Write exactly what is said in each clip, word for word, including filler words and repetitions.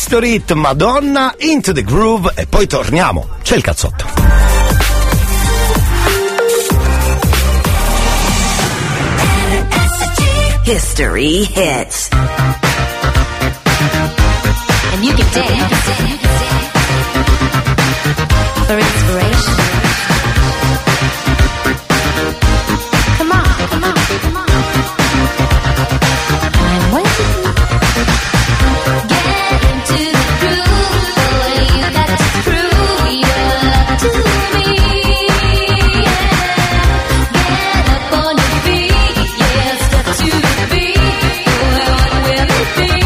History Hit, Madonna, Into the Groove e poi torniamo. C'è il cazzotto. History Hits. And you can dance for inspiration. Come on, come on, come on. I'm waiting. Get into the groove, boy, you got to prove your love to me. Yeah. Get up on your feet, yeah, step to the beat. Boy, what will it be?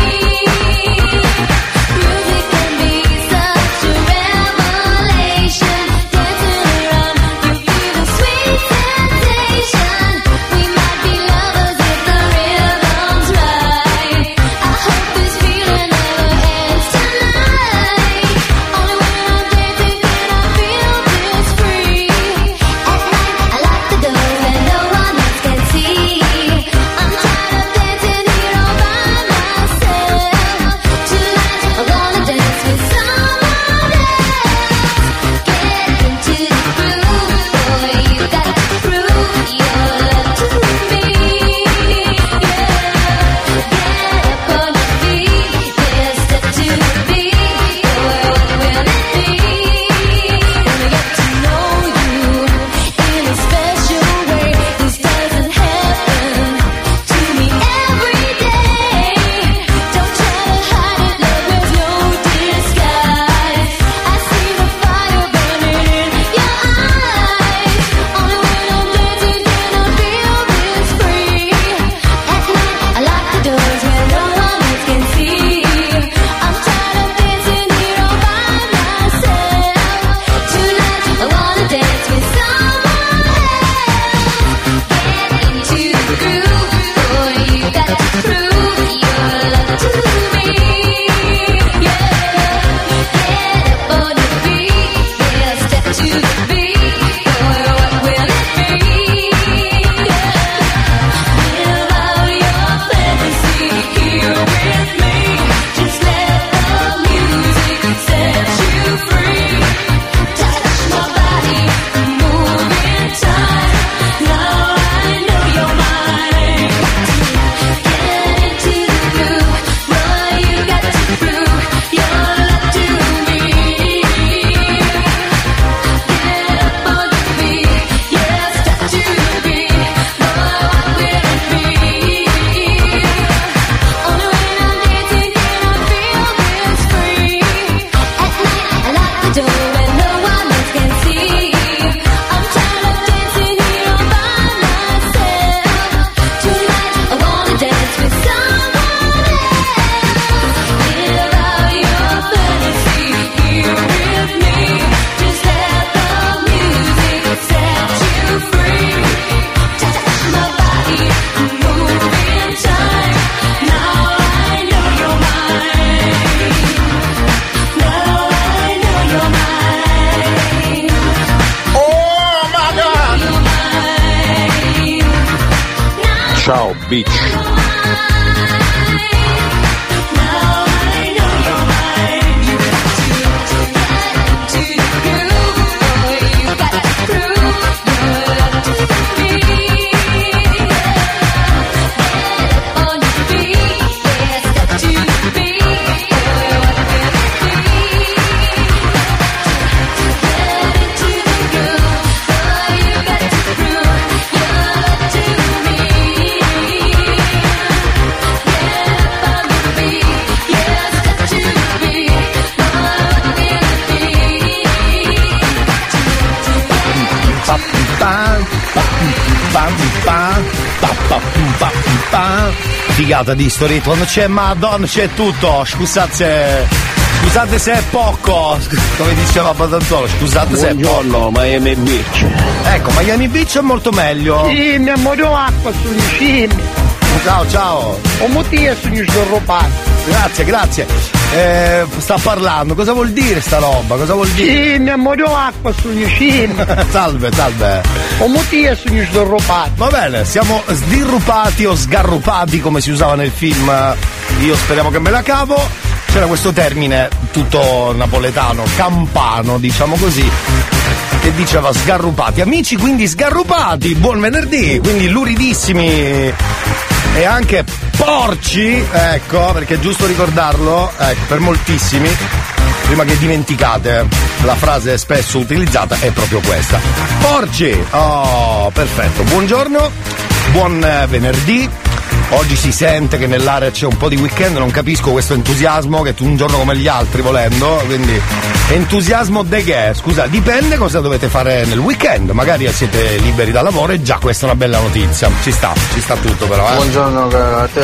Music can be such a revelation. Dancing around, you feel the sweet sensation. We might be lovers if the rhythm's right. I hope this feeling never ends tonight. Only when I'm dancing can I feel this free. At night I lock the doors and no one else can see. I'm tired of dancing here all by myself. Tonight I wanna dance with someone else. Get into the groove, boy, you got to prove your love to me. Yeah. Get up on your feet, yeah, step to the beat. Boy, what will it be? Gonna get to know you in a special way. This doesn't happen to me every day. Don't try to hide it, love, there's no disguise. I see the fire burning in your eyes. Only when I'm dancing can I feel this free. At night I lock the doors where no one else can see. I'm tired of dancing here all by myself. Tonight I wanna dance with someone else. Get into the groove, boy, you got to prove your love to me. Yeah. Get up on your feet, yeah, step to the beat. Boy, what will it be? Yeah. Live out your fantasy here with me. Just let the music set you free. Touch my body, move in time. Now I know you're mine. Get into the groove, boy, you got to prove your love to me. Get up on your feet, yeah, step to the beat. Boy, what will it be? Only when I'm dancing can I feel this free. At night I lock the door when no one else can see. I'm tired of dancing here all by myself. Tonight I wanna dance with someone else. Live out your fantasy here with me. Just let the music set you free. Touch my body, move in time. Now I know you're mine. Now I know you're mine. Oh my God! You're mine. Now Ciao, bitch. Now I know you're mine. You got to get into the groove, boy. You got to prove your love to me. Get up on your feet, yeah, step to the beat. Boy, what will it be? Get into the groove, boy. You got to prove your love to me. Get up on your feet, yeah, step to the beat. Boy, what will it be? Pam, pam, pam, pam, pam, pam, pam, pam. Figata di History, quando c'è Madonna c'è tutto. Scusate, scusate se è poco, come diceva Badanzolo, scusate se è poco. Buongiorno, Miami Beach. Ecco, Miami Beach è molto meglio. Sì, mi ammorio acqua sugli scimi. Ciao, ciao. Ho motivo sugli sdorropati. Grazie, grazie. Eh, sta parlando, cosa vuol dire sta roba? Cosa vuol dire? Sì, mi ammorio acqua sugli scimi. Salve, salve. Ho motivo sugli sdorropati. Va bene, siamo sdirrupati o sgarrupati come si usava nel film Io speriamo che me la cavo. c'era questo termine tutto napoletano, campano, diciamo così, che diceva sgarrupati. Amici, quindi sgarrupati, buon venerdì, quindi luridissimi e anche porci, ecco, perché è giusto ricordarlo, ecco, per moltissimi, prima che dimenticate, la frase spesso utilizzata è proprio questa. Porci! Oh, perfetto. Buongiorno, buon venerdì. Oggi si sente che nell'area c'è un po' di weekend, non capisco questo entusiasmo che è un giorno come gli altri volendo, quindi entusiasmo de che? Scusa, dipende cosa dovete fare nel weekend, magari siete liberi dal lavoro e già questa è una bella notizia, ci sta, ci sta tutto però, eh. Buongiorno cara, a te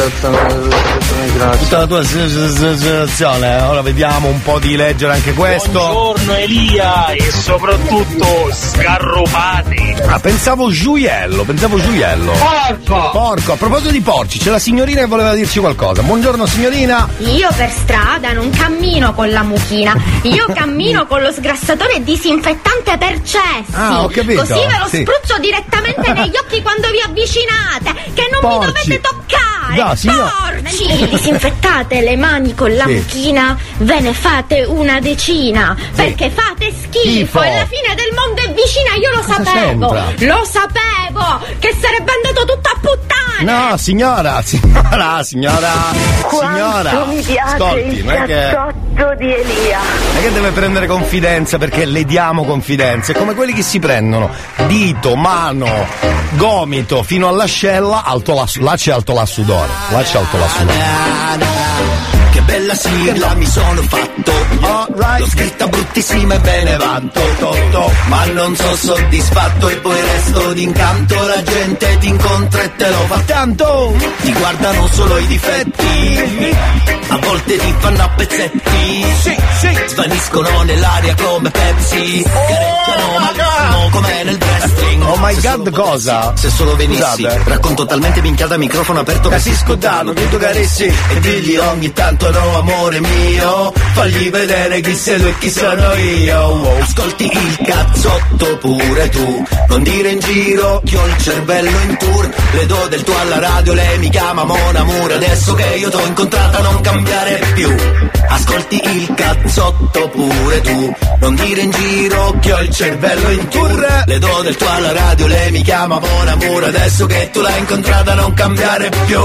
grazie. Tutta la tua situazione, ora vediamo un po' di leggere anche questo. Buongiorno Elia e soprattutto sgarrupati. Ah, pensavo gioiello, pensavo gioiello. Porco! Porco, a proposito di porci, c'è la signorina che voleva dirci qualcosa. Buongiorno signorina. Io per strada non cammino con la mucchina, io cammino con lo sgrassatore disinfettante per cessi. Ah, ho capito. Così ve lo Sì. spruzzo direttamente negli occhi quando vi avvicinate, che non Porci. mi dovete toccare. No, signor- Porci! Disinfettate le mani con la Sì. mucchina, ve ne fate una decina, perché fate schifo, Schifo. e la fine del mondo è vicina, io lo Cosa sapevo. c'entra? Lo sapevo che sarebbe andato tutto a puttane. No, signora, signora, signora, signora. Quanto mi piace Ascolti, il non è che, cazzotto di Elia. non è che deve prendere confidenza perché le diamo confidenza. È come quelli che si prendono dito, mano, gomito fino all'ascella, alto la, là c'è alto la sudore. Là c'è alto la sudore. Che bella sigla mi sono fatto, Alright. l'ho scritta bruttissima e bene vanto, to, to, ma non so soddisfatto e poi resto d'incanto, la gente ti incontra e te lo fa Tanto! ti guardano solo i difetti, a volte ti fanno a pezzetti, Sì, sì. svaniscono nell'aria come Pepsi, gareggiano malissimo come nel wrestling. Oh my Se God, solo cosa? potessi, se solo venissi, Scusate. racconto talmente minchiata a microfono aperto che si scordano che tu caressi e digli ogni tanto no amore mio, fagli vedere chi sei tu e chi sono io. Wow. Ascolti il cazzotto pure tu, non dire in giro che ho il cervello in tour, le do del tuo alla radio, lei mi chiama Mon Amour, adesso che io t'ho incontrata non cambiare più. Ascolti il cazzotto pure tu, non dire in giro che ho il cervello in tour, le do del tuo alla radio, lei mi chiama Mon Amour, adesso che tu l'hai incontrata non cambiare più.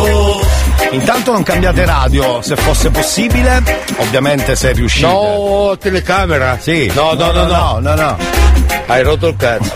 Intanto non cambiate radio, se fosse possibile, ovviamente se riuscite. No, telecamera. Sì. No, no, no, no. no, no. Hai rotto il cazzo.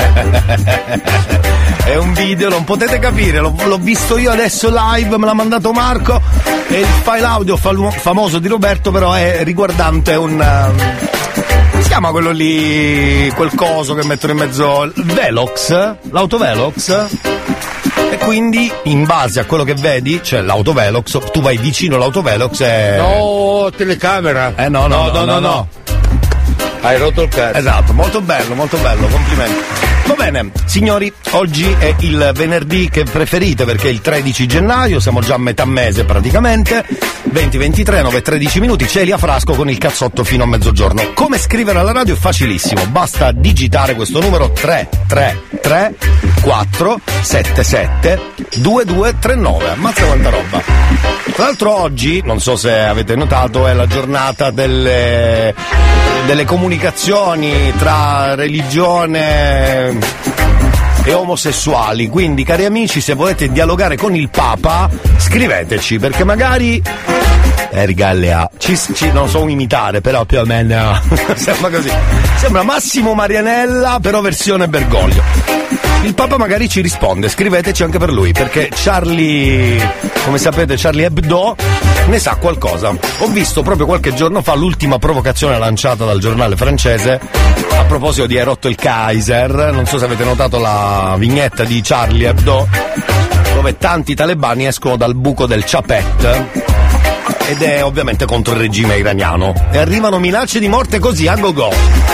È un video, non potete capire, l'ho, l'ho visto io adesso live, me l'ha mandato Marco e il file audio fal- famoso di Roberto però è riguardante un... um, come si chiama quello lì, quel coso che mettono in mezzo, il Velox, l'autovelox? E quindi in base a quello che vedi, cioè l'autovelox, tu vai vicino all'autovelox e... No, telecamera. Eh no, no, no, no, no. Hai rotto il cazzo. Esatto, molto bello, molto bello, complimenti. Va bene, signori, oggi è il venerdì che preferite perché è il tredici gennaio, siamo già a metà mese praticamente, venti ventitré, nove e tredici minuti, Celia Frasco con il cazzotto fino a mezzogiorno. Come scrivere alla radio è facilissimo, basta digitare questo numero tre tre tre quattro sette sette due due tre nove, ammazza quanta roba. Tra l'altro oggi, non so se avete notato, è la giornata delle, delle comunicazioni tra religione e omosessuali, quindi cari amici, se volete dialogare con il Papa scriveteci perché magari Ergalea ci, ci non so imitare però più o meno sembra così, sembra Massimo Marianella però versione Bergoglio. Il Papa magari ci risponde, scriveteci anche per lui perché Charlie, come sapete Charlie Hebdo ne sa qualcosa. Ho visto proprio qualche giorno fa l'ultima provocazione lanciata dal giornale francese a proposito di hai rotto il Kaiser, non so se avete notato la vignetta di Charlie Hebdo dove tanti talebani escono dal buco del Chapet ed è ovviamente contro il regime iraniano e arrivano minacce di morte così a go-go,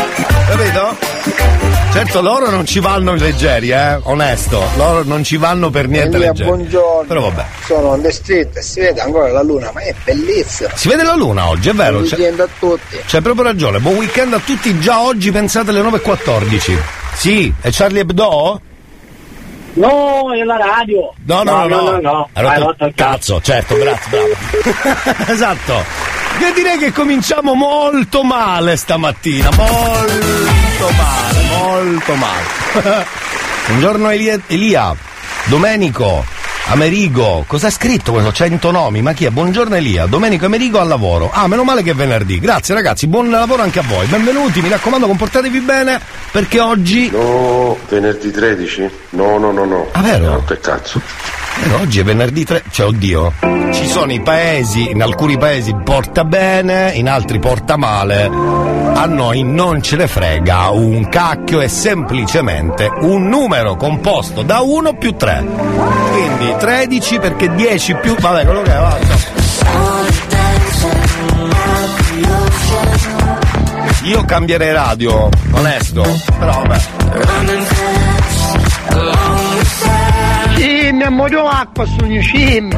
capito? Certo loro non ci vanno leggeri, eh, onesto, loro non ci vanno per niente Elia, leggeri. buongiorno. Però vabbè. Sono on the street e si vede ancora la luna, ma è bellissima. Si vede la luna oggi, è vero? Buon C'è, weekend a tutti. c'è proprio ragione, buon weekend a tutti, già oggi pensate alle nove e quattordici. Sì, è Charlie Hebdo? No, è la radio. No, no, no, no, no, no. Hai rotto Hai rotto il cazzo, certo, grazie, bravo. Esatto. Io direi che cominciamo molto male stamattina, molto male, molto male. Buongiorno Elia, Elia, Domenico, Amerigo, cosa ha scritto questo? cento nomi, ma chi è? Buongiorno Elia, Domenico Amerigo al lavoro. Ah, meno male che è venerdì. Grazie ragazzi, buon lavoro anche a voi. Benvenuti, mi raccomando, comportatevi bene perché oggi... No, venerdì tredici? No, no, no, no. Ah, vero? No, che cazzo. Eh, oggi è venerdì tre, cioè oddio, ci sono i paesi, in alcuni paesi porta bene, in altri porta male, a noi non ce ne frega un cacchio, è semplicemente un numero composto da uno più tre, quindi tredici perché dieci più, vabbè quello che è, basta. Io cambierei radio, onesto, però vabbè. Sì, mi ammoglio acqua sugli scimmi.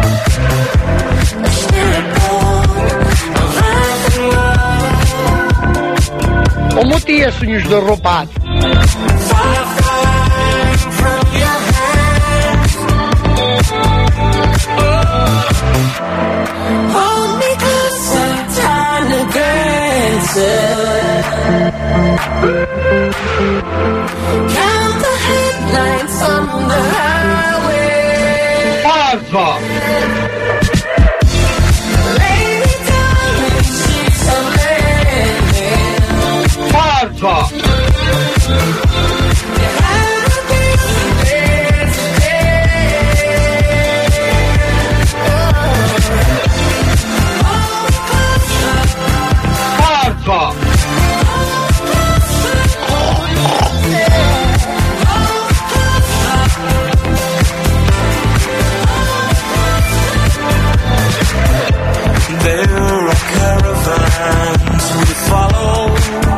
O motia sugli sdorropati. Hold me closer, time to dance. Count the headlights on the highway. Forza! Lay me down in sheets of linen. Forza! There are caravans we follow.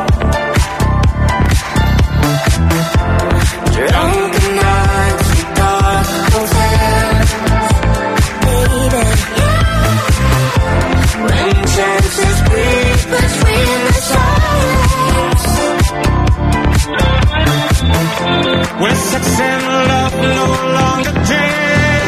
Drunken nights with dark hotels. Baby, when chances breathe between the stars. When sex and love no longer dare.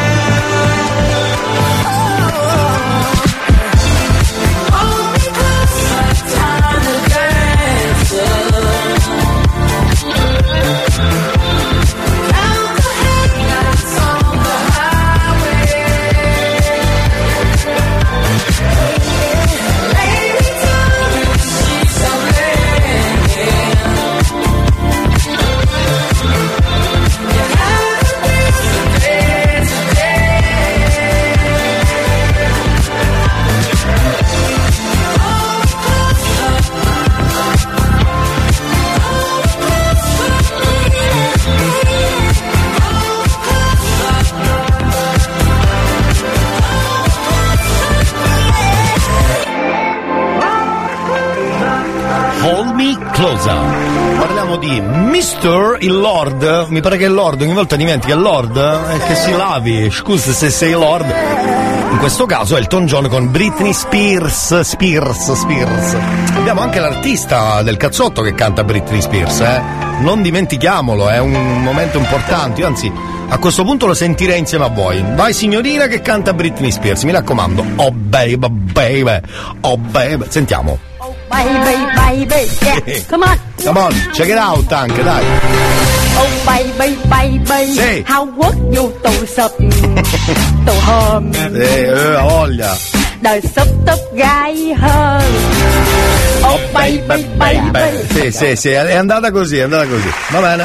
Closer. Parliamo di mister il Lord, mi pare che è Lord, ogni volta dimentica il Lord, è che si lavi, scusa se sei Lord. In questo caso Elton John con Britney Spears, Spears, Spears. Abbiamo anche l'artista del cazzotto che canta Britney Spears, eh. Non dimentichiamolo, è un momento importante, io anzi a questo punto lo sentirei insieme a voi. Vai signorina che canta Britney Spears, mi raccomando. Oh baby, baby, oh baby, sentiamo. Baby, baby, yeah, come on. Come on, check it out anche, dai. Oh baby, baby, sì. How would you tổ sập tổ hòm. Sì, eh, ha voglia. Đời sắp tóc gái hơn. Oh baby, baby. Sì, sì, sì, è andata così, è andata così. Va bene.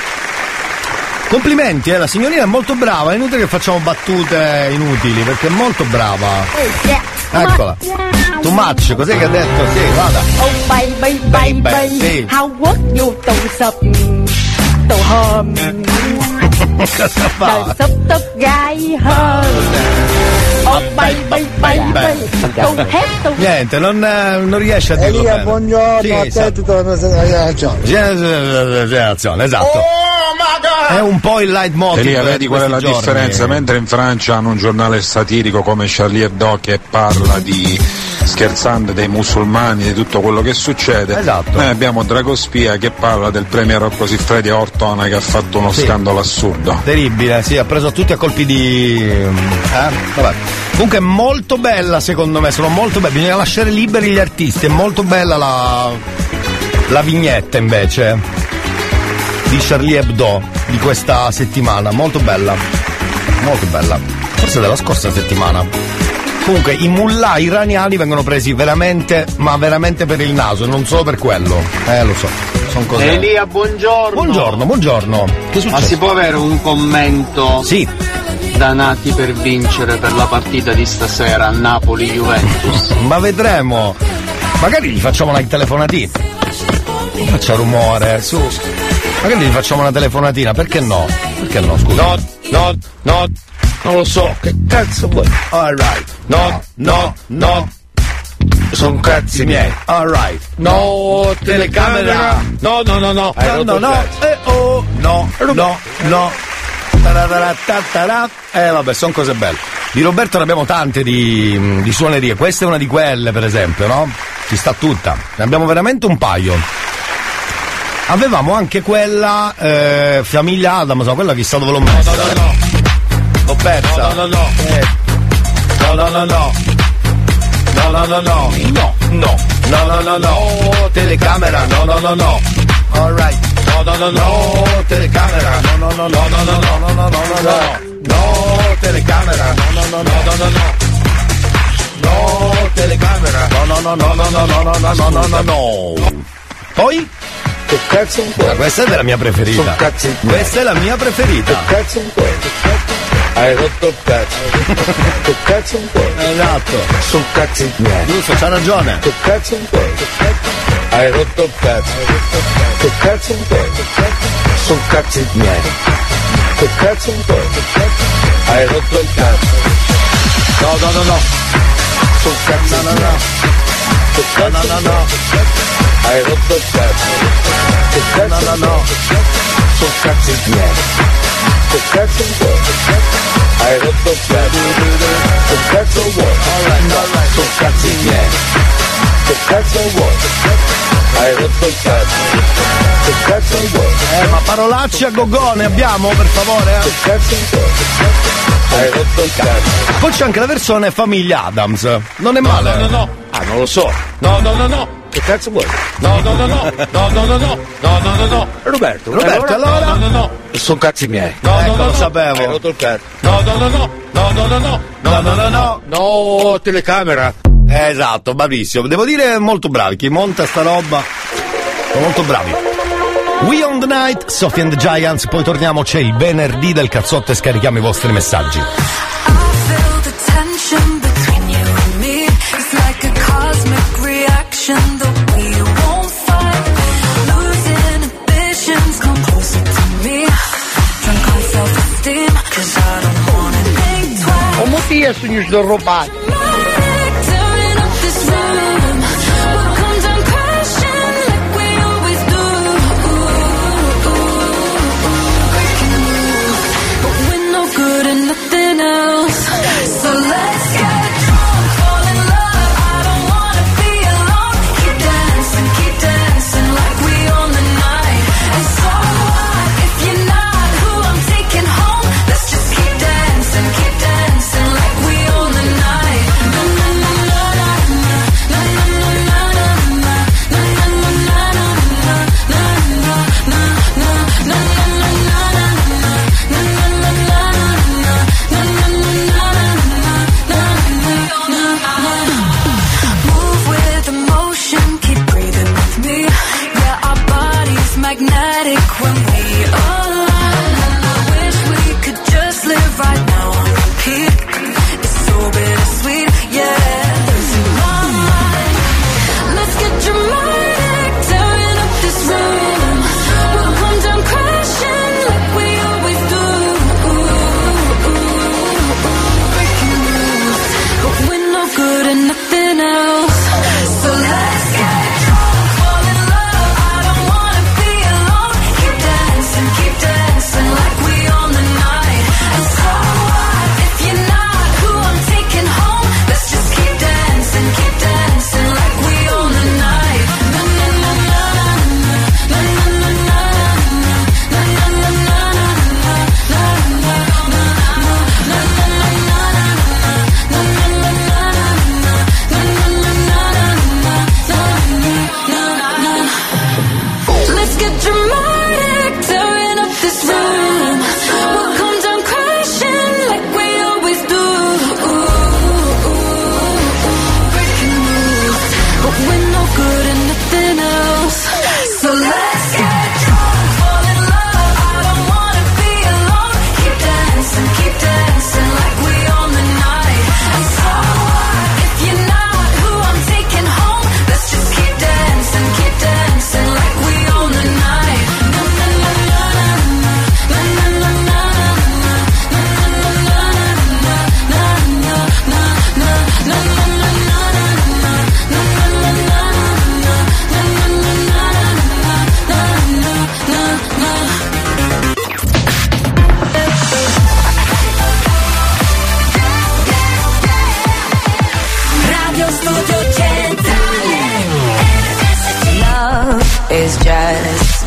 Complimenti, eh, la signorina è molto brava, è inutile che facciamo battute inutili, perché è molto brava. Eccola. Too much, cos'è che ha detto? Sì, vada. Oh baby, baby, baby, sì. How would you tổ sập tổ hòm. Cosa Đời fa? sắp tóc gái hơn. Oh baby, baby, tu hết tu. Niente, non, non riesce a dirlo Elia, bene. buongiorno, Sì, a te sa- tutta la generazione. Generazione, esatto. È un po' il leitmotiv. Elia, di vedi qual è la questi giorni. differenza? Mentre in Francia hanno un giornale satirico come Charlie Hebdo che parla di scherzando dei musulmani, di tutto quello che succede. Esatto. Noi abbiamo Dragospia che parla del premier Rocco Siffredi a Ortona che ha fatto uno Sì. scandalo assurdo. Terribile, sì, ha preso tutti a colpi di. Eh? Vabbè. Comunque è molto bella secondo me, sono molto belle, bisogna lasciare liberi gli artisti, è molto bella la. la vignetta invece di Charlie Hebdo di questa settimana, molto bella, molto bella, forse della scorsa settimana. Comunque i mullah iraniani vengono presi veramente, ma veramente per il naso, non solo per quello, eh lo so, sono cose. Elia, buongiorno. Buongiorno, buongiorno. Che succede? Ma si può avere un commento? Sì. Da nati per vincere per la partita di stasera Napoli-Juventus. Ma vedremo. Magari gli facciamo una telefonatina. Non faccia rumore, su. Magari gli facciamo una telefonatina, perché no? Perché no, scusa? No, no, no, non lo so, che cazzo vuoi? Alright. No, no, no. Sono cazzi miei. Alright. No, telecamera. No, no, no, no. Hai No, rotto no, il no. cazzo. Eh, oh, no, no, no. Tararatatara. Eh vabbè, sono cose belle. Di Roberto ne abbiamo tante di, di suonerie. Questa è una di quelle, per esempio, no? Ci sta tutta. Ne abbiamo veramente un paio. Avevamo anche quella eh, Famiglia Adams, ma quella chissà dove l'ho messa. No, no, no. L'ho persa. No, no, no. Eh. No, no, no, no. No, no, no, no. No, no. No, no, no, no. Telecamera. No, no, no, no. Alright. No, no, no, no. Telecamera. No, no, no, no, no, no, no, no, no, no, no. No, telecamera. No, no, no, no, no, no, no. No, telecamera. No, no, no, no, no, no, no, no, no, no, no, no. Poi? Che cazzo un po'? Questa è della mia preferita. Sono cazzi. Questa è la mia preferita. Che cazzo un po'? Hai rotto il cazzo. Che cazzo un po'? Esatto. Sono cazzi miei. Giusto, c'ha ragione. Che cazzo un po'? Hai rotto il cazzo. Che cazzo un po'? Sono cazzi miei. Che cazzo un po'? Hai rotto il cazzo. No, no, no, no. Sono cazzi No, no, miei. no. Che No, cazzo no, un no, po'? no. Hai rotto il cazzo. Che No, cazzo no, un no. po'? Sono cazzi miei. Che cazzo un po'? Hai rotto il cazzo. Che cazzo vuoi? Sono cazzi miei. Che cazzo vuoi? Hai rotto il cazzo. Che cazzo vuoi? Eh, ma parolacce a gogo ne abbiamo, per favore? Che cazzo vuoi? Hai rotto il cazzo. Poi c'è anche la versione Famiglia Adams. Non è male. No, no, no. Ah, non lo so. No, no, no, no. Che cazzo vuoi? No, no, no, no. No, no, no, no. No, no, no, no. Roberto. Roberto, allora? No, no, no. Sono cazzi miei. No, ecco, no, no, lo no. sapevo. Hai rotto il cazzo. No, no, no, no. No, no, no, no. No, no, no, no. No, telecamera. Eh, esatto, bravissimo. Devo dire molto bravi. Chi monta sta roba sono molto bravi. We on the Night, Sophie and the Giants. Poi torniamo, c'è il venerdì del cazzotto e scarichiamo i vostri messaggi. O motia sogni sdorrobati. Keep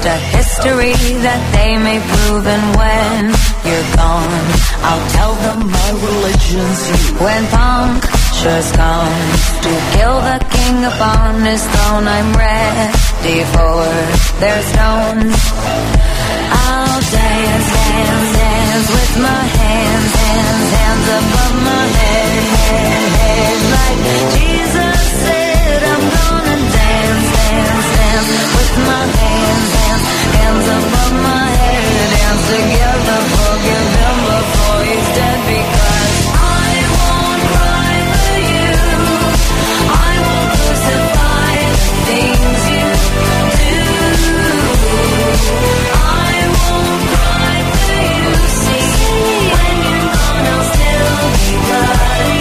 just a history that they may prove. And when you're gone, I'll tell them my religion's you. When punctures come to kill the king upon his throne, I'm ready for their stones. I'll dance, dance, dance with my hands, hands, hands above my head, head, head. Like Jesus said, I'm gonna dance, dance, dance with my hands, hands, hands above my head. Dance together, forgive him before he's dead, because I won't cry for you. I won't crucify the things you do. I won't cry for you. See, when you're gone, I'll still be bloody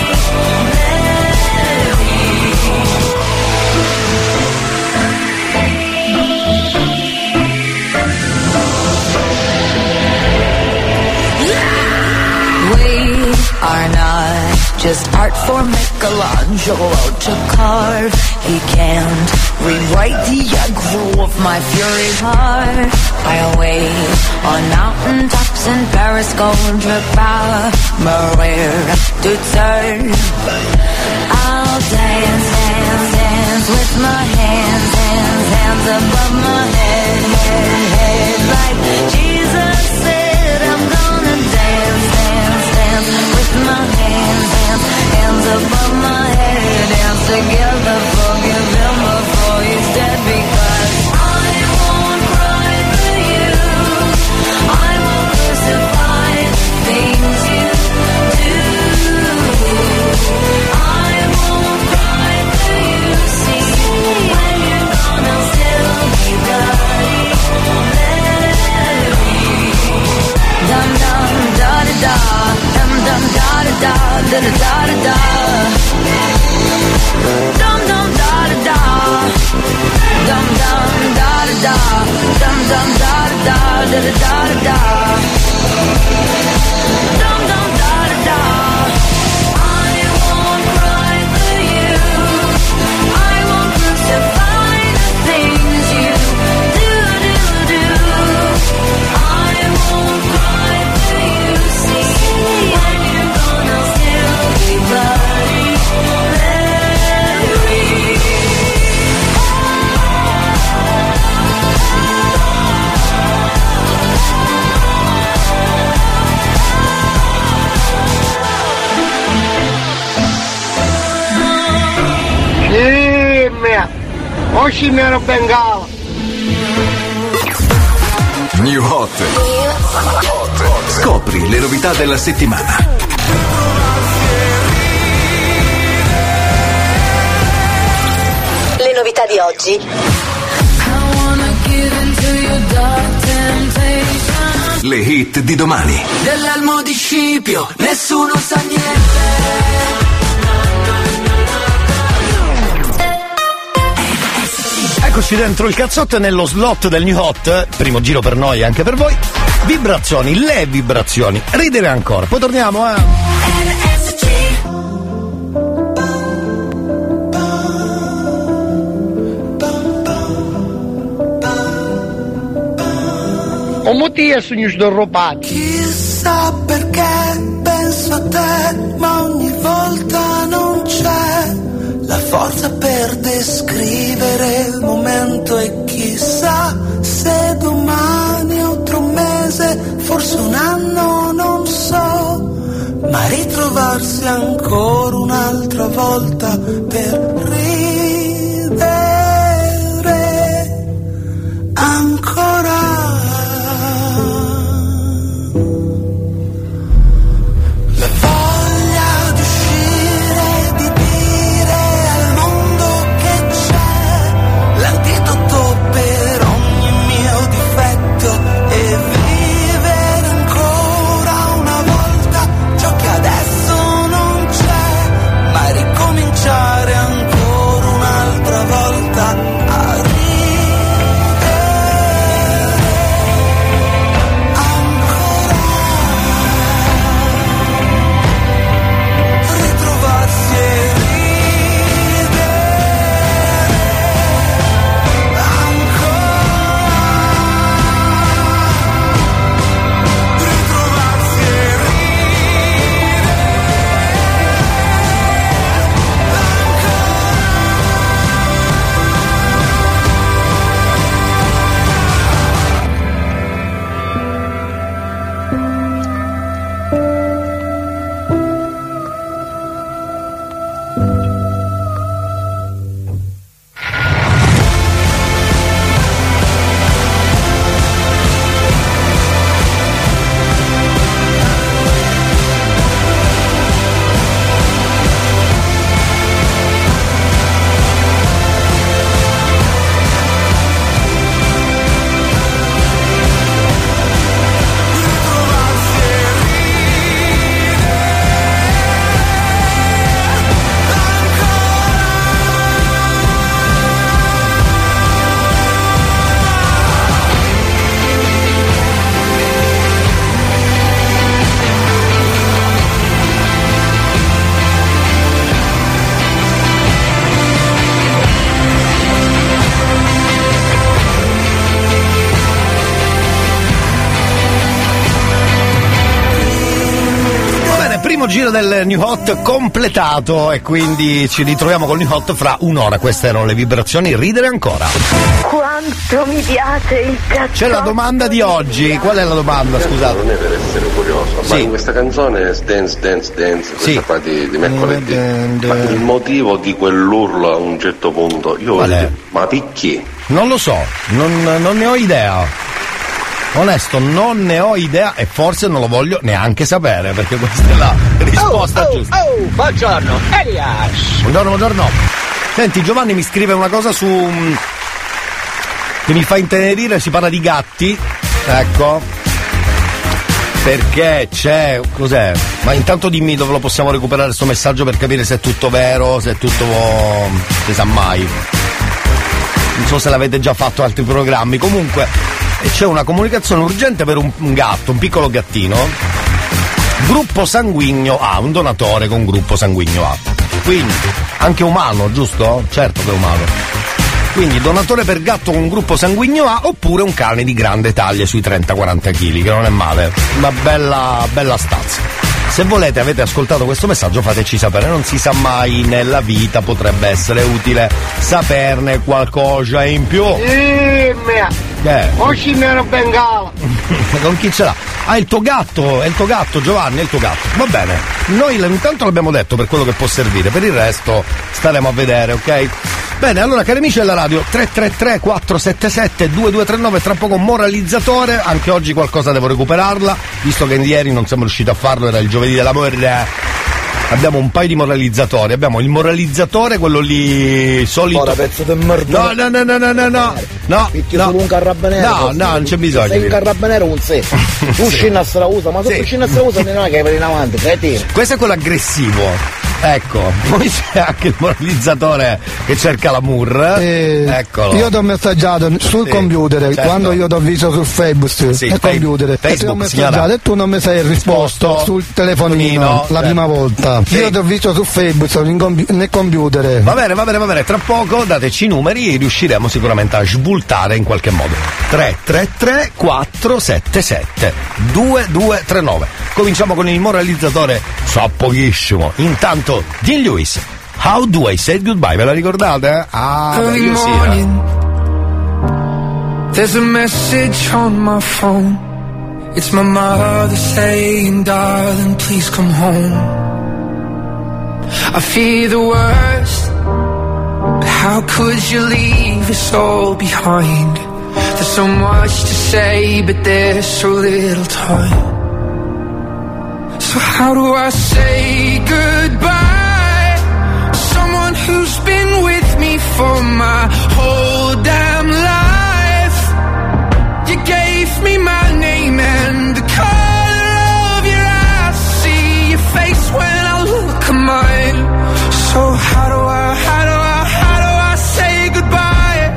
are not just art for Michelangelo to carve. He can't rewrite the aggro of my fury heart. I'll wait on mountaintops in Paris, going to power, Maria to turn. I'll dance, dance, dance with my hands, hands, hands above my head, head, head. Like Jesus said, I'm gonna dance, dance, dance with my hands, hands, hands above my head. Dance together, forgive him before he's dead, because I won't cry for you. I won't crucify the things you do. I won't cry for you. See, when you're gone, I'll still be bloody Mary. Dum dum da da da, dum dum da da da, da da da da da. Dum dum da da da, dum dum da da da, dum dum da da da, da da da da. Dum dum da da da. I won't cry for you. I won't crucify the things you do, do, do. I won't cry for you. See, when you're gone, I'll still be bloody Mary. Scimmia! O scimmiano bengala! New Hot. Scopri le novità della settimana. Le novità di oggi. Le hit di domani. Dell'elmo di Scipio, nessuno sa niente. Eccoci dentro il cazzotto e nello slot del New Hot, primo giro per noi e anche per voi. Vibrazioni, le vibrazioni. Ridere ancora, poi torniamo a... O motia sogni sdorropati. Chissà perché penso a te, ma ogni volta non c'è la forza per descrivere il momento, e chissà se domani o tra un mese, forse un anno, non so, ma ritrovarsi ancora un'altra volta per ridere ancora. Ancora un'altra volta a ridere. primo giro del New Hot completato e quindi ci ritroviamo col New Hot fra un'ora. Queste erano le vibrazioni, ridere ancora. Quanto mi piace il cazzotto. C'è la domanda di oggi, qual è la domanda, scusate? Non è per essere curioso, Sì. ma in questa canzone Dance Dance Dance, questa Sì. qua di, di mercoledì, ma il motivo di quell'urlo a un certo punto, io Qual voglio è? dire, ma picchi? Non lo so, non, non ne ho idea. Onesto, non ne ho idea e forse non lo voglio neanche sapere, perché questa è la risposta oh, giusta. Oh, oh, buongiorno, Elias. Buongiorno, buongiorno. Senti, Giovanni mi scrive una cosa su mm, che mi fa intenerire, si parla di gatti, ecco, perché c'è, cos'è? Ma intanto dimmi dove lo possiamo recuperare sto messaggio per capire se è tutto vero, se è tutto, si sa mai. Non so se l'avete già fatto altri programmi, comunque c'è una comunicazione urgente per un, un gatto, un piccolo gattino, gruppo sanguigno A, un donatore con gruppo sanguigno A, quindi anche umano, giusto? Certo che è umano. Quindi donatore per gatto con gruppo sanguigno A oppure un cane di grande taglia sui trenta quaranta chili, che non è male, una bella, bella stazza. Se volete, avete ascoltato questo messaggio, fateci sapere, non si sa mai, nella vita potrebbe essere utile saperne qualcosa in più. Sì, mia. Che? Oggi mi ero bengala. Con chi ce l'ha? Ah, il tuo gatto, è il tuo gatto, Giovanni, è il tuo gatto. Va bene, noi intanto l'abbiamo detto per quello che può servire, per il resto staremo a vedere, ok? Bene, allora cari amici della radio, tre tre tre quattro sette sette due due tre nove, tra poco moralizzatore, anche oggi qualcosa devo recuperarla, visto che ieri non siamo riusciti a farlo, era il giovedì dell'amore. Abbiamo un paio di moralizzatori, abbiamo il moralizzatore, quello lì solito. Ora pezzo di merda. No, no, no, no, no, no, no. No, Picchio no. solo un carabiniere. No, no, non c'è bisogno. Sei un carabiniere un sé. Tu scina se la usa, ma se Sì. tu scina se la usa non è che vai in avanti, cretino. Questo è quello aggressivo. Ecco, poi c'è anche il moralizzatore che cerca l'amour. Eh, Eccolo. Io ti ho messaggiato sul Sì, computer, certo. quando io ti ho visto su Facebook, Sì, nel Fa- computer, e ti ho Facebook, messaggiato signora. e tu non mi sei risposto Risposto. sul telefonino Nino, la certo. prima volta. Sì. Io ti ho visto su Facebook, in compi- nel computer. Va bene, va bene, va bene, tra poco dateci i numeri e riusciremo sicuramente a sbultare in qualche modo. tre tre tre quattro sette sette due due tre nove. Cominciamo con il moralizzatore, so pochissimo. Intanto, Dean Lewis, How Do I Say Goodbye, ve la ricordate? Ah, beh, io sì. eh. There's a message on my phone. It's my mother saying, darling, please come home. I fear the worst, but how could you leave us all behind? There's so much to say, but there's so little time. So how do I say goodbye? Someone who's been with me for my whole damn life. You gave me my name and the color of your eyes. See your face when I look at mine. So how do I, how do I, how do I say goodbye?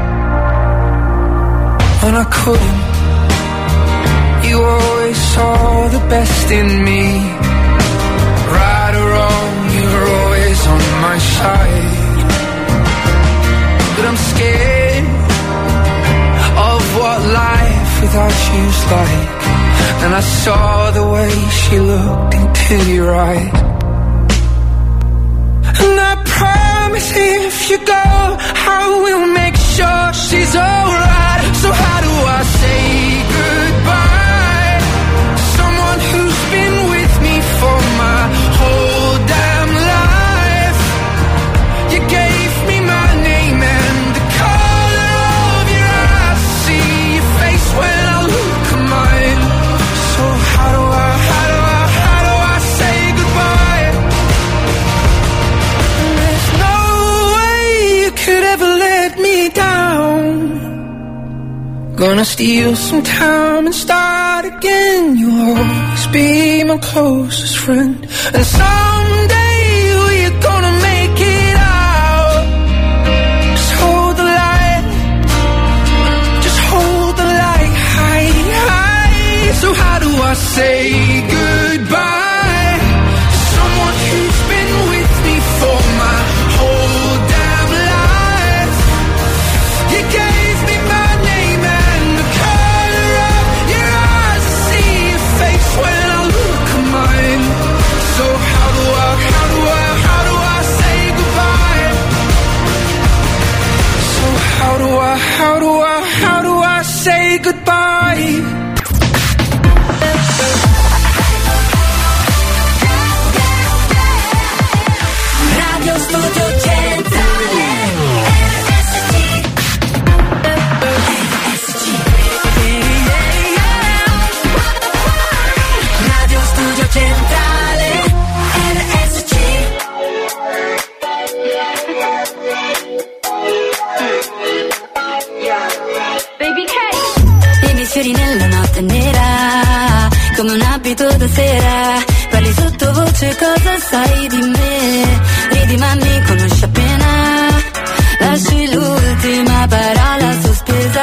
When I couldn't, you always saw the best in me. Right or wrong, you're always on my side. But I'm scared of what life without you's like. And I saw the way she looked into your eyes. And I promise if you go, I will make sure she's alright. So how do I say goodbye? Someone who's been with me for my whole damn life. You gave me my name and the color of your eyes. See your face when I look at mine. So how do I, how do I, how do I say goodbye? There's no way you could ever let me down. Gonna steal some time and start again. You'll always be my closest friend. And someday we're gonna make it out. Just hold the light. Just hold the light high, high. So how do I say goodbye to someone who's been with me for my whole damn life? You gave me my name and the color of your eyes. I see your face when I look at mine. So fiori nella notte nera, come un abito da sera. Parli sottovoce, cosa sai di me? Ridi ma mi conosci appena, lasci l'ultima parola sospesa.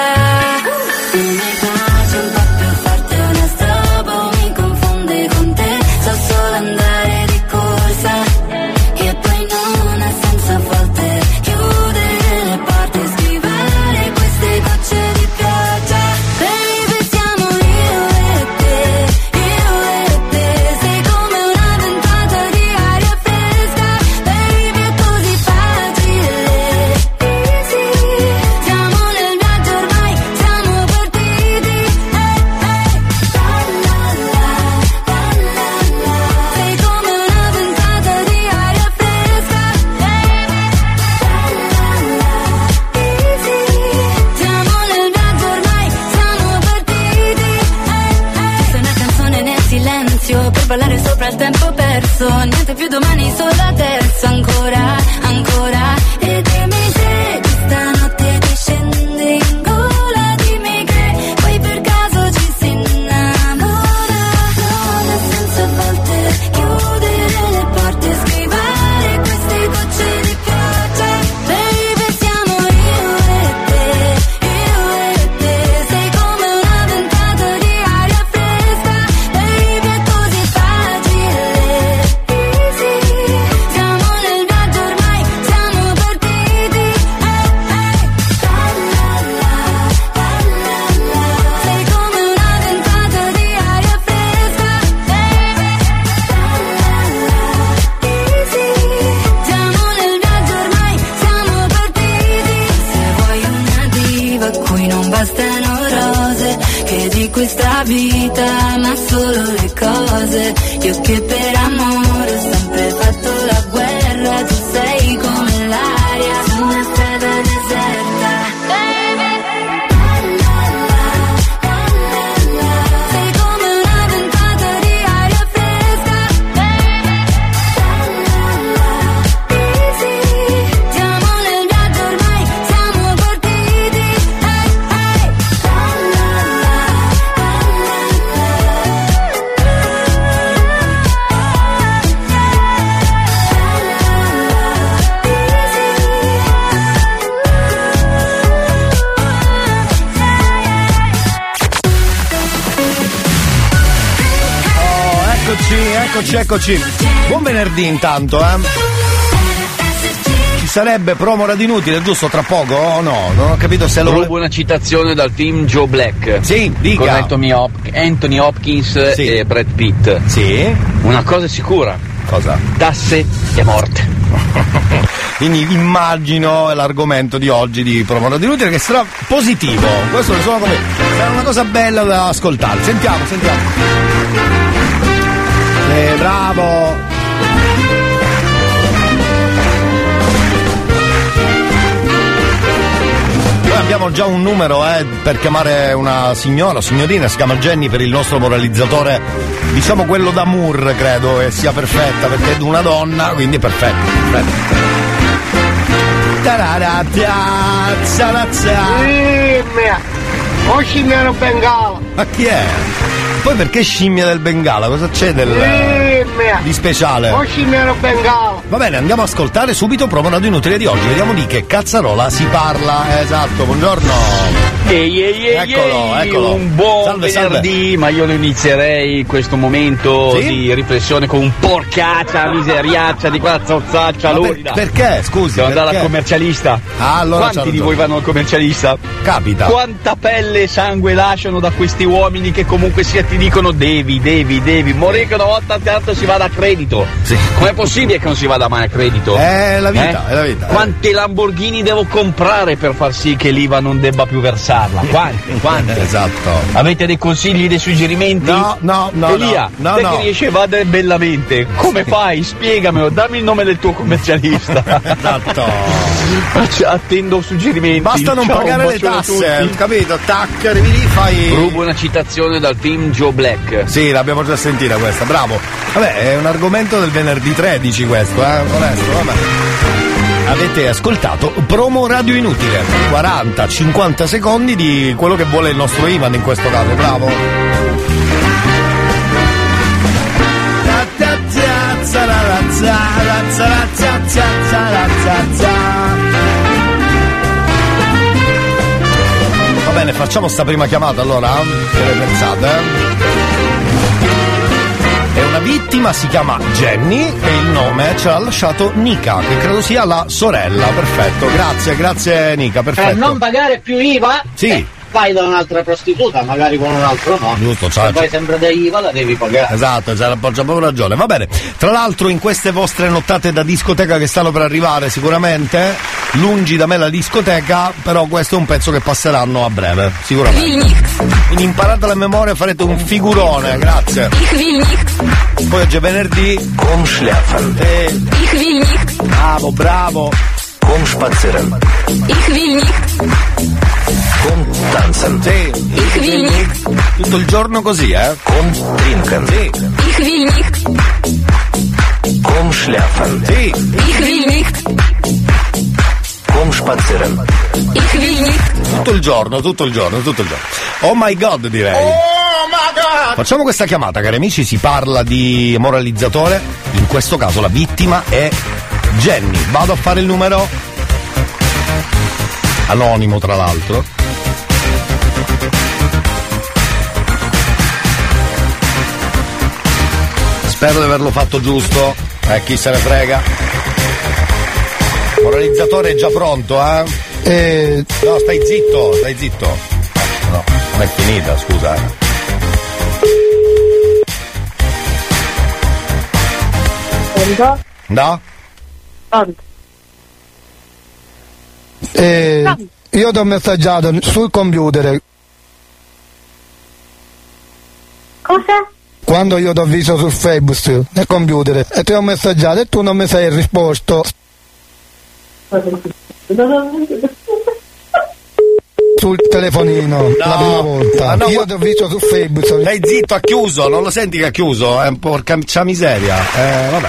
Mi piace un po' più forte una strobo, mi confonde con te, so solo andare di corsa, e poi non ha senso a volte chiudere le porte, schivare queste gocce di pioggia. Baby, siamo io e te, io e te, sei come una ventata di aria fresca. Baby, è così facile, easy, siamo nel viaggio ormai, siamo partiti, eh, eh. La la la, la la la, sei come una ventata di aria fresca. Baby, la la la, easy, siamo nel viaggio ormai, siamo partiti, eh, eh. Questa è una canzone nel silenzio, per ballare sopra il tempo perso, niente più domani, solo adesso, ancora, ancora. E dimmi se questa notte ti scende in gola, dimmi che poi per caso ci si innamora. Non ha senso a volte chiudere le porte, schivare queste gocce di pioggia. Baby, siamo io e te, io e te, sei come una ventata di aria fresca. Baby, è così facile, easy, siamo nel viaggio ormai, siamo partiti, eh, eh. La la la, la la la, sei come una ventata di aria fresca. Baby, la la la, easy, siamo nel viaggio ormai, siamo partiti. Se vuoi una diva a cui non bastano rose, che di questa vita ma solo le cose. Io che per amore ho sempre fatto la guerra, tu sei come l'aria su una strada deserta. Baby, la la la, la la la, sei come una ventata di aria fresca. Baby, la la la, easy, siamo nel viaggio ormai, siamo partiti, eh, eh. La la la, la Oh, eccoci, eccoci, eccoci. Buon venerdì intanto, eh. Ci sarebbe promo radio inutile, giusto, tra poco o no? Non ho capito se lo... Rubo una citazione dal film Joe Black. Sì, dica. Con Anthony, Hop- Anthony Hopkins Sì. e Brad Pitt. Sì. Una cosa è sicura. Cosa? Tasse e morte. Quindi immagino l'argomento di oggi di promo radio inutile che sarà positivo. Questo ne sono come... sarà una cosa bella da ascoltare. Sentiamo, sentiamo. Eh, bravo. Noi abbiamo già un numero eh, per chiamare una signora, signorina, si chiama Jenny, per il nostro moralizzatore, diciamo quello da Moore, credo, e sia perfetta, perché è una donna, quindi è perfetto. perfetto. Tarara, piazza, razza. Scimmia! O scimmia del Bengala! Ma chi è? Poi perché scimmia del Bengala? Cosa c'è del... Scimmia! di speciale? O scimmia del Bengala! Va bene, andiamo ad ascoltare subito promo radio inutile di oggi. Vediamo di che cazzarola si parla. Esatto, buongiorno. Ehi, ehi, ehi, Eccolo, ehi, eccolo. un buon Salve, venerdì, salve. ma io lo inizierei questo momento Sì? di riflessione con un porcaccia, miseriaccia di quella zozzaccia Ma per- lurida. perché? Scusi, Devo andare perché? al commercialista. Ah, allora Quanti c'ha di ragione. voi vanno al commercialista? Capita. Quanta pelle e sangue lasciano da questi uomini che comunque sia ti dicono devi, devi, devi. Morire che una volta tanto si vada a credito. Sì. Com'è possibile che non si vada mai a credito? È la vita, è la vita. Quante Lamborghini devo comprare per far sì che l'I V A non debba più versarla? Quante? Quante? Esatto. Avete dei consigli, dei suggerimenti? No, no, no, Elia, no, no, te no. che riesci a evadere bellamente, come fai? Spiegamelo, dammi il nome del tuo commercialista. Esatto. Attendo suggerimenti. Basta non Ciao, pagare un le bacione a tasse, tutti. capito? Tac, arrivi lì, fai... Rubo una citazione dal film Joe Black. Sì, l'abbiamo già sentita questa, bravo. Vabbè, è un argomento del venerdì tredici questo, eh, onesto, vabbè. avete ascoltato Promo Radio Inutile, quaranta cinquanta secondi di quello che vuole il nostro Ivan in questo caso, bravo. Va bene, facciamo sta prima chiamata allora, che ne pensate? È una vittima, si chiama Jenny e il nome ce l'ha lasciato Nika, che credo sia la sorella. Perfetto, grazie, grazie Nika, perfetto. Per non pagare più I V A? Sì. Eh, vai da un'altra prostituta, magari con un altro no. Giusto, se vai sempre da I V A la devi pagare. Esatto, c'ha proprio ragione. Va bene. Tra l'altro in queste vostre nottate da discoteca che stanno per arrivare sicuramente, lungi da me la discoteca, però questo è un pezzo che passeranno a breve, sicuramente. Quindi imparate la memoria, farete un figurone, grazie. Poi oggi è venerdì. Komm schlafen. E... Bravo, bravo. Komm spazieren. Ich will nicht. Komm tanzen. Sì. Ich will nicht. Tutto il giorno così, eh? Komm trinken. Sì. Ich will nicht. Komm schlafen. Sì. Ich will nicht. Komm spazieren. Ich will nicht. Tutto il giorno, tutto il giorno, tutto il giorno. Oh my god, direi. Oh my god! Facciamo questa chiamata, cari amici, si parla di moralizzatore. In questo caso la vittima è Jenny. Vado a fare il numero. Anonimo, tra l'altro. Spero di averlo fatto giusto. Eh, chi se ne frega. Moralizzatore è già pronto, eh? Eh... No, stai zitto, stai zitto. No, non è finita, scusa. Eh. Pronto? No? Pronto? Eh, io ti ho messaggiato sul computer. Cosa? Quando io ti ho visto sul Facebook, nel computer, e ti ho messaggiato e tu non mi sei risposto. Sul telefonino, no, la prima volta. no, io ti ho visto su Facebook. Stai zitto, ha chiuso, non lo senti che ha chiuso? È un porca miseria. Eh, vabbè.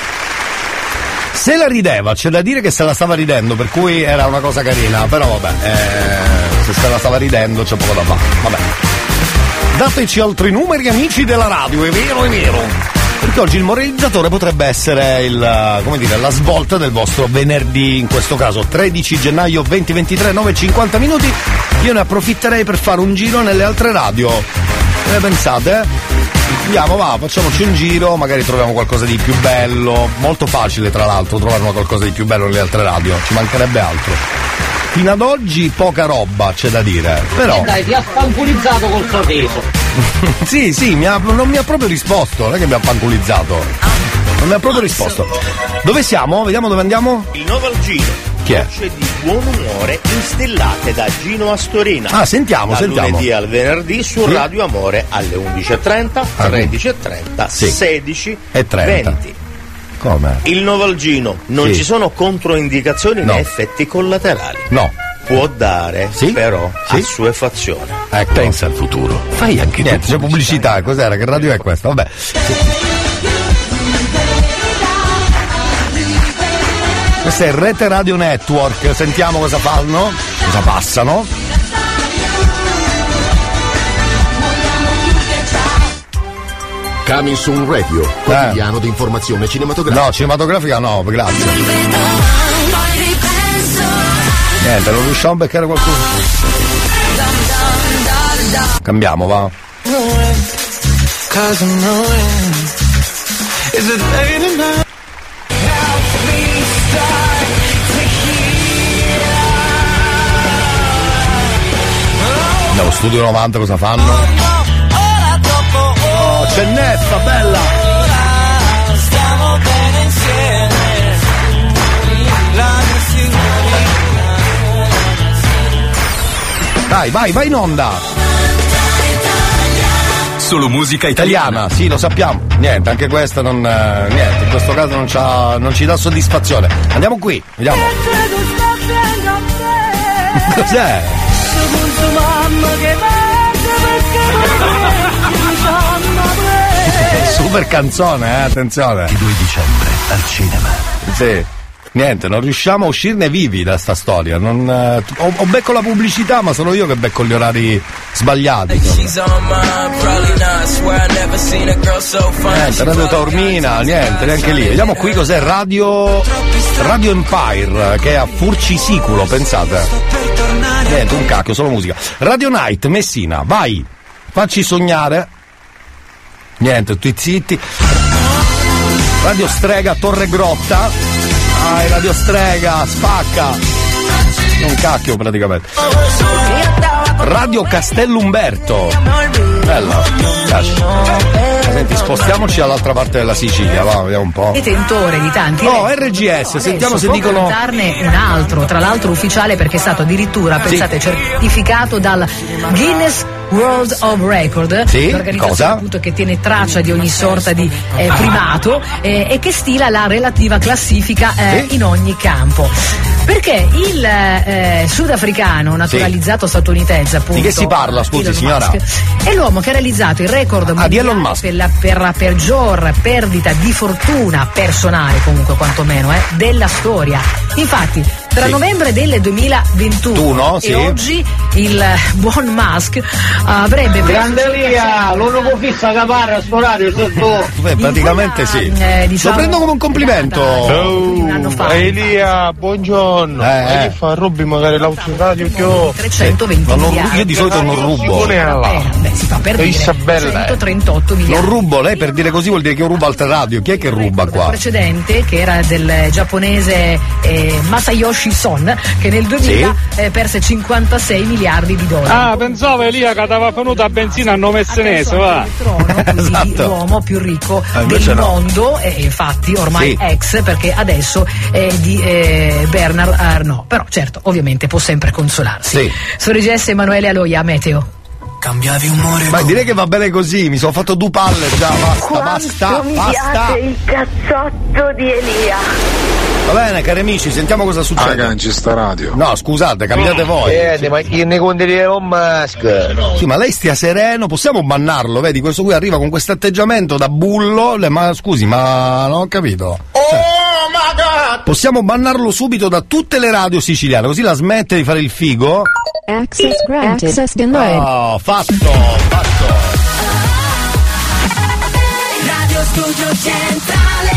Se la rideva, c'è da dire che se la stava ridendo, per cui era una cosa carina, però vabbè, eh, se se la stava ridendo c'è poco da fare, vabbè. Dateci altri numeri, amici della radio, è vero, è vero. Perché oggi il moralizzatore potrebbe essere il, come dire, la svolta del vostro venerdì, in questo caso tredici gennaio duemilaventitré, nove e cinquanta minuti. Io ne approfitterei per fare un giro nelle altre radio. Che ne pensate? Andiamo, va, facciamoci un giro, magari troviamo qualcosa di più bello. Molto facile, tra l'altro, trovare qualcosa di più bello nelle altre radio, ci mancherebbe altro. Fino ad oggi poca roba c'è da dire, però. E dai, ti ha fanculizzato col sorriso. Sì, sì, mi ha, non mi ha proprio risposto, non è che mi ha fanculizzato. Non mi ha proprio risposto. Dove siamo? Vediamo dove andiamo? Il Noval Gino. Chi è? Voce di buon umore instellate da Gino Astorina. Ah, sentiamo, Dal sentiamo. lunedì al venerdì su Sì. Radio Amore alle undici e trenta, tredici e trenta, Sì. sedici e trenta. venti. Come? Il Novalgino, non Sì. ci sono controindicazioni No. né effetti collaterali. No. Può dare, Sì? però, Sì? assuefazione. Ecco. Pensa al futuro. Fai anche tu. Niente, c'è pubblicità, cos'era? Che radio è questa? Vabbè. Questo è Rete Radio Network, sentiamo cosa fanno, cosa passano. Coming Soon Radio, quotidiano di informazione cinematografica. No, cinematografica no, grazie. Niente, non riusciamo a beccare qualcuno. Cambiamo, va. Nello studio novanta cosa fanno? Oh, c'è Nessa, bella! Stiamo bene insieme. Dai, vai, vai in onda! Solo musica italiana. Italiana, sì, lo sappiamo. Niente, anche questa non. Eh, niente, in questo caso non, c'ha, non ci dà soddisfazione. Andiamo qui, vediamo. Cos'è? Super canzone, eh, attenzione. Il due dicembre al cinema. Sì. Niente, non riusciamo a uscirne vivi da sta storia. Non, eh, o, o becco la pubblicità, ma sono io che becco gli orari sbagliati. Niente, Radio Taormina, niente, neanche lì. Vediamo qui cos'è Radio Radio Empire, che è a Furcisiculo, pensate. Niente, un cacchio, solo musica. Radio Night, Messina, vai, facci sognare. Niente, tutti zitti. Radio Strega, Torre Grotta. Dai, Radio Strega, spacca. Un cacchio praticamente. Radio Castellumberto. Bella. Senti, spostiamoci dall'altra parte della Sicilia, va, vediamo un po'. Detentore di tanti. Oh, R G S, sentiamo se dicono. Può darne un altro, tra l'altro ufficiale, perché è stato addirittura, sì, pensate, certificato dal Guinness World of Record, sì, l'organizzazione cosa? appunto che tiene traccia di ogni sorta di eh, primato eh, e che stila la relativa classifica eh, sì, in ogni campo. Perché il eh, sudafricano naturalizzato sì, statunitense, appunto. Di che si parla, scusi Elon signora? Musk, è l'uomo che ha realizzato il record ah, di Elon Musk. per la, per la peggior perdita di fortuna personale, comunque quantomeno, eh, della storia. Infatti, tra sì, novembre del duemilaventuno sì, e oggi il buon Musk avrebbe Grandelia, l'unico fissa che parla a sto orario sotto. Beh, praticamente sì. Eh, diciamo, lo prendo come un complimento. Oh, Elia, buongiorno. Eh, eh. fa rubi magari l'autoradio che ho trecentoventi non, miliardi. Io di solito non rubo. Eh, beh, si fa per dire centotrentotto miliardi. Non rubo, lei per dire così vuol dire che io rubo altre radio. Chi è che ruba qua? Il precedente, che era del giapponese eh, Masayoshi Son, che nel duemila sì, eh, perse cinquantasei miliardi di dollari. Ah, pensavo Elia che aveva venuta a benzina a nome senese, va. Trono, così, esatto, l'uomo più ricco ah, del no, mondo, e infatti ormai sì, ex, perché adesso è di eh, Bernard Arnault. Però certo, ovviamente può sempre consolarsi. Sì. Su R G S Emanuele Aloia, Meteo. Cambiavi umore. Ma direi che va bene così, mi sono fatto due palle già, basta, Quanto basta, mi basta. piace il cazzotto di Elia. Va bene, cari amici, sentiamo cosa succede. Ah, canci sta radio. No, scusate, cambiate voi. Eh, ma chi ne condivideva un Musk? Sì, ma lei stia sereno, possiamo bannarlo, vedi, questo qui arriva con questo atteggiamento da bullo, le, ma scusi, ma non ho capito. Cioè, oh my god! Possiamo bannarlo subito da tutte le radio siciliane, così la smette di fare il figo. Access granted. Access denied. Oh, fatto, fatto. Radio Studio Centrale.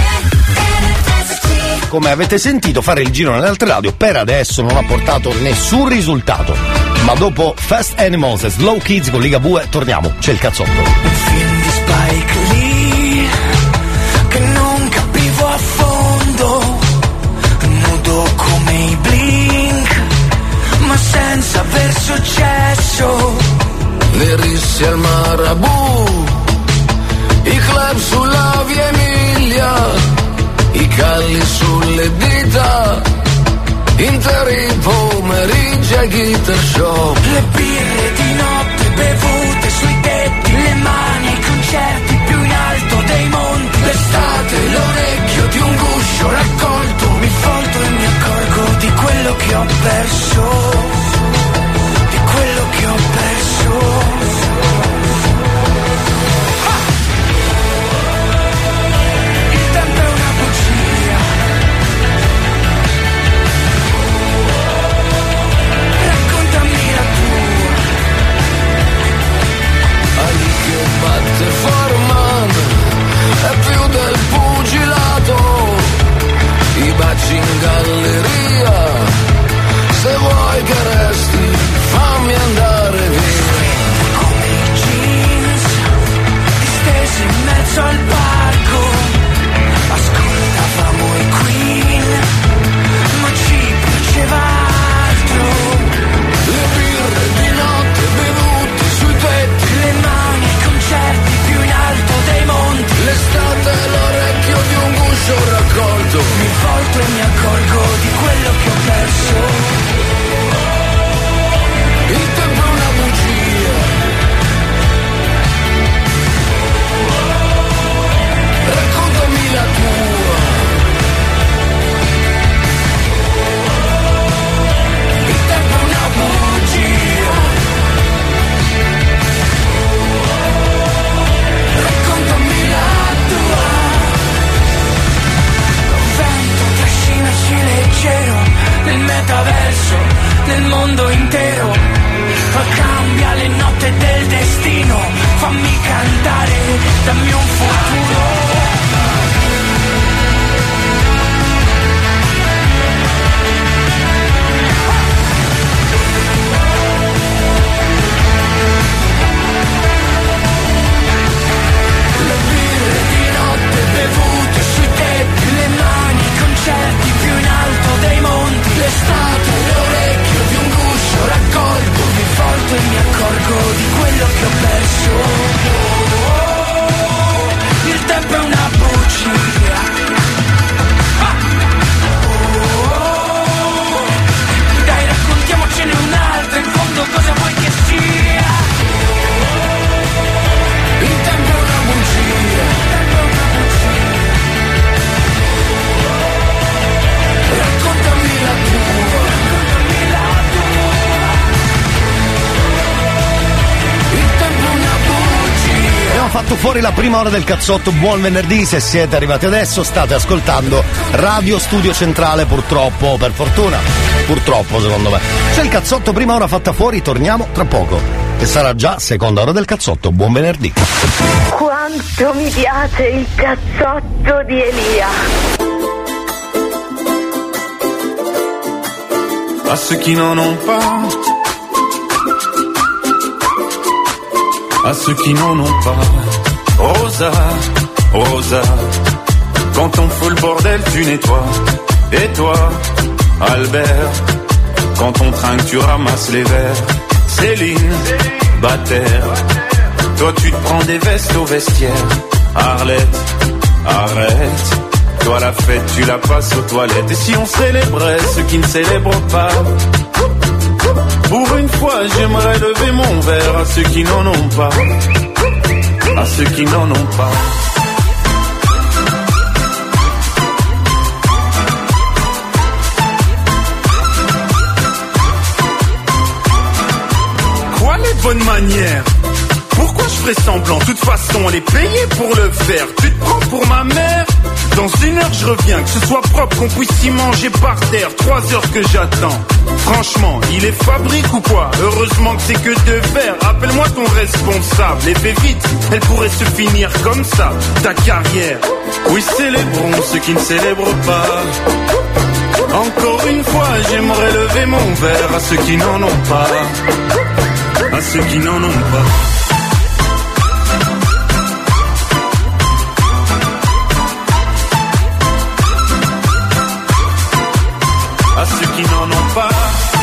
Come avete sentito, fare il giro nelle altre radio per adesso non ha portato nessun risultato. Ma dopo Fast Animals e Slow Kids con Ligabue torniamo, c'è il cazzotto. Un film di Spike Lee che non capivo a fondo, nudo come i Blink, ma senza aver successo. Le risse al Marabù, i club sulla via Emilia, i calli sulle dita, interi pomeriggi a guitar show. Le birre di notte bevute sui tetti, le mani ai concerti più in alto dei monti. L'estate, l'orecchio di un guscio raccolto, mi volto e mi accorgo di quello che ho perso, di quello che ho perso. fatto fuori la prima ora del cazzotto. Buon venerdì, se siete arrivati adesso state ascoltando Radio Studio Centrale, purtroppo, per fortuna, purtroppo secondo me. C'è il cazzotto prima ora fatta fuori, torniamo tra poco e sarà già seconda ora del cazzotto. Buon venerdì. Quanto mi piace il cazzotto di Elia. À ceux qui n'en ont pas, à ceux qui n'en ont pas. Rosa, Rosa, quand on fout le bordel tu nettoies. Et toi, Albert, quand on trinque tu ramasses les verres. Céline, Bataire, toi tu te prends des vestes au vestiaire. Arlette, arrête, toi la fête tu la passes aux toilettes. Et si on célébrait ceux qui ne célèbrent pas? Pour une fois j'aimerais lever mon verre à ceux qui n'en ont pas, à ceux qui n'en ont pas. Quoi les bonnes manières? Pourquoi je ferais semblant? De toute façon on est payé pour le faire. Tu te prends pour ma mère? Dans une heure je reviens, que ce soit propre, qu'on puisse y manger par terre. Trois heures que j'attends. Franchement, il est fabrique ou quoi? Heureusement que c'est que de verre. Appelle-moi ton responsable et fais vite, elle pourrait se finir comme ça, ta carrière. Oui, célébrons ceux qui ne célèbrent pas. Encore une fois, j'aimerais lever mon verre à ceux qui n'en ont pas, à ceux qui n'en ont pas. À ceux qui n'en ont pas.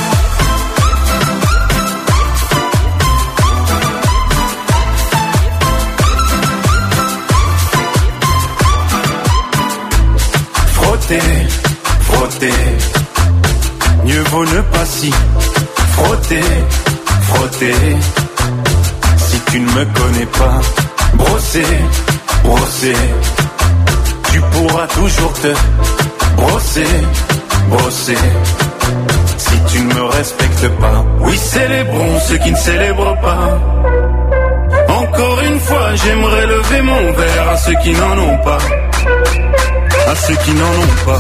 Frotter, frotter, mieux vaut ne pas s'y frotter, frotter. Si tu ne me connais pas, brosser, brosser, tu pourras toujours te brosser, brosser. Si tu ne me respectes pas, oui célébrons ceux qui ne célèbrent pas. Encore une fois j'aimerais lever mon verre à ceux qui n'en ont pas, à ceux qui n'en ont pas.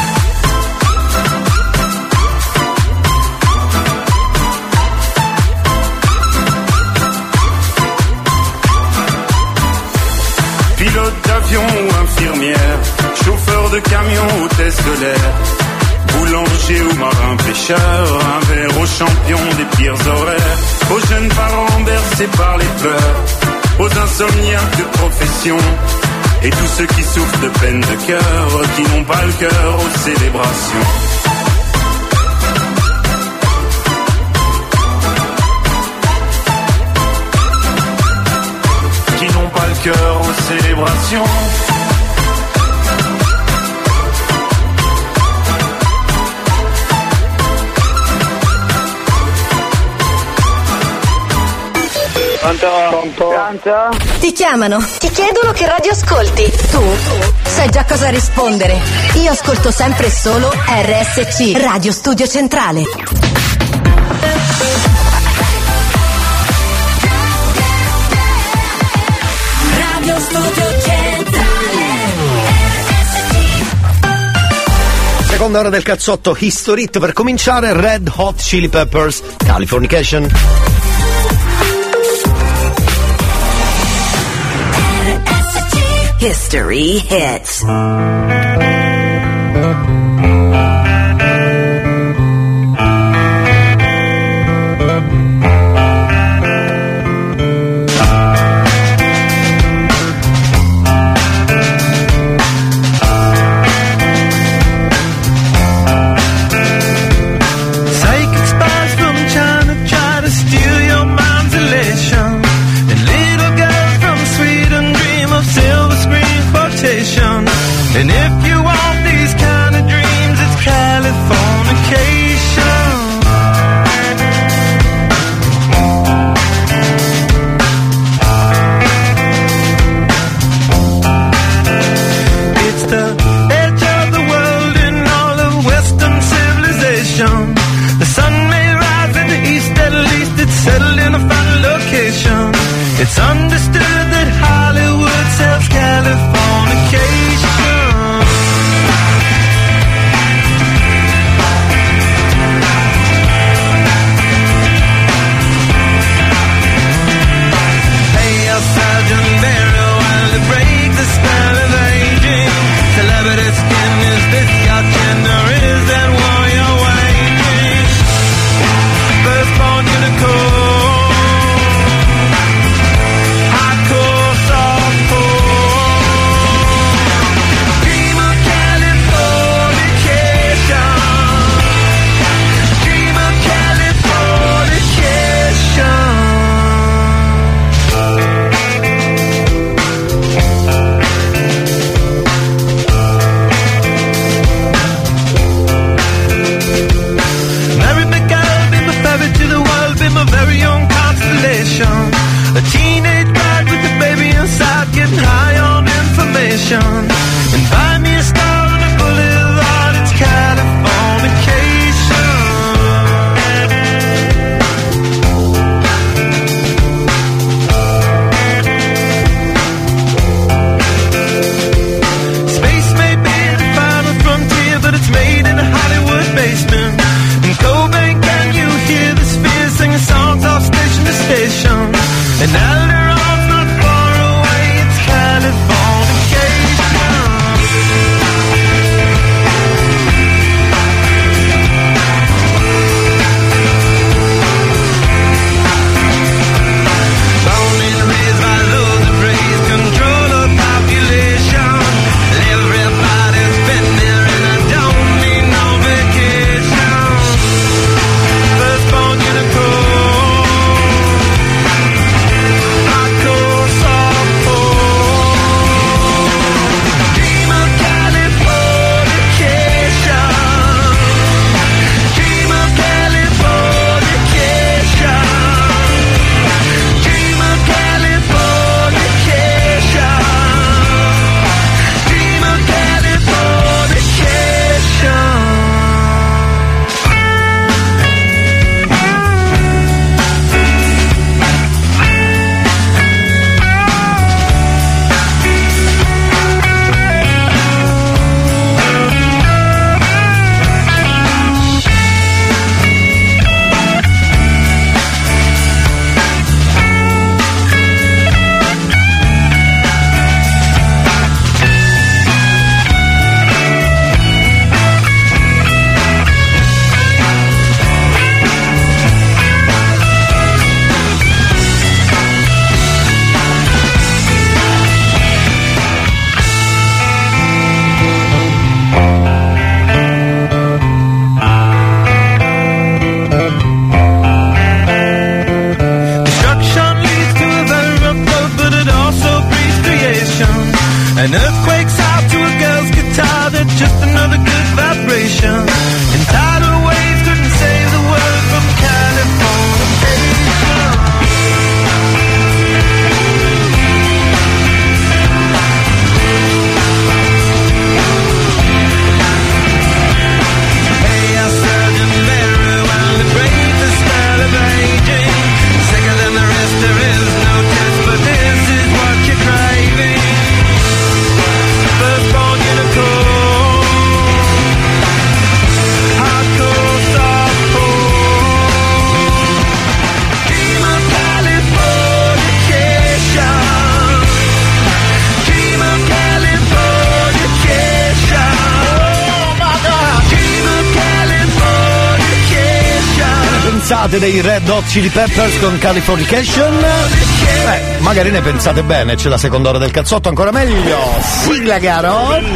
Pilote d'avion ou infirmière, chauffeur de camion, hôtesse de l'air, boulanger ou marin pêcheur, un verre aux champions des pires horaires, aux jeunes parents bercés par les pleurs, aux insomniaques de profession, et tous ceux qui souffrent de peine de cœur, qui n'ont pas le cœur aux célébrations. Qui n'ont pas le cœur aux célébrations. Pronto? Ti chiamano, ti chiedono che radio ascolti. Tu sai già cosa rispondere. Io ascolto sempre solo R S C, Radio Studio Centrale. Radio Studio Centrale. Seconda ora del cazzotto, History Hit per cominciare. Red Hot Chili Peppers, Californication. History Hits. And if you want these kind of dreams, it's Californication. It's the edge of the world in all of Western civilization. The sun may rise in the east, at least it's settled in a final location. It's understood that high station and buy me a star on the boulevard. It's Californication. Space may be the final frontier, but it's made in a Hollywood basement. In Cobain, can you hear the spheres singing songs off station to station? And Alderon's not far away, it's Californication. Born and raised by those that praise control of population. Everybody's been there and I don't need no vacation. Firstborn unicorn. Hardcore softcore. Dream of Californication. Dream of Californication. Dream of Californication. Dream of Californication. Destruction leads to a very rough road, but it also breeds creation. An earthquake's out to a girl's guitar, that's just another good vibration. And tidal waves couldn't save the world from Californication. Hey, I served in marijuana, breathe the smell of aging. Sicker than the rest, there is no test, but this is what you're craving. Firstborn unicorn. Hardcore softcore. Dream of Californication. Dream of Californication. Oh my God. Dream of Californication. Pensate dei Red Hot Chili Peppers con Californication? Beh, magari ne pensate bene, c'è la seconda ora del cazzotto, ancora meglio. Sigla, caro. Let's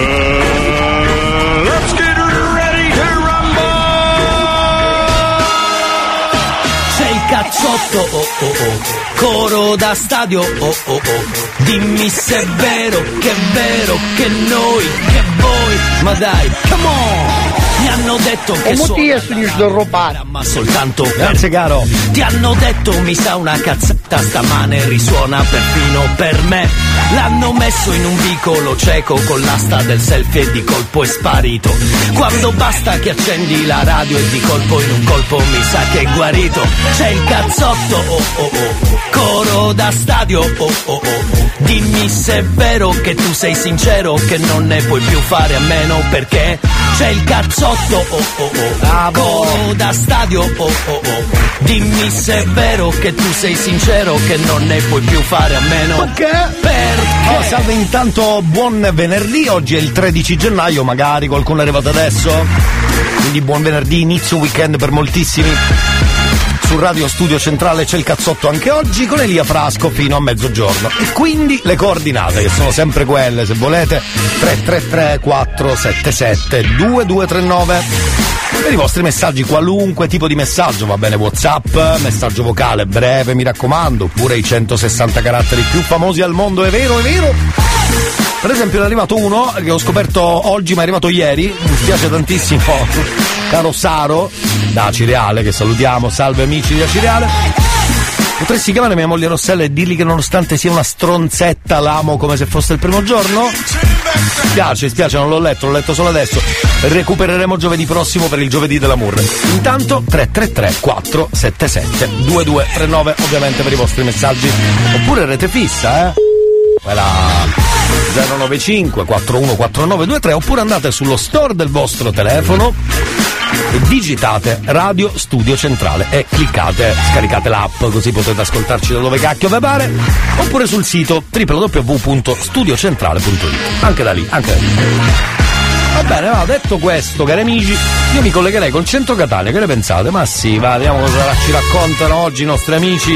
get ready to rumble. C'è il cazzotto, oh oh oh, coro da stadio, oh oh oh. Dimmi se è vero, che è vero, che noi, che voi, ma dai, come on! Mi hanno detto che Come ti suona esci da rubare? ma soltanto per Grazie, caro. Ti hanno detto mi sa una cazzata stamane risuona perfino per me. L'hanno messo in un vicolo cieco con l'asta del selfie e di colpo è sparito. Quando basta che accendi la radio e di colpo in un colpo mi sa che è guarito. C'è il cazzotto, oh oh oh, coro da stadio, oh oh oh. Dimmi se è vero che tu sei sincero, che non ne puoi più fare a meno perché c'è il cazzotto, oh oh oh, coro da stadio, oh oh oh. Dimmi se è vero che tu sei sincero, che non ne puoi più fare a meno Perché? perché Oh, salve, intanto buon venerdì, oggi è il tredici gennaio, magari qualcuno è arrivato adesso, quindi buon venerdì, inizio weekend per moltissimi. Su Radio Studio Centrale c'è il cazzotto anche oggi con Elia Frasco fino a mezzogiorno. E quindi le coordinate, che sono sempre quelle, se volete, tre tre tre quattro sette sette due due tre nove. Per i vostri messaggi, qualunque tipo di messaggio, va bene, WhatsApp, messaggio vocale breve, mi raccomando, oppure i centosessanta caratteri più famosi al mondo, è vero, è vero. Per esempio ne è arrivato uno che ho scoperto oggi, ma è arrivato ieri, mi spiace tantissimo, caro Saro, da Cireale, che salutiamo, salve amici di Cireale, Potresti chiamare mia moglie Rossella e dirgli che nonostante sia una stronzetta l'amo come se fosse il primo giorno? Spiace, spiace, non l'ho letto, l'ho letto solo adesso. Recupereremo giovedì prossimo per il giovedì dell'amore. Intanto tre tre tre quattro sette sette due due tre nove ovviamente per i vostri messaggi. Oppure rete fissa, eh? Quella zero nove cinque quattro uno quattro nove due tre, oppure andate sullo store del vostro telefono e digitate Radio Studio Centrale e cliccate, scaricate l'app così potete ascoltarci da dove cacchio vi pare, oppure sul sito w w w punto studio centrale punto it, anche da lì, anche da lì. Va bene, va, detto questo, cari amici, io mi collegherei col centro Catania, che ne pensate? Ma sì, va, vediamo cosa ci raccontano oggi i nostri amici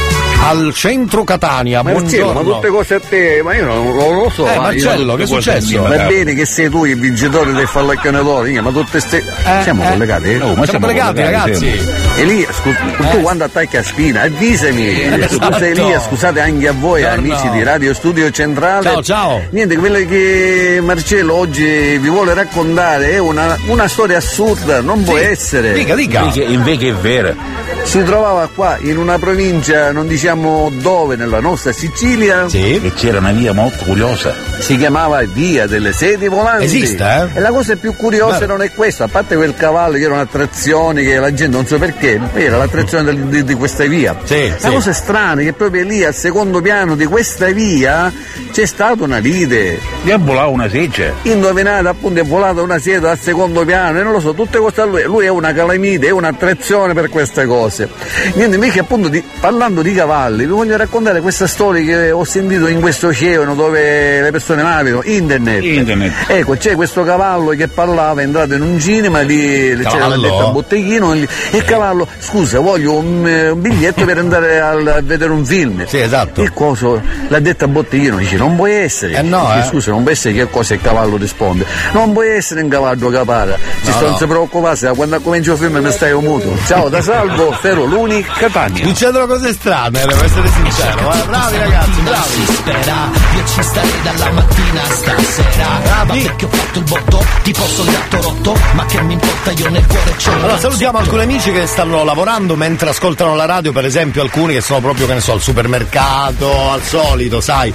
al centro Catania. Marcello, buongiorno. ma tutte cose a te, ma io non, non lo so. Eh, ma Marcello, che è successo? Va bene che sei tu il vincitore del fallaccanatore, ma tutte ste. Eh, siamo eh. collegati? No, ma siamo, siamo collegati, ragazzi. Elia, scu- eh. tu quando attacchi a spina, avvisami. Esatto. Scusa Elia, scusate anche a voi, no, amici no. di Radio Studio Centrale. Ciao, ciao. Niente, quello che Marcello oggi vi vuole raccontare è una, una storia assurda, non può essere. Dica, dica. Invece, invece è vera. Si trovava qua in una provincia, non diciamo dove, nella nostra Sicilia. Sì. E c'era una via molto curiosa. Si chiamava Via delle Sedi Volanti. Esiste, eh? E la cosa più curiosa Beh. non è questa, a parte quel cavallo che era un'attrazione che la gente non so perché, era l'attrazione del, di, di questa via. Sì, la sì. cosa strana è che proprio lì al secondo piano di questa via c'è stata una lite. Gli ha volato una seccia. Indovinate, appunto, è volata una seta al secondo piano e non lo so, tutte queste lui, lui è una calamite, è un'attrazione per queste cose. Niente, invece appunto di, parlando di cavalli, vi voglio raccontare questa storia che ho sentito in questo oceano dove le persone navigano, internet. Internet. Ecco, c'è questo cavallo che parlava, è entrato in un cinema, lì c'era la detta botteghino e il cavallo, scusa, voglio un, un biglietto per andare al, a vedere un film. Sì, esatto. Il coso, l'ha detta botteghino, dice non puoi essere. Eh no, dice, eh. scusa, non può essere, che cosa il cavallo risponde. Non puoi essere un cavallo che parla. Ci No, sto, no. non si preoccupare, se quando comincio il film mi stai un muto. Ciao, da Salvo, Ferro, Luni, Catania. Succedono cose strane, devo essere sincero. Eh? Bravi ragazzi, bravi. Si spera, io ci starei dalla mattina a stasera. Bravi. Ma perché ho fatto il botto, tipo soldato rotto, ma che mi importa, io nel cuore c'ho. Allora salutiamo alcuni amici che stanno lavorando mentre ascoltano la radio, per esempio alcuni che sono proprio, che ne so, al supermercato, al solito, sai,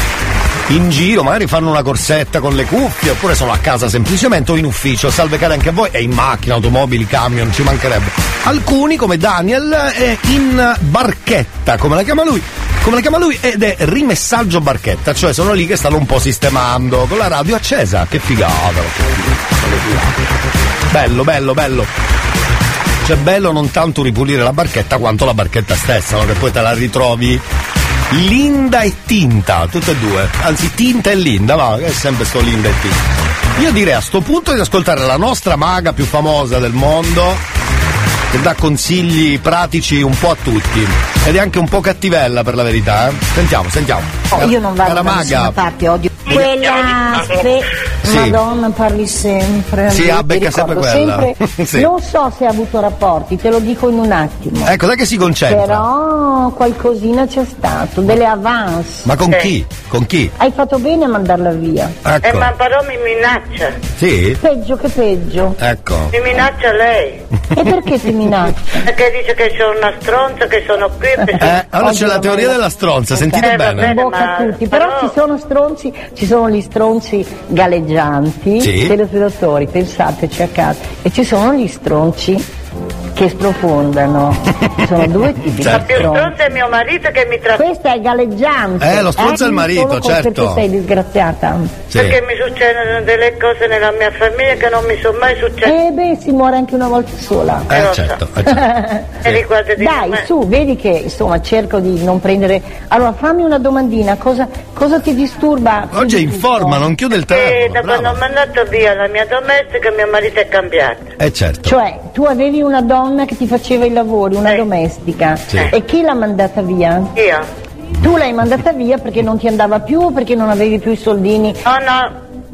in giro, magari fanno una corsetta con le cuffie, oppure sono a casa semplicemente o in ufficio. Salve cari anche a voi, e in macchina, automobili, camion, ci mancherebbe. Alcuni, come Daniel, è in barchetta, come la chiama lui, come la chiama lui, ed è rimessaggio barchetta, cioè sono lì che stanno un po' sistemando con la radio accesa. Che figata. Bello, bello, bello. Cioè bello non tanto ripulire la barchetta quanto la barchetta stessa, no? Che poi te la ritrovi linda e tinta, tutte e due, anzi tinta e linda, va, che è sempre sto linda e tinta. Io direi a sto punto di ascoltare la nostra maga più famosa del mondo, che dà consigli pratici un po' a tutti, ed è anche un po' cattivella per la verità, eh? Sentiamo, sentiamo. Oh, io non vado Cara da nessuna maga. parte, odio quella spe- Sì. Madonna, parli sempre. Sì, io ah, ti becca sempre ricordo quella. sempre- Sì. Non so se ha avuto rapporti, te lo dico in un attimo. Ecco, dai che si concentra. Però qualcosina c'è stato, delle avance. Ma con chi? Con chi? Hai fatto bene a mandarla via. Ecco. Eh, ma però mi minaccia. Sì? Peggio che peggio. Ecco. Mi minaccia lei. E perché ti minaccia? Perché dice che sono una stronza, che sono qui. Che sono... Eh, allora c'è la teoria della stronza, sentite Eh, va bene. bene, Bocca a ma- tutti, però, però- ci sono stronzi, ci sono gli stronzi galleggianti, Sì. telespettatori, pensateci a casa, e ci sono gli stronzi che sprofondano. Sono due tipi di Ma più stronzi. stronza è mio marito che mi tratta. Questo è galleggiante. Eh, lo stronzo è il marito, Solo con- certo. Perché sei disgraziata. Sì. Perché mi succedono delle cose nella mia famiglia che non mi sono mai successe. Eh beh, si muore anche una volta sola. Eh, lo so. certo, eh, certo. E riguarda di Dai, me. su, vedi che insomma cerco di non prendere. Allora, fammi una domandina, cosa, cosa ti disturba? più Oggi è di in tutto? forma, non chiude il Sì, telefono. da quando ho brava. mandato via la mia domestica mio marito è cambiato. Eh certo. Cioè, tu avevi una donna che ti faceva i lavori, una Sì. domestica, Sì. e chi l'ha mandata via? Io? Tu l'hai mandata via perché non ti andava più o perché non avevi più i soldini? Oh no,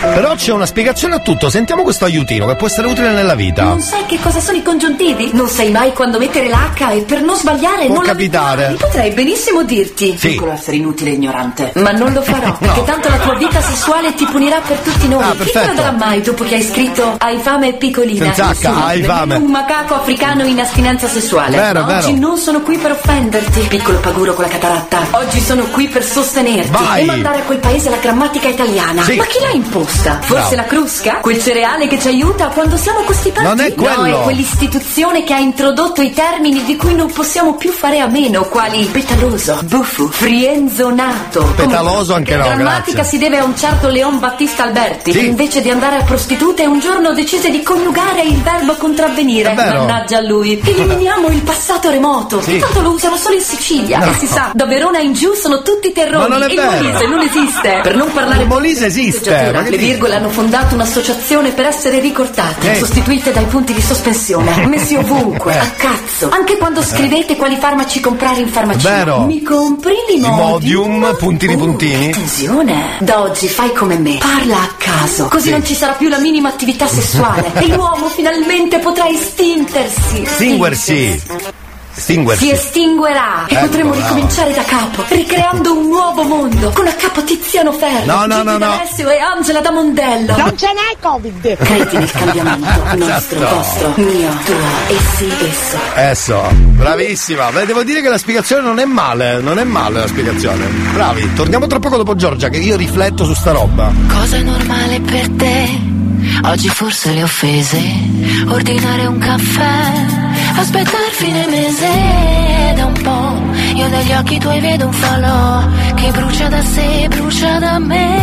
Però c'è una spiegazione a tutto, sentiamo questo aiutino che può essere utile nella vita. Non sai che cosa sono i congiuntivi? Non sai mai quando mettere l'H e per non sbagliare Può non la capitare. metti mai. Potrei benissimo dirti. Sì. Piccolo essere inutile e ignorante. Ma non lo farò, perché tanto la tua vita sessuale ti punirà per tutti noi. Ah, Chi perfetto. te lo darà mai dopo che hai scritto hai fame e piccolina? Senza H, Nessuno. hai Nemmeno fame. un macaco africano in astinenza sessuale. Vero, Ma oggi vero. non sono qui per offenderti, piccolo paguro con la cataratta. Oggi sono qui per sostenerti Vai. e mandare a quel paese la grammatica italiana. Sì. Ma chi l'ha imposta? Forse Bravo. la crusca? Quel cereale che ci aiuta quando siamo costipati? Non è quello. No, è quell'istituzione che ha introdotto i termini di cui non possiamo più fare a meno, quali petaloso, buffo, frienzonato. Petaloso anche La no, grammatica grazie. si deve a un certo Leon Battista Alberti, Sì. che invece di andare a prostitute un giorno decise di coniugare il verbo contravvenire. È vero. Mannaggia a lui. Eliminiamo il passato remoto. Sì. Tanto lo usano solo in Sicilia. No. E si sa, da Verona in giù sono tutti terroni. Ma non è il vero. Molise non esiste. Per non parlare Il Molise esiste, ma che le dici? virgole hanno fondato un'associazione per essere ricordate, Eh. sostituite dai punti di sospensione, messi ovunque, Eh. a cazzo. Anche quando scrivete quali farmaci comprare in farmacia. Vero. Mi compri Imodium, l'imodium? puntini puntini. Attenzione, da oggi fai come me, parla a caso, così Sì. non ci sarà più la minima attività sessuale e l'uomo finalmente potrà estintersi. Estinguersi. Estinguersi. Si estinguerà e Ecco, potremo bravo. ricominciare da capo, ricreando un nuovo mondo con a capo Tiziano Ferro, No, no, no, Gigi no. D'Alessio e Angela da Mondello. Non ce n'è Covid. Credi nel cambiamento, nostro, Esatto. vostro, mio, tuo, essi, esso. Esso, bravissima. Beh, devo dire che la spiegazione non è male, non è male la spiegazione. Bravi, torniamo tra poco dopo Giorgia, che io rifletto su sta roba. Cosa è normale per te? Oggi forse le offese. Ordinare un caffè, aspettare fine mese. Da un po' io negli occhi tuoi vedo un falò che brucia da sé, brucia da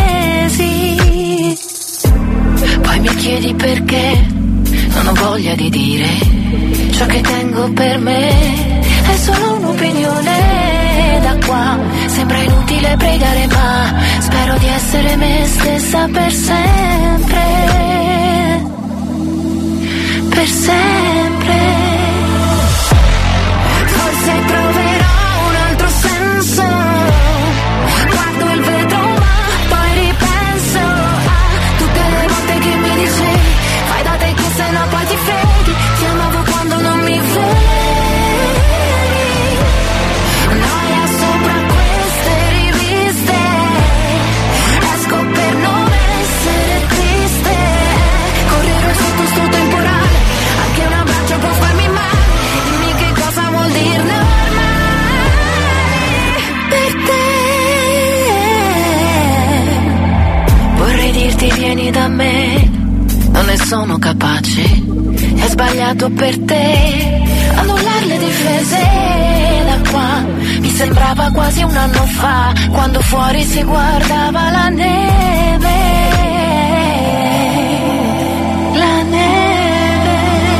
mesi. Poi mi chiedi perché non ho voglia di dire ciò che tengo per me. È solo un'opinione, da qua sembra inutile pregare, ma spero di essere me stessa per sempre, per sempre. Forse troverò un altro senso, guardo il vetro ma poi ripenso a tutte le volte che mi dicevi fai da te che se no poi ti freghi, ti amavo quando non mi vedi. Noia sopra queste riviste, esco per non essere triste, correre sotto sto temporale, anche un abbraccio può farmi male, dimmi che cosa vuol dire normale per te. Vorrei dirti vieni da me, non ne sono capace, è sbagliato per te annullare le difese. Da qua mi sembrava quasi un anno fa, quando fuori si guardava la neve, la neve.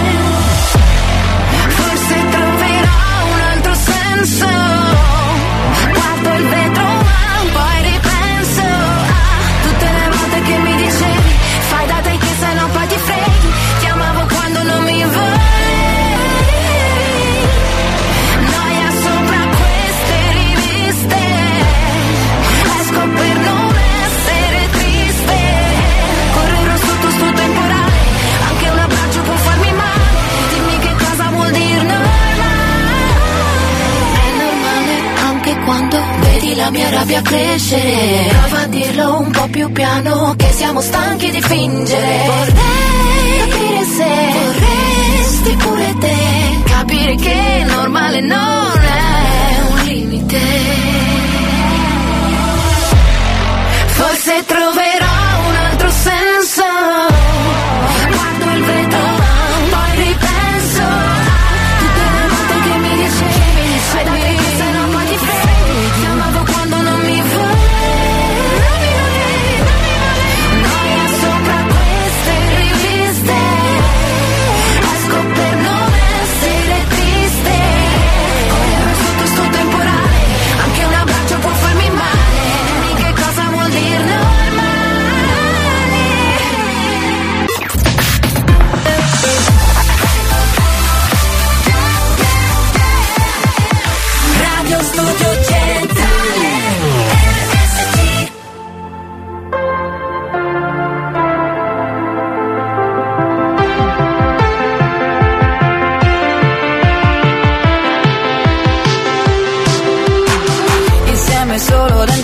Forse troverò un altro senso, guardo il vetro ma poi ripenso a tutte le volte che mi dicevi fai da te che se no poi ti freghi, ti amavo quando non mi volevi. Noia sopra queste riviste, esco per non essere triste, correrò sotto sto temporale, anche un abbraccio può farmi male, dimmi che cosa vuol dire normale. È normale anche quando vedi la mia rabbia crescere, prova a dirlo un po' più piano che siamo stanchi di fingere. Vorrei capire se vorresti pure te, capire che normale non è un limite. Forse troverò un altro senso, guardo il vetro poi ripenso a tutte le volte che mi dicevi fai da te che se no poi ti freghi, ti amavo quando non mi volevi. Noia sopra queste riviste, esco per non essere triste,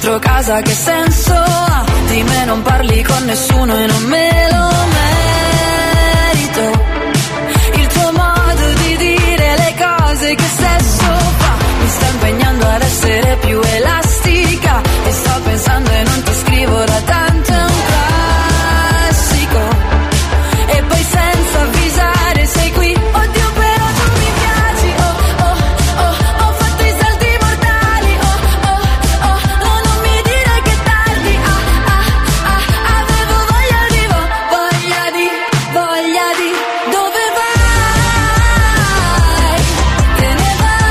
dentro casa che senso ha? Di me non parli con nessuno e non me lo merito. Il tuo modo di dire le cose che sesso fa mi sta impegnando ad essere più elastica. E sto pensando e non ti scrivo da tanto, è un classico. E poi senza avvisare sei qui. Oddio però tu mi piaci. Oh oh oh, ho fatto i salti mortali. Oh oh oh, no non mi dire che è tardi. Ah ah ah, avevo voglia di, vo- voglia di, voglia di. Dove vai? Te ne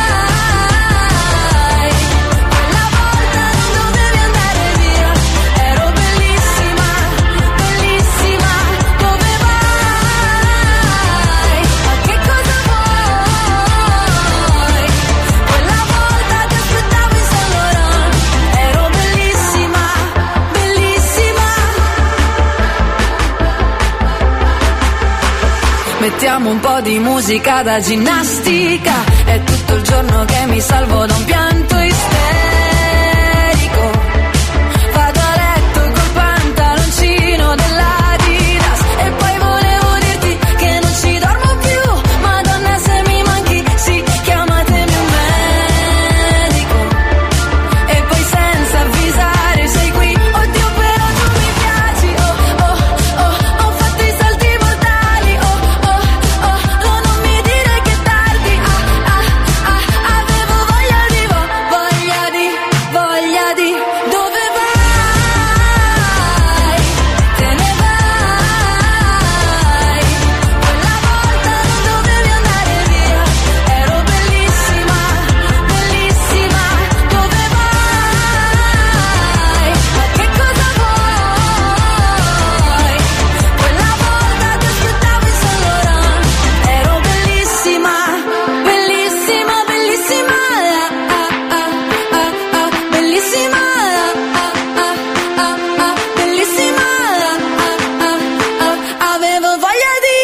vai. Quella volta non dovevi andare via. Ero bellissima, bellissima. Dove vai? Ma che cosa vuoi? Quella volta ti aspettavo in Saint Laurent. Ero bellissima, bellissima. Mettiamo un po' di musica da ginnastica. È tutto il giorno che mi salvo da un pianto isterico. Vado a letto col pantaloncino dell'Adidas. E poi volevo dirti che non ci dormo più. Madonna se mi manchi, sì, chiamatemi un medico. E poi senza avvisare sei qui. Oddio però tu mi piaci. Oh oh oh, ho fatto i salti mortali. Oh oh oh, no non mi dire che è tardi. Ah ah ah, avevo voglia di, vo- voglia di, voglia di. Dove vai? Te ne vai. Quella volta non dovevi andare via. Ero bellissima, bellissima. Dove vai? Ma che cosa vuoi? Quella volta ti aspettavo in Saint Laurent. Ero bellissima, bellissima, bellissima. Ah, ah, ah, ah, ah, bellissima. Ah, ah, ah, ah, bellissima. Ah, ah, ah, avevo voglia di.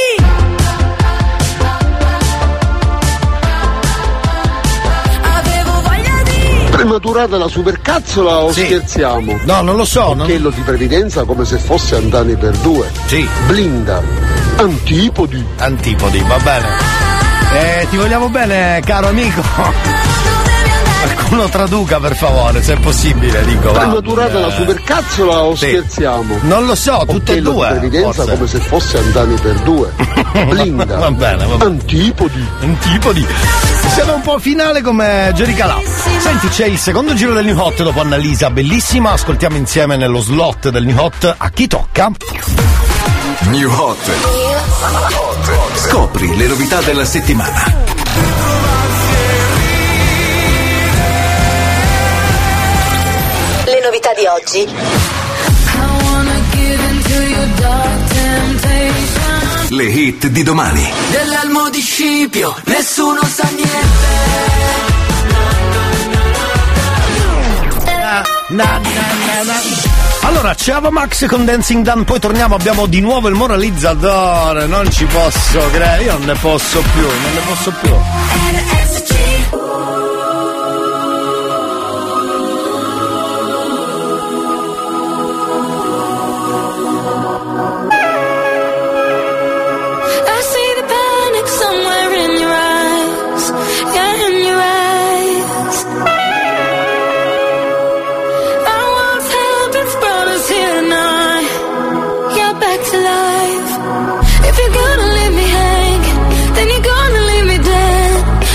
Avevo voglia di. Prematurata la supercazzola o Sì. scherziamo? No, non lo so. Non... Occhiello di previdenza come se fosse andani per due. Sì. Blinda. Antipodi. Antipodi, va bene. Eh, ti vogliamo bene, caro amico. Qualcuno traduca per favore, se è possibile, dico. va. Prematurata Eh, la supercazzola o sì. scherziamo? Non lo so, tutte e Occhiello due. di previdenza forse. come se fosse andani per due. Blinda. Va bene, va bene. Antipodi. Antipodi. Siamo un po' finale come Jerry Calà. Senti, c'è il secondo giro del New Hot dopo Annalisa, bellissima. Ascoltiamo insieme nello slot del New Hot. A chi tocca? New Hot. Scopri le novità della settimana. Le novità di oggi. Le hit di domani. Dell'elmo di Scipio, nessuno sa niente. Na, na, na, na. Allora, ciao Max con Dancing Dan, poi torniamo, abbiamo di nuovo il moralizzatore, non ci posso credere, io non ne posso più, non ne posso più. I see the panic somewhere in your eyes, yeah, in your eyes. Our walls have been brought us here tonight, yeah, back to life. If you're gonna leave me hanging, then you're gonna leave me dead.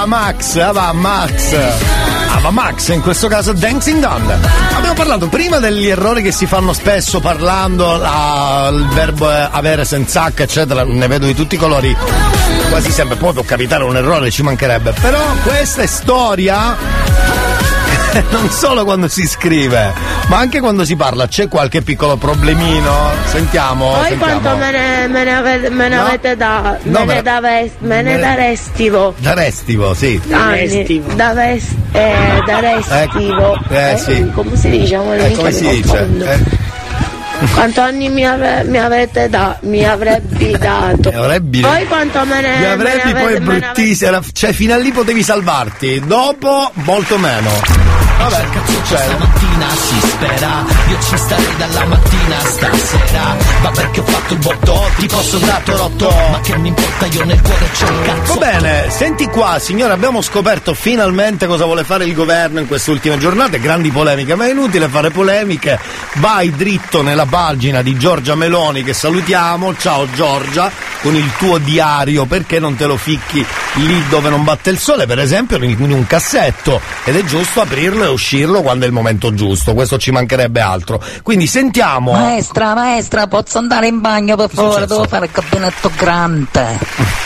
Max, Ava Max. Ava Max, in questo caso Dancing Down. Abbiamo parlato prima degli errori che si fanno spesso parlando, la, il verbo avere senza H, eccetera, ne vedo di tutti i colori, quasi sempre. Poi può capitare un errore, ci mancherebbe. Però questa è storia non solo quando si scrive, ma anche quando si parla. C'è qualche piccolo problemino? Sentiamo. Poi sentiamo. quanto me ne, me ne, avete, me ne No. avete da No, me me- ne da ves- me ne me- da restivo Da Restivo, sì. anni da ves- eh, da restivo Eh, eh, sì. come si dice? Mo Eh, mica come mi si dice? confondo. Eh, Quanto anni mi, ave- mi avete da mi avrebbe dato Mi avrebbe- poi quanto me ne Mi me ne avrebbe poi avete- me ne bruttissimo, era- cioè fino a lì potevi salvarti, dopo molto meno. Vabbè, che succede? Stamattina si spera, io ci starei dalla mattina stasera. Ma perché ho fatto il botto, ti posso dato rotto. Ma che mi importa, io nel cuore c'ho un cazzo. Va bene, senti qua, signore, abbiamo scoperto finalmente cosa vuole fare il governo in queste ultime giornate, grandi polemiche, ma è inutile fare polemiche, vai dritto nella pagina di Giorgia Meloni, che salutiamo, ciao Giorgia, con il tuo diario, perché non te lo ficchi lì dove non batte il sole, per esempio in un cassetto, ed è giusto aprirlo e uscirlo quando è il momento giusto, questo ci mancherebbe altro. Quindi sentiamo. Maestra, maestra, posso andare in bagno per favore? successo? Devo fare il gabinetto grande.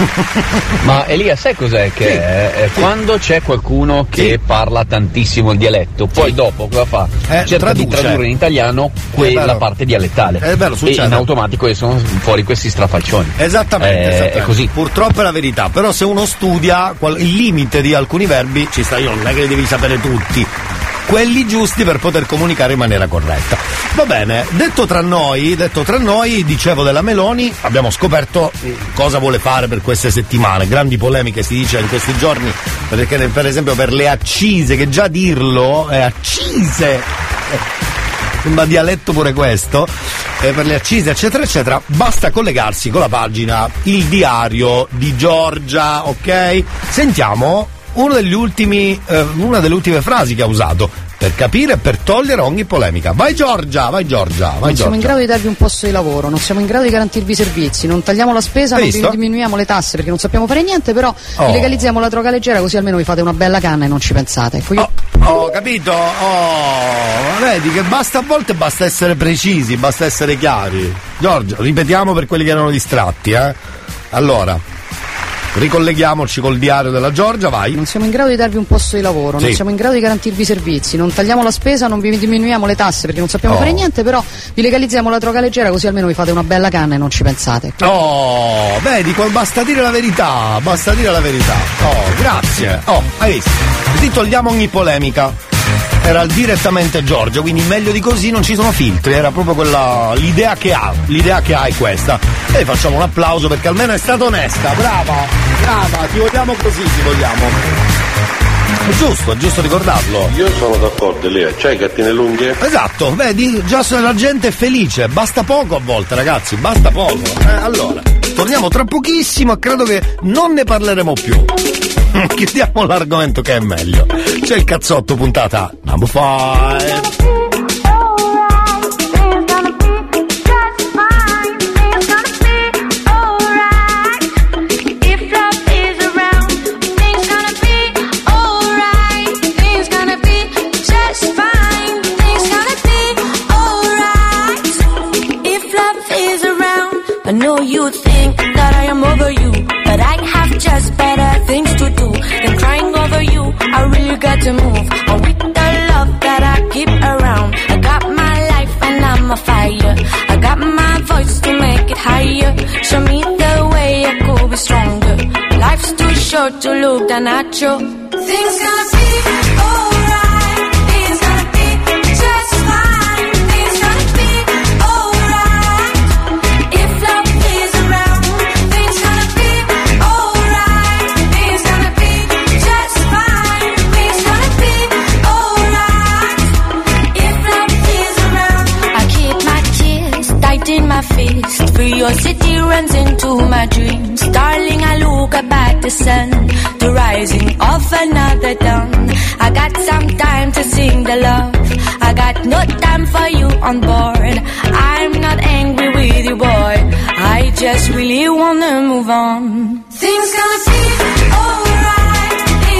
Ma Elia, sai cos'è che Sì. è? È quando c'è qualcuno che Sì. parla tantissimo il dialetto, poi dopo cosa fa? Eh, Cerca di traduce. tradurre in italiano quella vero. parte dialettale. È vero, e succede. in automatico escono fuori questi strafalcioni. Esattamente, Eh, esattamente. è così. Purtroppo è la verità, però se uno studia qual- il limite di alcuni verbi ci sta, io non è che li devi sapere tutti, quelli giusti per poter comunicare in maniera corretta. Va bene, detto tra noi, detto tra noi, dicevo della Meloni, abbiamo scoperto eh, cosa vuole fare per queste settimane, grandi polemiche si dice in questi giorni, perché per esempio per le accise, che già dirlo è accise, sembra dialetto pure questo, eh, per le accise eccetera eccetera, basta collegarsi con la pagina Il Diario di Giorgia, ok? Sentiamo uno degli ultimi, eh, una delle ultime frasi che ha usato per capire e per togliere ogni polemica. Vai Giorgia, vai Giorgia, vai Non siamo in Giorgia. grado di darvi un posto di lavoro, non siamo in grado di garantirvi i servizi, non tagliamo la spesa, Hai non visto? vi diminuiamo le tasse perché non sappiamo fare niente, però Oh. vi legalizziamo la droga leggera così almeno vi fate una bella canna e non ci pensate. Ecco, io- Oh, capito? Oh, vedi che basta, a volte basta essere precisi, basta essere chiari. Giorgia, ripetiamo per quelli che erano distratti, eh. Allora, ricolleghiamoci col diario della Giorgia, vai. Non siamo in grado di darvi un posto di lavoro, non Sì. siamo in grado di garantirvi i servizi, non tagliamo la spesa, non vi diminuiamo le tasse perché non sappiamo Oh. fare niente, però vi legalizziamo la droga leggera così almeno vi fate una bella canna e non ci pensate. Ecco. Oh, vedi, qua basta dire la verità, basta dire la verità. Oh, grazie. Oh, hai visto? Così togliamo ogni polemica. Era direttamente Giorgia, quindi meglio di così non ci sono filtri, era proprio quella l'idea che ha, l'idea che ha è questa. E facciamo un applauso perché almeno è stata onesta, brava, brava, ti vogliamo così, ti vogliamo. È giusto, è giusto ricordarlo. Io sono d'accordo, Elia. C'hai gattine lunghe? Esatto, vedi, già se la gente è felice, basta poco a volte ragazzi, basta poco. Eh, allora, torniamo tra pochissimo e credo che non ne parleremo più. Chiudiamo l'argomento che è meglio. C'è il cazzotto puntata number five. I know you think that I am over you, but I have just better things to do than crying over you. I really got to move on with the love that I keep around. I got my life and I'm a fire. I got my voice to make it higher. Show me the way I could be stronger. Life's too short to look down at you. Things gonna be alright. Things gonna be just fine. Things gonna be alright. If love is around, things gonna be alright. Things gonna be just fine. Things gonna be alright. If love is around, I keep my tears tight in my fist. Curiosity runs into my dreams. Darling, I look up at the sun, the rising of another dawn. I got some time to sing the love. I got no time for you on board. I'm not angry with you, boy. I just really wanna move on. Things gonna be alright.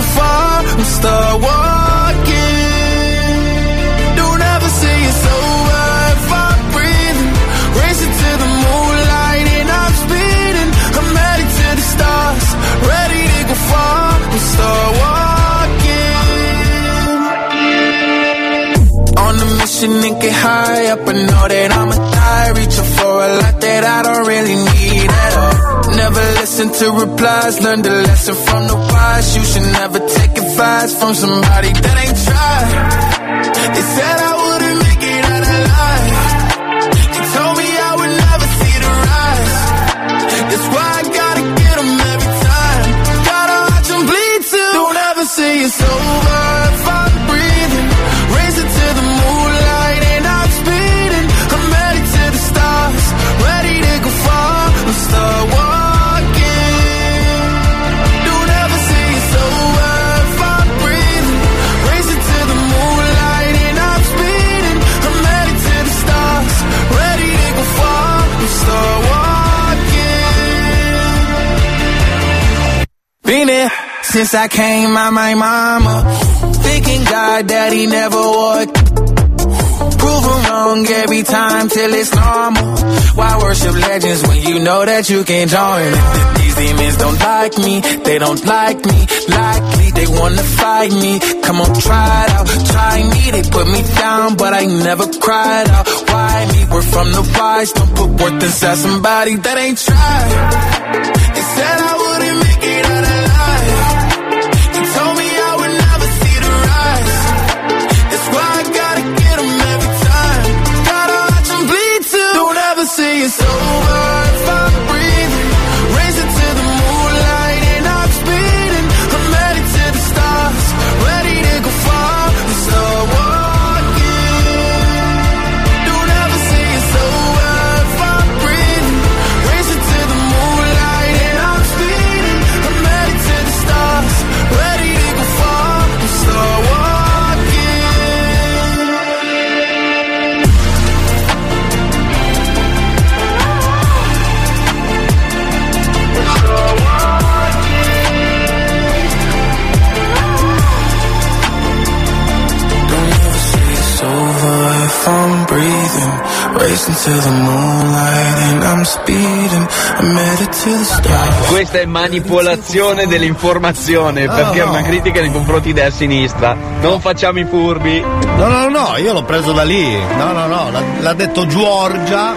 go far and start walking. Don't ever say it's over if I'm breathing. Racing to the moonlight and I'm speeding. I'm headed to the stars, ready to go far and start walking. On a mission and get high up, I know that I'ma die. Reaching for a lot that I don't really need at all. Never listen to replies, learn the lesson from the wise. You should never take advice from somebody that ain't tried. They said I wouldn't make it out alive. They told me I would never see the rise. That's why I gotta get them every time. Gotta watch them bleed too. Don't ever say it's over if I'm breathing. Racing to the moonlight and I'm speeding. I'm headed to the stars, ready to go far and start walking. Been there since I came out my mama. Thinking God that he never would. Prove him wrong every time till it's normal. Why worship legends when you know that you can join? These demons don't like me, they don't like me. Likely they wanna fight me. Come on, try it out, try me. They put me down, but I never cried out. Why me? We're from the wise. Don't put worth inside somebody that ain't tried. They said I wouldn't make it out alive. They told me I would never see the rise. That's why I gotta get them every time. Gotta watch them bleed too. Don't ever say it's over if I'm breathing. Racing to the moonlight and I'm speeding. I'm headed to the stars, ready to go far and start walking. Don't ever say it's over if I'm breathing. Racing to the moonlight and I'm speeding. I'm headed to the stars, ready to go far and start walking. Over if I'm breathing, racing to the moonlight and I'm speeding, I'm headed to the stars. Questa è manipolazione dell'informazione, No, perché no. è una critica nei confronti della sinistra. Non facciamo i furbi. No, no, no, io l'ho preso da lì. No, no, no, l'ha, l'ha detto Giorgia.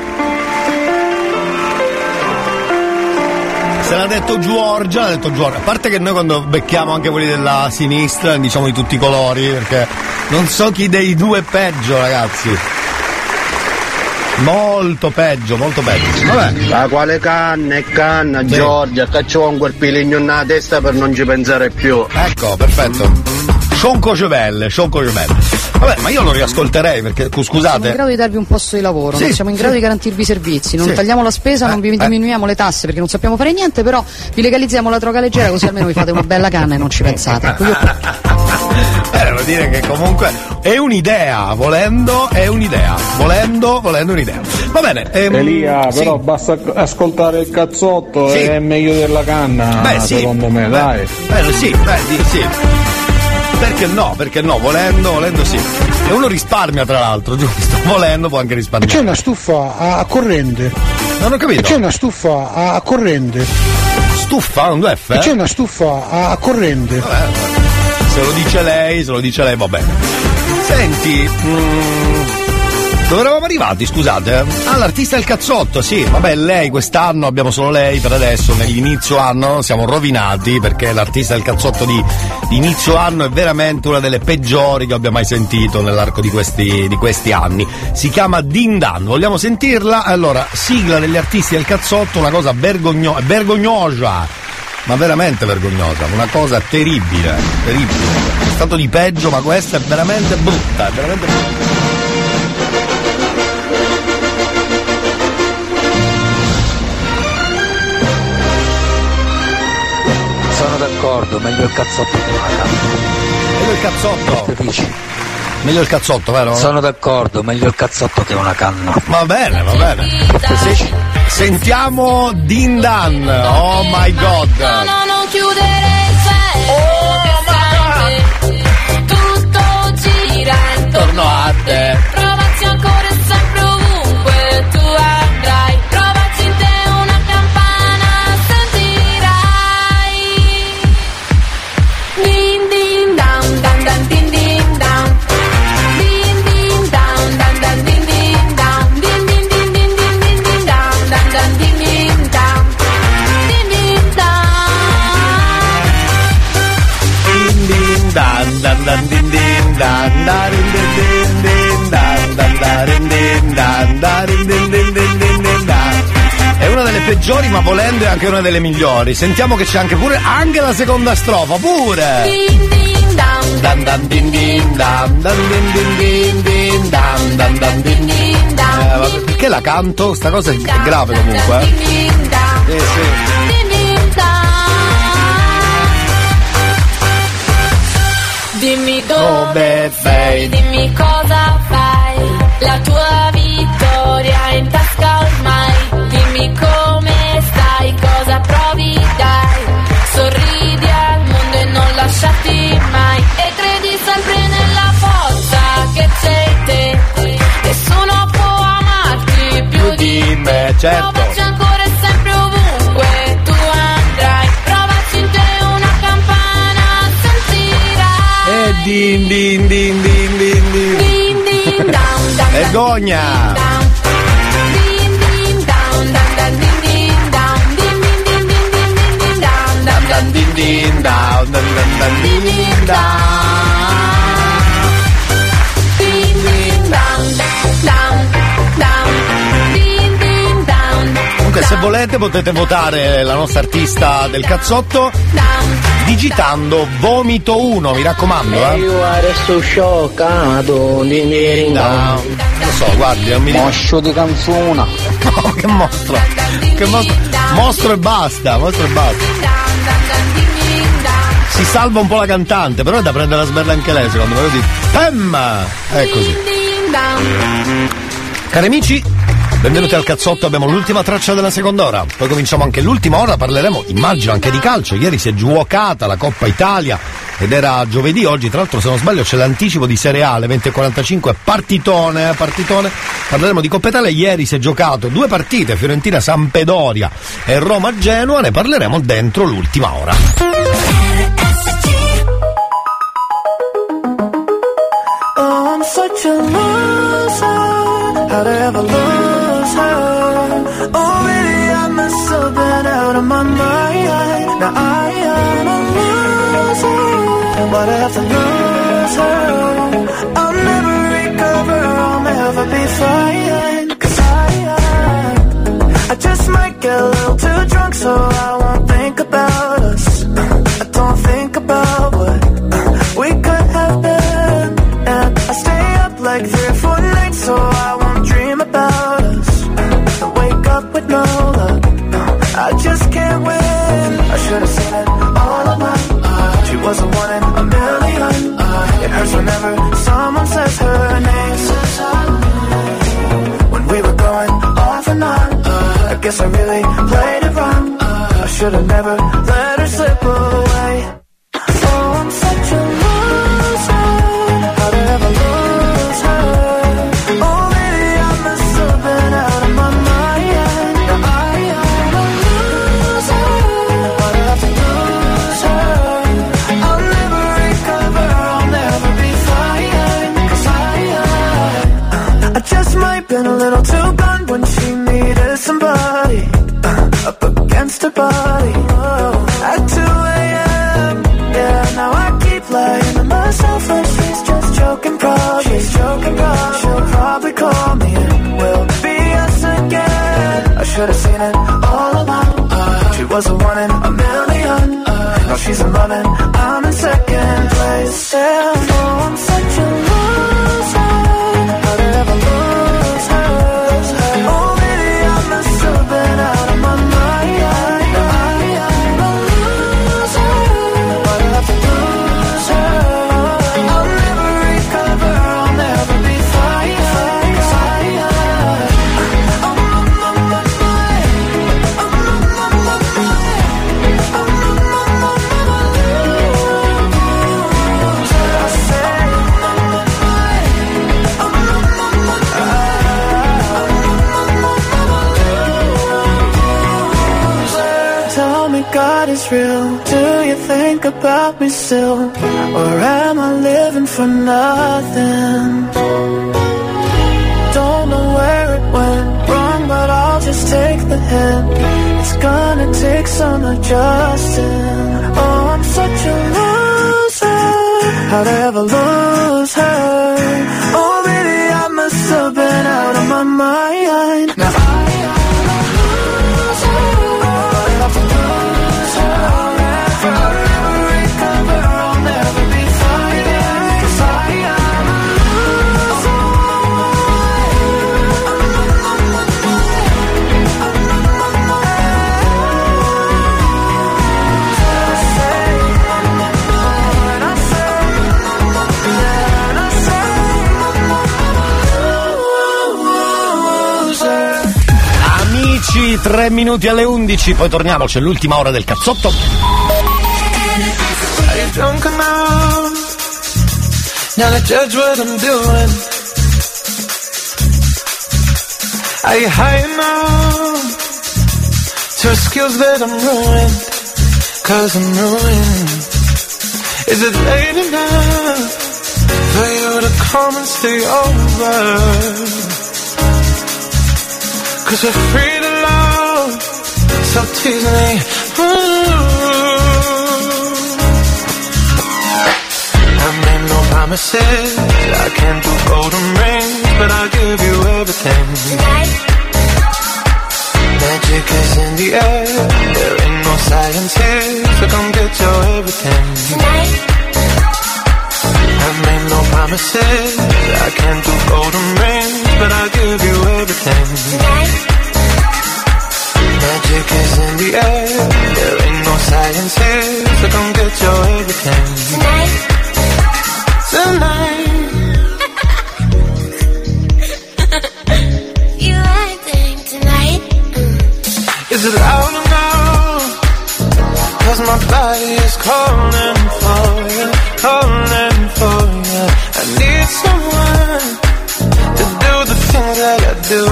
Se l'ha detto Giorgia, l'ha detto Giorgia. A parte che noi quando becchiamo anche quelli della sinistra, diciamo di tutti i colori, perché non so chi dei due è peggio, ragazzi. Molto peggio, molto peggio. Vabbè. Ma quale canna e canna, Sì. Giorgia, caccio un quel piligno nella testa per non ci pensare più. Ecco, perfetto. Scionco Cevelle, Scionco Cevelle. Vabbè, ma io lo riascolterei perché, Siamo in scusate. grado di darvi un posto di lavoro, Sì, non siamo in sì. grado di garantirvi i servizi, non Sì. tagliamo la spesa, Eh, non vi eh. diminuiamo le tasse perché non sappiamo fare niente, però vi legalizziamo la droga leggera così almeno vi fate una bella canna e non ci pensate. Ecco, io Eh, devo dire che comunque è un'idea, volendo è un'idea, volendo, volendo un'idea. Va bene. Ehm, Elia, sì. però basta ascoltare il cazzotto, Sì. è meglio della canna, Beh, sì. secondo me, Beh, dai. Beh, sì, beh, di- sì. Perché no? Perché no? Volendo, volendo sì. E uno risparmia tra l'altro, giusto? Volendo può anche risparmiare. C'è una stufa a, a corrente. Non ho capito. C'è una stufa a, a corrente. Stufa? Un due F? C'è una stufa a, a corrente. Vabbè, se lo dice lei, se lo dice lei, va bene. Senti, mm, dove eravamo arrivati, scusate? Ah, l'artista del cazzotto, sì, vabbè, lei quest'anno, abbiamo solo lei per adesso, nell'inizio anno siamo rovinati perché l'artista del cazzotto di, di inizio anno è veramente una delle peggiori che abbia mai sentito nell'arco di questi, di questi anni. Si chiama Din Dan, vogliamo sentirla? Allora, sigla degli artisti del cazzotto, una cosa vergogno- vergognosa, ma veramente vergognosa, una cosa terribile, terribile. È stato di peggio, ma questa è veramente brutta, è veramente brutta. Sono d'accordo, meglio il cazzotto che una canna. Meglio il cazzotto. Che dici? Meglio il cazzotto, vero? Sono d'accordo, meglio il cazzotto che una canna. Va bene, va bene. Se- sentiamo Din Dan, oh my god. No, no, non chiudere il cielo, che sta Din din down, dan dan din din down. Din din down, dan dan din din down. Din din din din din din din down, dan dan din din down. Din din down. Din din dan dan dan din din dan darin din din din dan dan darin din dan darin din din din din din dan. È una delle peggiori, ma volendo è anche una delle migliori. Sentiamo che c'è anche pure anche la seconda strofa, pure. Din din down, Dan dan din din dan dan din din din din dan dan dan din din dan. Eh, vabbè, perché la canto? Sta cosa è grave comunque, eh. din down. Eh sì. Din din down. Dimmi dove sei, dimmi cosa fai. La tua vittoria è in tasca ormai. Dimmi come stai, cosa provi, dai. Sorridi al mondo e non lasciarti mai. E credi sempre nella forza che c'è in te. Nessuno può amarti più di me, certo. Provaci ancora e sempre ovunque tu andrai. Provaci in te una campana, sentirai. E din din din din din din. Din din down, down. Vergogna. Din din down, down, down, din din down. Din din din din din din din down, down, Dan din din down, dan dan dan din din down. din din down, down, down. Din din down. Comunque, se volete potete votare la nostra artista del cazzotto digitando Vomito uno, mi raccomando, eh. Io adesso scioccato, din din down. Non so, guardi, non mi dico. Moscio di canzona. No, che mostro. Che mostro. Mostro e basta, mostro e basta. Si salva un po' la cantante, però è da prendere la sberla anche lei, secondo me, così. Pam! È così. Cari amici, benvenuti al cazzotto, abbiamo l'ultima traccia della seconda ora, poi cominciamo anche l'ultima ora, parleremo, immagino, anche di calcio. Ieri si è giocata la Coppa Italia ed era giovedì, oggi tra l'altro se non sbaglio c'è l'anticipo di Serie A alle venti e quarantacinque, partitone, partitone, parleremo di Coppa Italia. Ieri si è giocato due partite, Fiorentina Sampdoria e Roma Genoa, ne parleremo dentro l'ultima ora. Oh, I'm such a loser. How'd I ever lose her? Oh, really, I must have been out of my mind. Now I am a loser, but I have to lose her. I'll never recover, I'll never be fine. Cause I, I, I just might get a little too drunk, so I won't think about us. I don't think about what we could have been. And I stay up like three or four nights, so I won't dream about us. I wake up with no luck, I just can't win. I should've seen it all along. She was a one in a million. It hurts whenever someone says her name. When we were going off and on, I guess I really played it wrong. I should've never let her slip away. Oh, I'm such a loser. How'd I ever lose her? Oh, maybe I must have been out of my mind. Now I am a loser, but I have to lose her. I'll never recover, I'll never be fine. Cause I, I, I just might been a little too gone when she needed somebody up against her body. Oh, at two a.m. Yeah, now I keep lying to myself and she's just joking probably. She's joking probably. She'll probably call me and we'll be us again. I should've seen it all along. Uh, she was a one in a million. Uh, now she's in love and I'm in second place. Yeah, oh, I'm such a loser. How'd I ever lose her? Oh, maybe I must have been out of my mind. Now I am a loser, but I have to lose her. I'll never recover, I'll never be fine. Cause I, I'm on my mind. I'm on my mind. I'm on my loser. I say I'm on my mind. I'm on my mind. Tell me God is real. Do you you think about me still? Or am I living for nothing? Don't know where it went wrong, but I'll just take the hint. It's gonna take some adjusting. Oh, I'm such a loser. How'd I ever lose her? Oh, maybe I must have been out of my mind. Now I tre minuti alle undici, poi torniamo, c'è l'ultima ora del cazzotto. Are you drunk enough now to judge what I'm doing? Are you high enough to excuse that I'm ruined? Cause I'm ruined. Is it late enough for you to come and stay over? Cause we're free to love, so tease me. Ooh. I made no promises, I can't do golden rings, but I'll give you everything. Tonight. Magic is in the air, there ain't no science here, so come get your everything. Tonight. I made no promises, I can't do golden rings, but I'll give you everything. Tonight. Magic is in the air, there ain't no science here, so come get your everything. Tonight. Tonight. You acting tonight? Mm. Is it loud enough? Cause my body is calling for you, calling for you. I need someone to do the things that I do.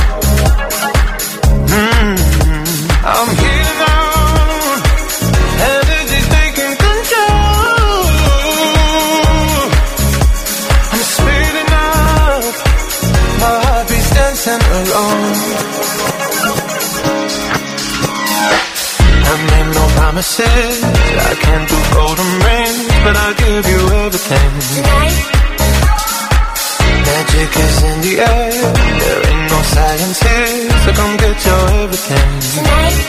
Mm. I'm here now, energy's taking control. I'm speeding up, my heartbeat's dancing alone. I made no promises, I can't do golden rings, but I'll give you everything. Tonight. Magic is in the air, there ain't no science here, so come get your everything. Tonight.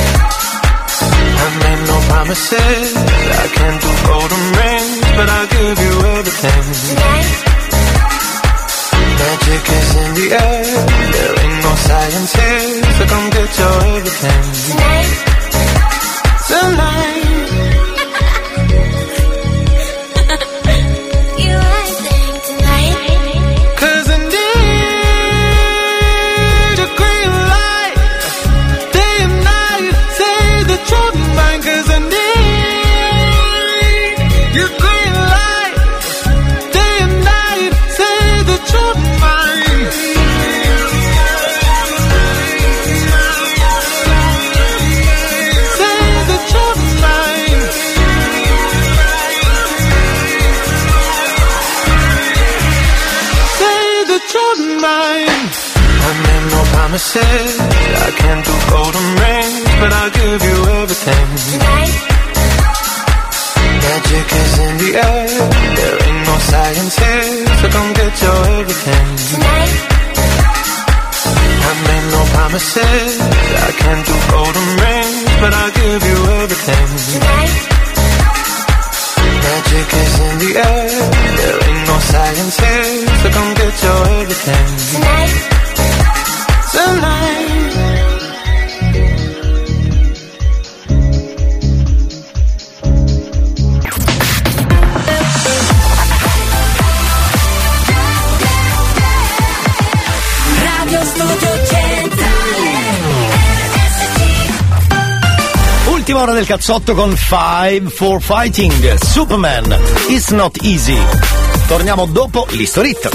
I made no promises, I can't do golden rings, but I'll give you everything. Tonight. Magic is in the air, there ain't no science here, so come get your everything. Tonight. Tonight. Promises, I can't do golden rings, but I'll give you everything. Tonight. Magic is in the air, there ain't no science here, so come get your everything. Tonight. I made no promises, I can't do golden rings, but I'll give you everything. Tonight. Magic is in the air, there ain't no science here, so come get your everything. Tonight. Tonight. Radio Studio Centrale. Ultima ora del cazzotto con Five for Fighting, Superman, It's Not Easy. Torniamo dopo l'History Hit.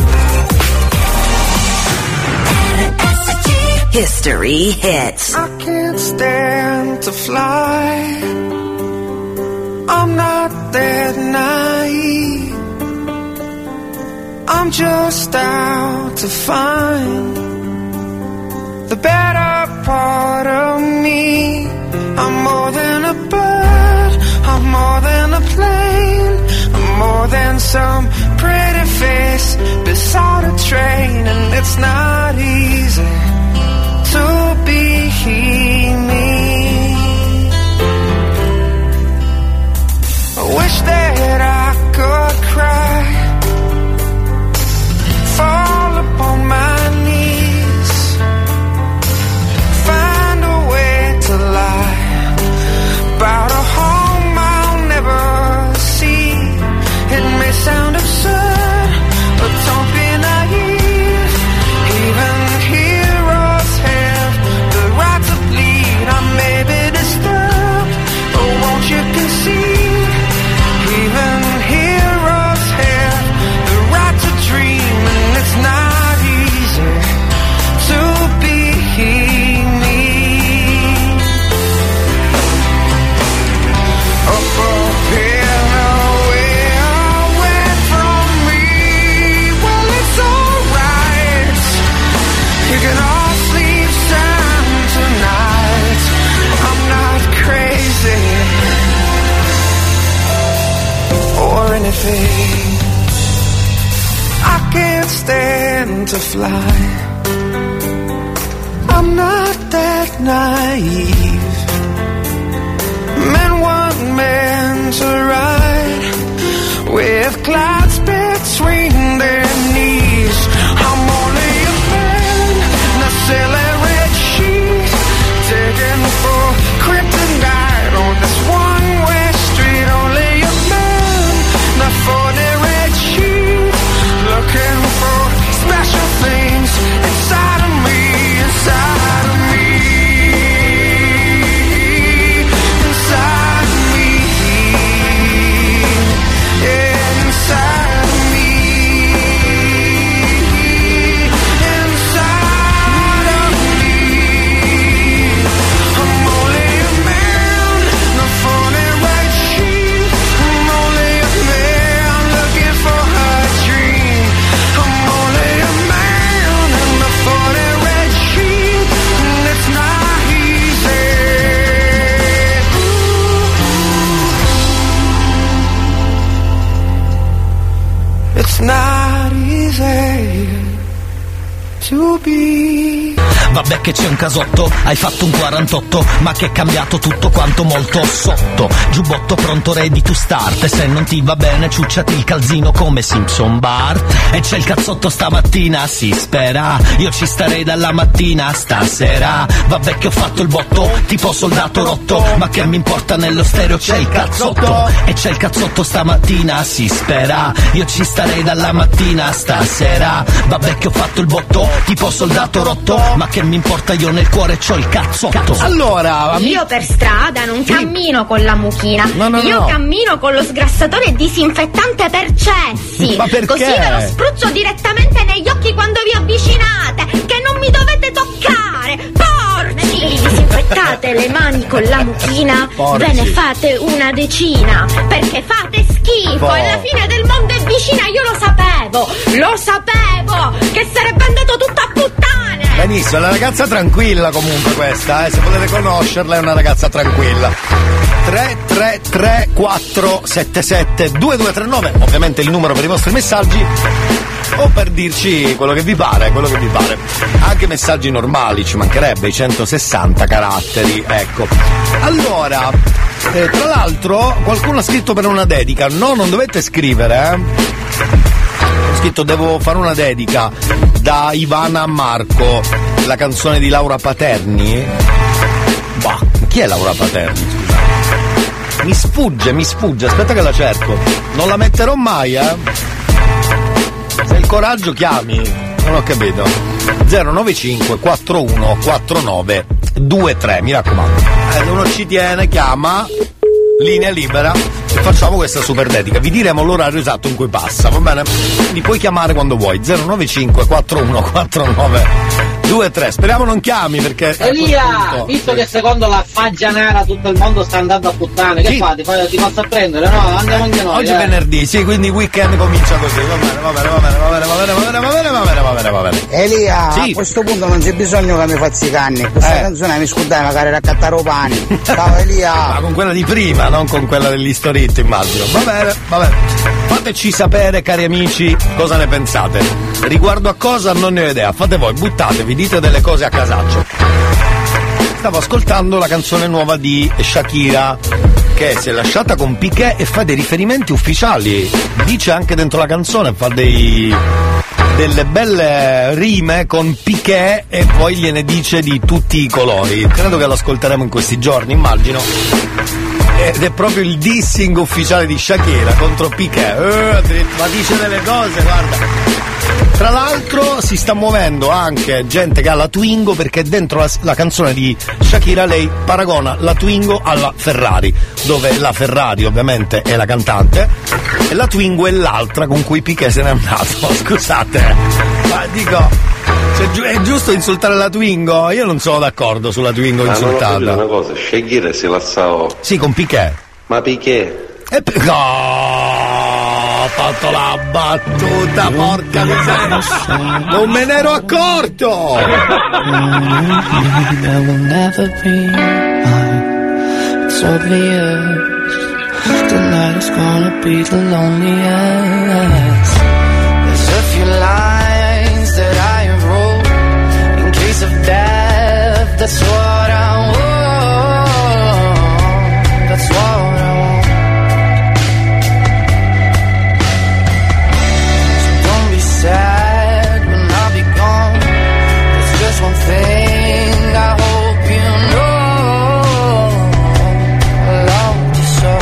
History Hits. I can't stand to fly. I'm not that naive. I'm just out to find the better part of me. I'm more than a bird, I'm more than a plane, I'm more than some pretty face beside a train. And it's not easy to be me. I wish that I could cry, fall upon my knees, find a way to lie about a home I'll never see. It may sound absurd, but don't be naive. Even heroes have the right to bleed. I may be disturbed, but won't you concede? Even heroes have the right to dream, and it's not easy to be me. Up, up here, away, away from me. Well, it's alright. You can all sleep sound tonight. I'm not crazy or anything. I can't stand to fly. I'm not that naive. Men weren't meant to ride with clouds between their knees. I'm only a man in a silly red sheet, taken for kryptonite on this one-way street. Only a man in a funny red sheet, looking for special things inside of me, inside of me, inside of me, yeah, inside of me, inside of me. I'm only a man in a funny red sheet. I'm only a man looking for a dream. I'm only a man in a funny red sheet, and it's not easy. It's not easy to be. Vabbè che c'è un casotto, hai fatto un quarantotto, ma che è cambiato tutto quanto molto sotto. Giubbotto pronto ready to start, e se non ti va bene ciucciati il calzino come Simpson Bart. E c'è il cazzotto stamattina, si spera, io ci starei dalla mattina stasera. Vabbè che ho fatto il botto, tipo soldato rotto, ma che mi importa, nello stereo c'è il cazzotto. E c'è il cazzotto stamattina, si spera, io ci starei dalla mattina stasera. Vabbè che ho fatto il botto, tipo soldato rotto, ma che mi importa, io nel cuore c'ho il cazzotto. Allora, io per strada non cammino con la mucchina, no, no, io no. cammino con lo sgrassatore disinfettante per cessi. Ma perché? Così ve lo spruzzo direttamente negli occhi quando vi avvicinate, che non mi dovete toccare. Porci! Disinfettate le mani con la mucchina, Porci. ve ne fate una decina, perché fate schifo Po- e la fine del mondo è vicina. Io lo sapevo, lo sapevo, che sarebbe andato tutto a puttane. Benissimo, è una ragazza tranquilla comunque questa, eh, se potete conoscerla è una ragazza tranquilla. tre tre tre quattro sette sette due due tre nove, ovviamente il numero per i vostri messaggi o per dirci quello che vi pare, quello che vi pare. Anche messaggi normali, ci mancherebbe, i centosessanta caratteri, ecco. Allora, eh, tra l'altro qualcuno ha scritto per una dedica, no, non dovete scrivere, eh. Ho scritto devo fare una dedica da Ivana a Marco, la canzone di Laura Paterni. Bah, chi è Laura Paterni? Scusa. Mi sfugge, mi sfugge, aspetta che la cerco. Non la metterò mai, eh. Se hai il coraggio chiami, non ho capito. zero nove cinque quattro uno quattro nove due tre, mi raccomando. Eh, se uno ci tiene, chiama, linea libera. facciamo questa super dedica. Vi diremo l'orario esatto in cui passa, va bene? Mi puoi chiamare quando vuoi. zero nove cinque quattro uno quattro nove due tre. Speriamo non chiami perché Elia, visto che secondo la fagianara tutto il mondo sta andando a puttane, che sì. fa? Ti, fa, ti passa a prendere? No, andiamo anche noi. Oggi eh. è venerdì, sì, quindi il weekend comincia così. Va bene, va bene, va bene, va bene, va bene, va bene, va bene, va bene, va bene, va bene. Elia, sì. a questo punto non c'è bisogno che mi faccia i canni. Questa eh. canzone mi scordai magari raccattare pani. Ciao Elia. Ma con quella di prima, non con quella dell'Historit, immagino. Va bene, va bene. Fateci sapere, cari amici, cosa ne pensate. Riguardo a cosa non ne ho idea. Fate voi, buttatevi, dite delle cose a casaccio. Stavo ascoltando la canzone nuova di Shakira, che si è lasciata con Piqué e fa dei riferimenti ufficiali. Dice anche dentro la canzone, fa dei delle belle rime con Piqué e poi gliene dice di tutti i colori. Credo che lo ascolteremo in questi giorni, immagino. Ed è proprio il dissing ufficiale di Shakira contro Piqué. Eh, ma dice delle cose, guarda. Tra l'altro si sta muovendo anche gente che ha la Twingo, perché dentro la, la canzone di Shakira lei paragona la Twingo alla Ferrari, dove la Ferrari ovviamente è la cantante e la Twingo è l'altra con cui Piqué se n'è andato. Scusate, ma dico, cioè, è giusto insultare la Twingo? Io non sono d'accordo sulla Twingo insultata. Ma una cosa, Shakira si lassava. Sì, con Piqué. Ma Piqué? E p- no, ho fatto la battuta, porca miseria, non me ne ero accorto. There will never be mine. It's obvious. Tonight is gonna be the loneliest. There's a few lines that I have wrote in case of death. That's what I want. That's what I want. Sad when I'll be gone. There's just one thing I hope you know. I love you so.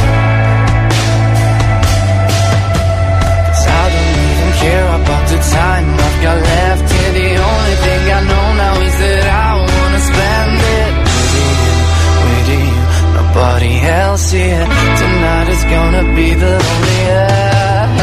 'Cause I don't even care about the time I've got left here. The only thing I know now is that I wanna spend it with you, with you, nobody else here. Tonight is gonna be the loneliest.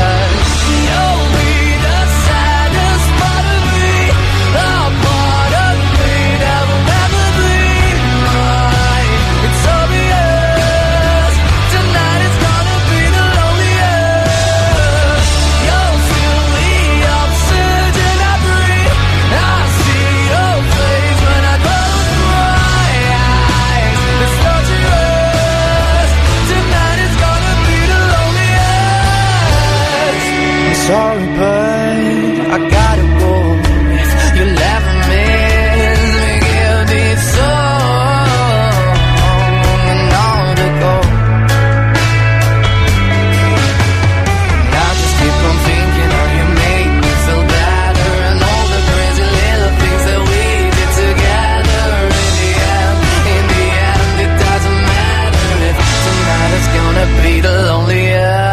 Sorry, but I gotta go. If you'll ever miss me, give this song and all to go. And I just keep on thinking how you make me feel better, and all the crazy little things that we did together. In the end, in the end, it doesn't matter if tonight is gonna be the loneliest.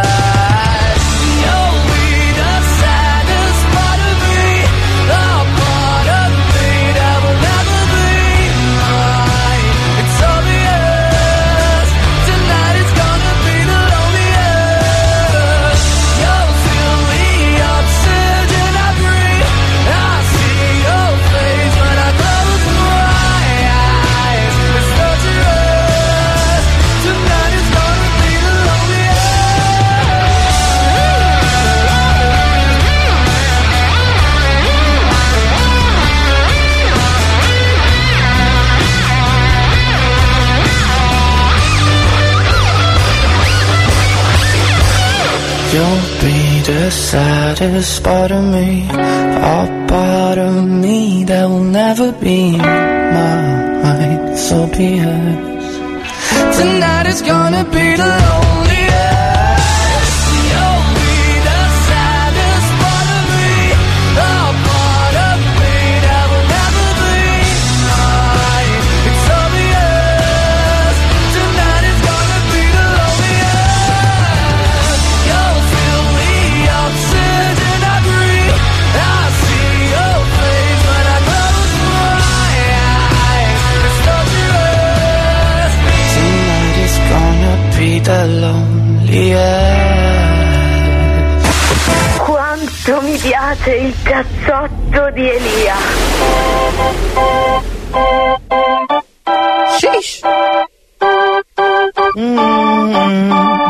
You'll be the saddest part of me, a part of me that will never be mine. So be it. Tonight is gonna be the loneliest. You'll be the saddest part of me, a part of me that will never be mine. It's obvious. Tonight is gonna be the loneliest. You'll feel the oxygen I breathe. I see your face when I close my eyes. It's dangerous. Tonight is gonna be the loneliest. quanto mi piace il cazzotto di Elia. Sheesh. Mm.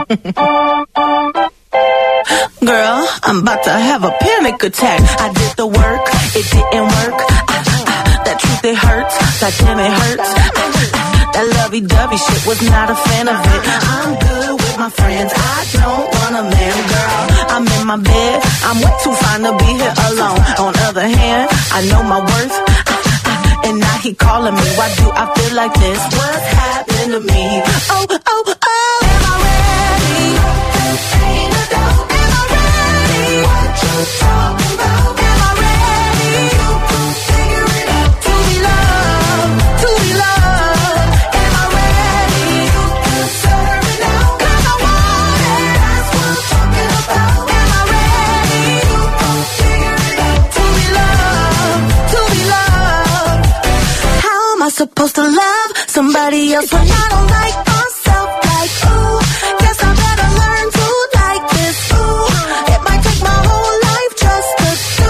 Girl, I'm about to have a panic attack. I did the work, it didn't work. Ah, ah, ah, that truth, it hurts. God damn, it hurts. Ah, ah, ah, that lovey-dovey shit was not a fan of it. I'm good with my friends. I don't want a man, girl. I'm in my bed. I'm way too fine to be here alone. On other hand, I know my worth. Ah, ah, ah, and now he calling me. Why do I feel like this? What's happened to me? Oh, oh, oh. Am I ready? Ain't no doubt. Am I ready? What you talking about? Am I ready? You can figure it out. To be loved, to be loved. Am I ready? You can serve it out. 'Cause I want it. That's what I'm talking about. Am I ready? You can figure it out. To be loved, to be loved. How am I supposed to love somebody else when I don't like myself? Like, ooh, guess I better learn to like this. Ooh, it might take my whole life just to do.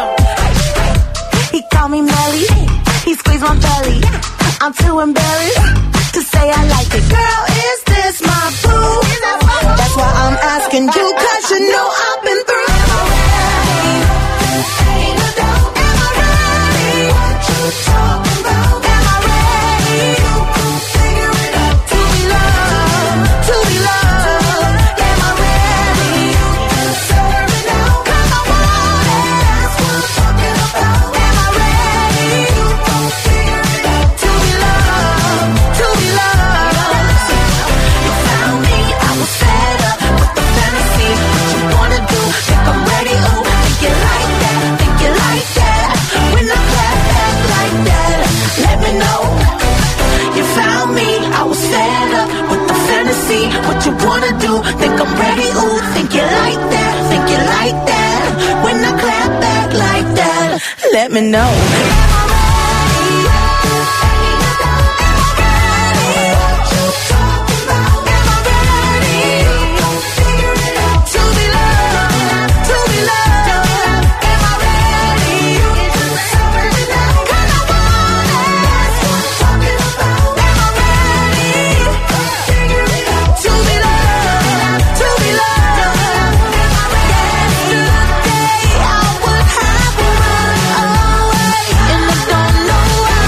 He call me Melly, he squeezed my belly. I'm too embarrassed to say I like it. Girl, is this my boo? That's why I'm asking you, 'cause you know I've been through. Am I ready? Ain't no doubt. Am I ready? What you talking about? Am I ready? You can figure it out. To be loved, to be loved. Am I ready? You can serve it now. 'Cause I want it. That's what I'm talking about. Am I ready? You can figure it out. To be loved, to be loved. You found me, I was fed up with the fantasy. What you wanna do? Think I'm ready? Ooh, think you like that? Think you like that? When I clap back like that, let me know. You found me, I was fed up with the fantasy. What you wanna do? Think I'm ready? Ooh, think you like that? Think you like that? When I clap back like that, let me know. Am I ready? Ain't no doubt. Am I ready? What you talking about? Am I ready? Don't figure it out. To be loved, to be loved. Am I ready? You can serve it now. 'Cause I want it. That's what I'm talking about. Am I ready? Don't figure it out. To be loved, to be loved. Am I ready? Yesterday I would have run away, and I don't know why.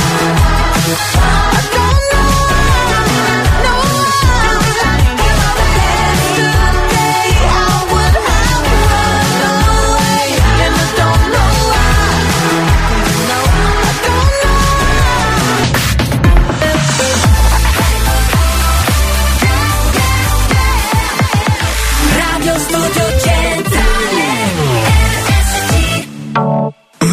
I don't know why. No why. Am I ready? Yesterday I would have run away, and I don't know why. No, I don't know Radio Studio Centrale R S C.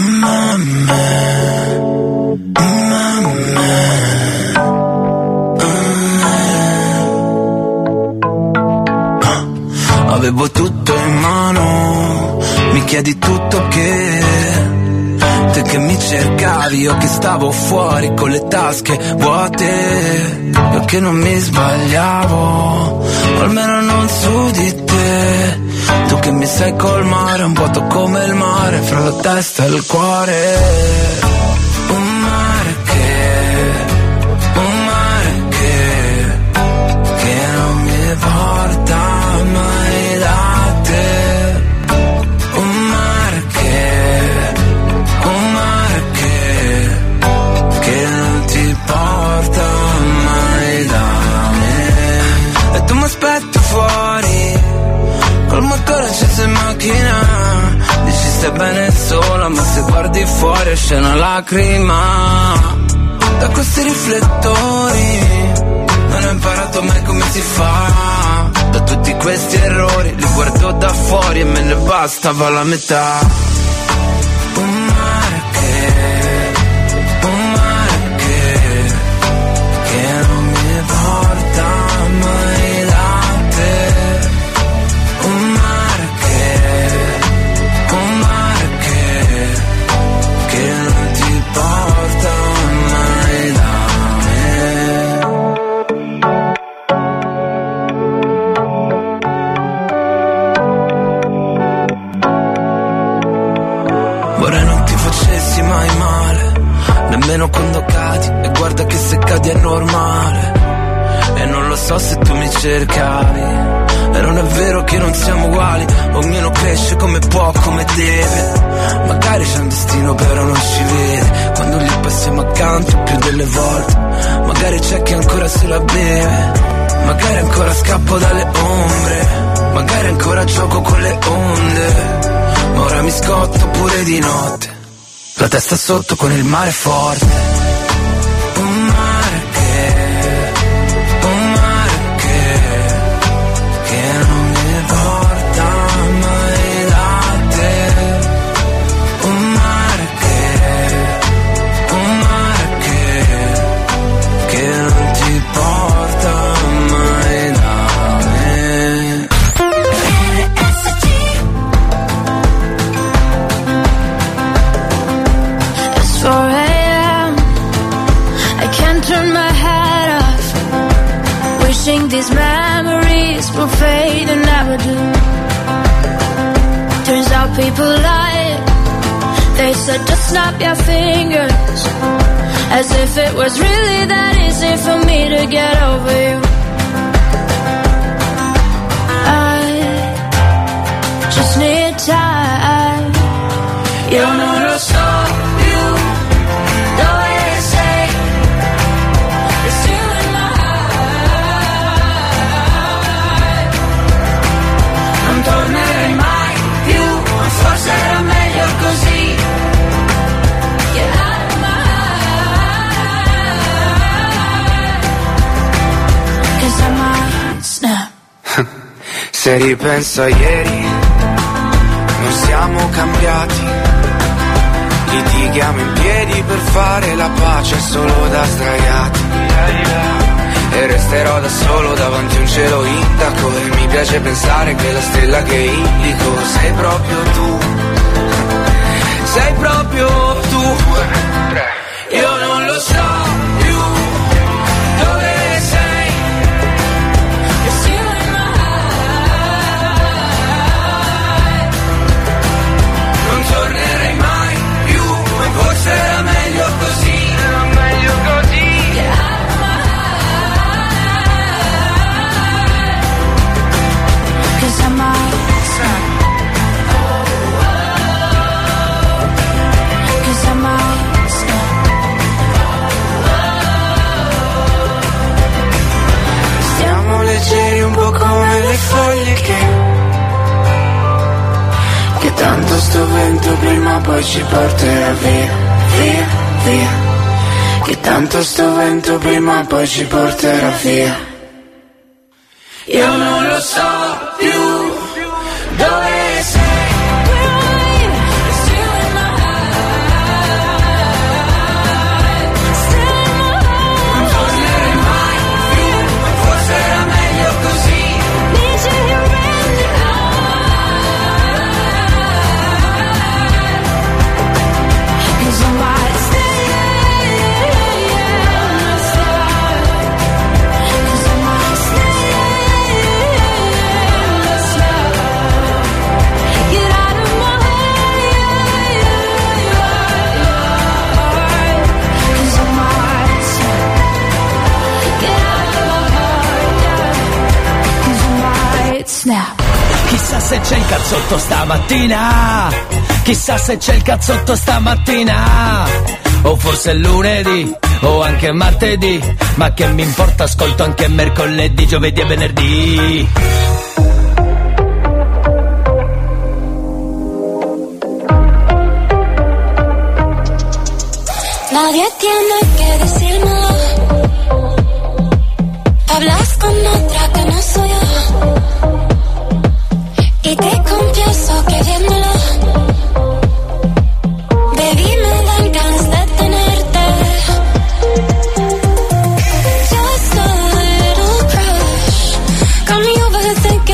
Avevo tutto in mano, mi chiedi tutto che te che mi cercavi, io che stavo fuori con le tasche vuote, io che non mi sbagliavo, o almeno non su di te, tu che mi sai colmare un vuoto come il mare fra la testa e il cuore, un mare che, un mare che, che non mi porta mai da te, un mare che, un mare che, che non ti porta mai da me, e tu mi aspetti fuori col motore acceso in macchina, dici stai bene sola, ma se guardi fuori esce una lacrima da questi riflettori, non ho imparato mai come si fa, da tutti questi errori li guardo da fuori e me ne bastava la metà. Un mare che, un mare che, che non mi porta mai da te, un mare che, un mare che, che non ti porta mai da me. facessi mai male, nemmeno quando cadi, e guarda che se cadi è normale. E non lo so se tu mi cercavi, e non è vero che non siamo uguali, ognuno cresce come può, come deve. Magari c'è un destino però non ci vede, quando gli passiamo accanto più delle volte. Magari c'è chi ancora se la beve, magari ancora scappo dalle ombre, magari ancora gioco con le onde, ma ora mi scotto pure di notte, la testa sotto con il mare forte. Un mare che, un mare che, che non mi porta mai da te. Un mare che, un mare che, che non ti porta mai da me. It's four a.m. I can't turn my head off, wishing these memories will fade and never do. Turns out people lie. They said just snap your fingers, as if it was really that easy for me to get over you. I just need time. Io non lo so più dove sei. It's you in my heart. Non tornerei mai più, ma forse era meglio così. Get out of my heart, 'cause I might snap. Se ripenso a ieri, non siamo cambiati. Litighiamo in piedi per fare la pace solo da sdraiati. E resterò da solo davanti a un cielo intaco, e mi piace pensare che la stella che indico sei proprio tu. Sei proprio tu. Io non lo so più dove sei. It's you in my heart. Non tornerei mai più, ma forse era meglio così. Era meglio così. Get out of my heart, 'cause I might snap. Cause I might snap. Stiamo leggeri un po' come le foglie che Che tanto sto vento prima o poi ci porterà via, via, via. Che tanto sto vento prima o poi ci porterà via. Io non lo so più dove sei. Non tornerei mai più, ma forse era meglio così. Cause I might stay, cause I might stay, get out of my heart, cause I might get out of my heart, cause I might snap. Chissà se c'è il cazzotto stamattina, chissà se c'è il cazzotto stamattina, o forse è lunedì, o anche martedì, ma che mi importa, ascolto anche mercoledì, giovedì e venerdì. Nadie tiene que decírmelo. Hablas con otra que no soy yo. Y te confieso que viéndolo, baby, me dan ganas de tenerte. Just a little crush, got me overthinking.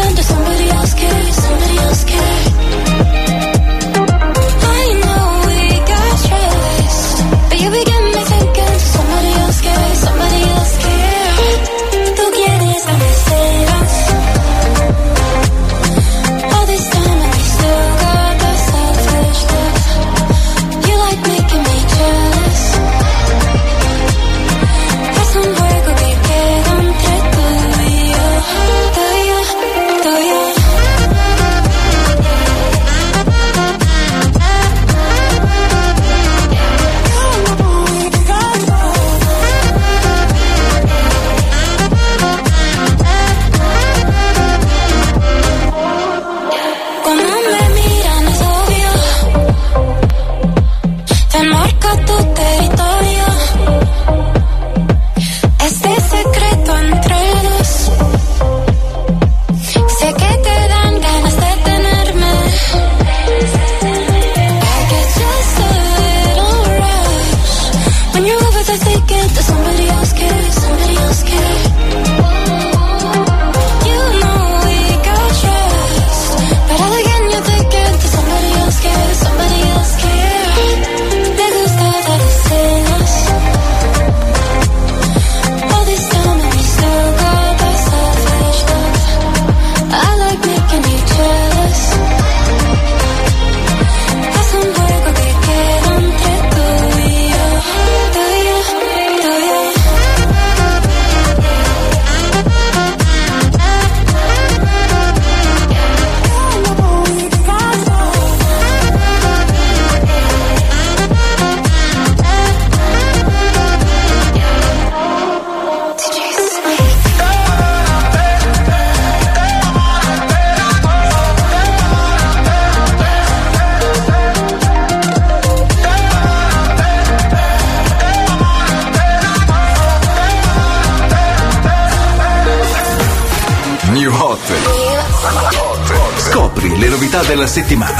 della settimana.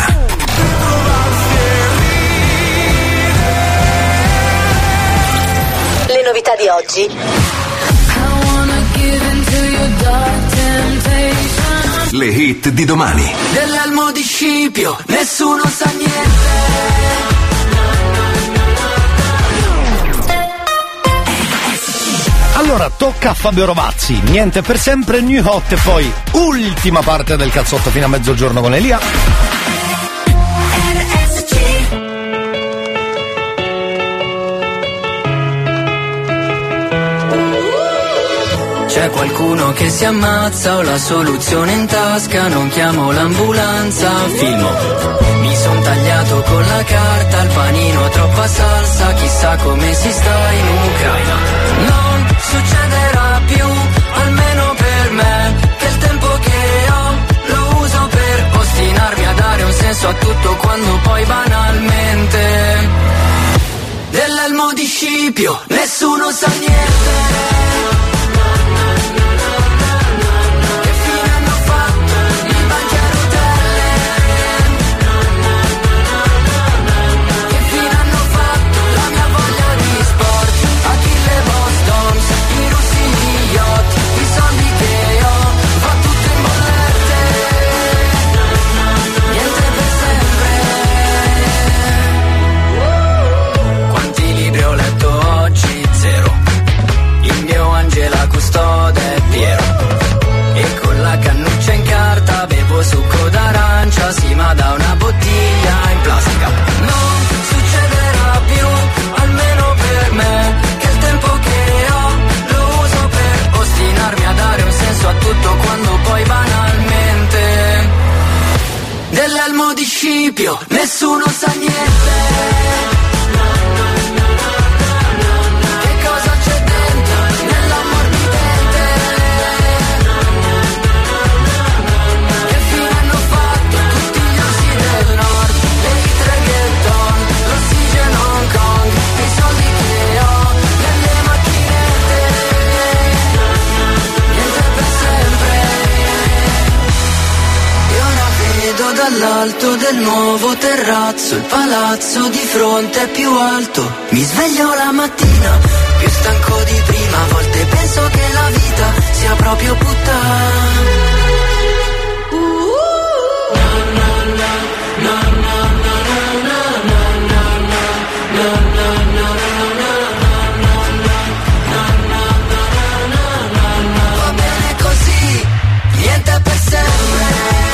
Le novità di oggi. Le hit di domani. Dell'elmo di Scipio, nessuno sa niente. Allora, tocca a Fabio Rovazzi, niente per sempre, New Hot e poi ultima parte del cazzotto fino a mezzogiorno con Elia. C'è qualcuno che si ammazza, ho la soluzione in tasca, non chiamo l'ambulanza, filmo. Mi son tagliato con la carta, il panino ha troppa salsa, chissà come si sta in Ucraina. Non succederà più, almeno per me, che il tempo che ho lo uso per ostinarmi a dare un senso a tutto quando poi banalmente dell'elmo di Scipio nessuno sa niente. Custode Piero e con la cannuccia in carta bevo succo d'arancia, sì, ma da una bottiglia in plastica. Non succederà più, almeno per me, che il tempo che ho lo uso per ostinarmi a dare un senso a tutto quando poi banalmente dell'elmo di Scipio nessuno sa niente. Dall'alto del nuovo terrazzo, il palazzo di fronte è più alto. Mi sveglio la mattina, più stanco di prima. A volte penso che la vita sia proprio puttana. Va bene così, niente per sempre.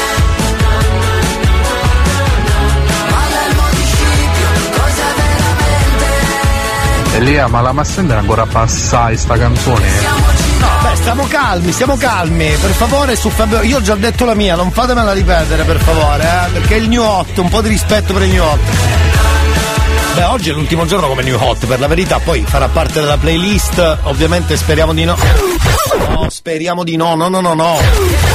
Elia, ma la Massenda ancora passare sta canzone? No, beh, stiamo calmi, stiamo calmi, per favore su Fabio, io ho già detto la mia, non fatemela ripetere per favore, eh, perché il New Hot, un po' di rispetto per il New Hot. Beh, oggi è l'ultimo giorno come New Hot, per la verità, poi farà parte della playlist, ovviamente speriamo di no. No, speriamo di no, no, no, no, no.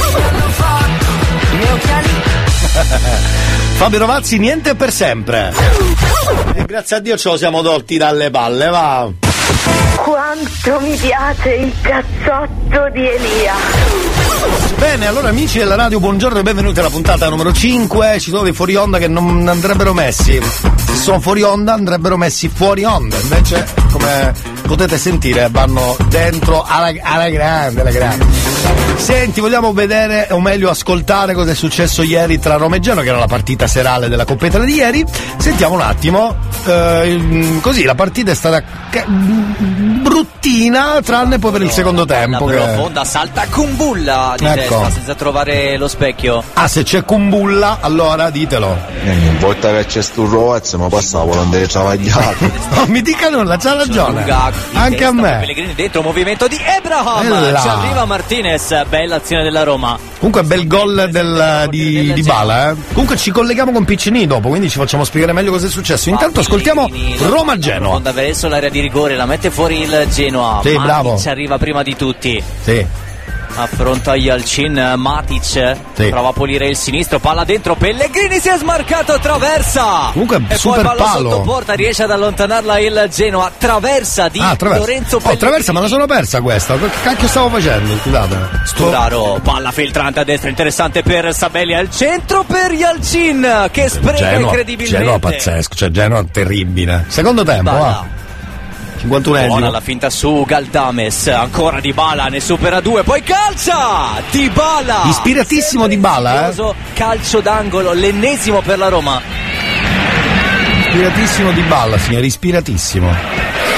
Fabio Rovazzi, niente per sempre. E grazie a Dio ce lo siamo tolti dalle palle, va. Quanto mi piace il cazzotto di Elia. Bene, allora amici della radio, buongiorno e benvenuti alla puntata numero cinque. Ci sono dei fuori onda che non andrebbero messi. Se sono fuori onda andrebbero messi fuori onda. Invece, come potete sentire, vanno dentro alla, alla grande, alla grande. Senti, vogliamo vedere, o meglio ascoltare cosa è successo ieri tra Roma e Genoa, che era la partita serale della Coppa Italia di ieri. Sentiamo un attimo, eh, così la partita è stata bruttina, tranne poi per il secondo tempo. Però che... Fonda salta Kumbulla di Ecco. testa senza trovare lo specchio. Ah, se c'è Kumbulla, allora ditelo. Ogni volta che c'è sto Rovazzi mi passavo non deve travagliare. No, mi dica nulla, c'ha ragione. Anche a me. Pellegrini dentro, movimento di Abraham. Bella. Ci arriva Martinez, bella azione della Roma. Comunque bel gol del, di, di Bala, eh. Comunque ci colleghiamo con Piccini dopo, quindi ci facciamo spiegare meglio cosa è successo. Intanto ascoltiamo Roma-Genoa. Fonda verso l'area di rigore, la mette fuori il Genoa. Sì, Matic bravo. ci arriva prima di tutti. Sì. affronta Yalcin, Matic Sì. prova a pulire il sinistro, palla dentro, Pellegrini si è smarcato, traversa Comunque e super poi palla palo. sotto porta, riesce ad allontanarla il Genoa, traversa di Ah, traversa. Lorenzo Oh, Pellegrini. traversa, ma la sono persa questa. Che cacchio stavo facendo? Scusate. Sturaro, palla filtrante a destra, interessante per Sabelli, al centro per Yalcin che spreca Genoa, incredibilmente. Genoa pazzesco, cioè Genoa terribile. Secondo tempo, Dybala. va. cinquantunesimo. Buona la finta su Galdames, ancora Dybala, ne supera due, poi calcia! Dybala! Ispiratissimo Dybala, eh? Calcio d'angolo, l'ennesimo per la Roma. Ispiratissimo Dybala, signori, ispiratissimo.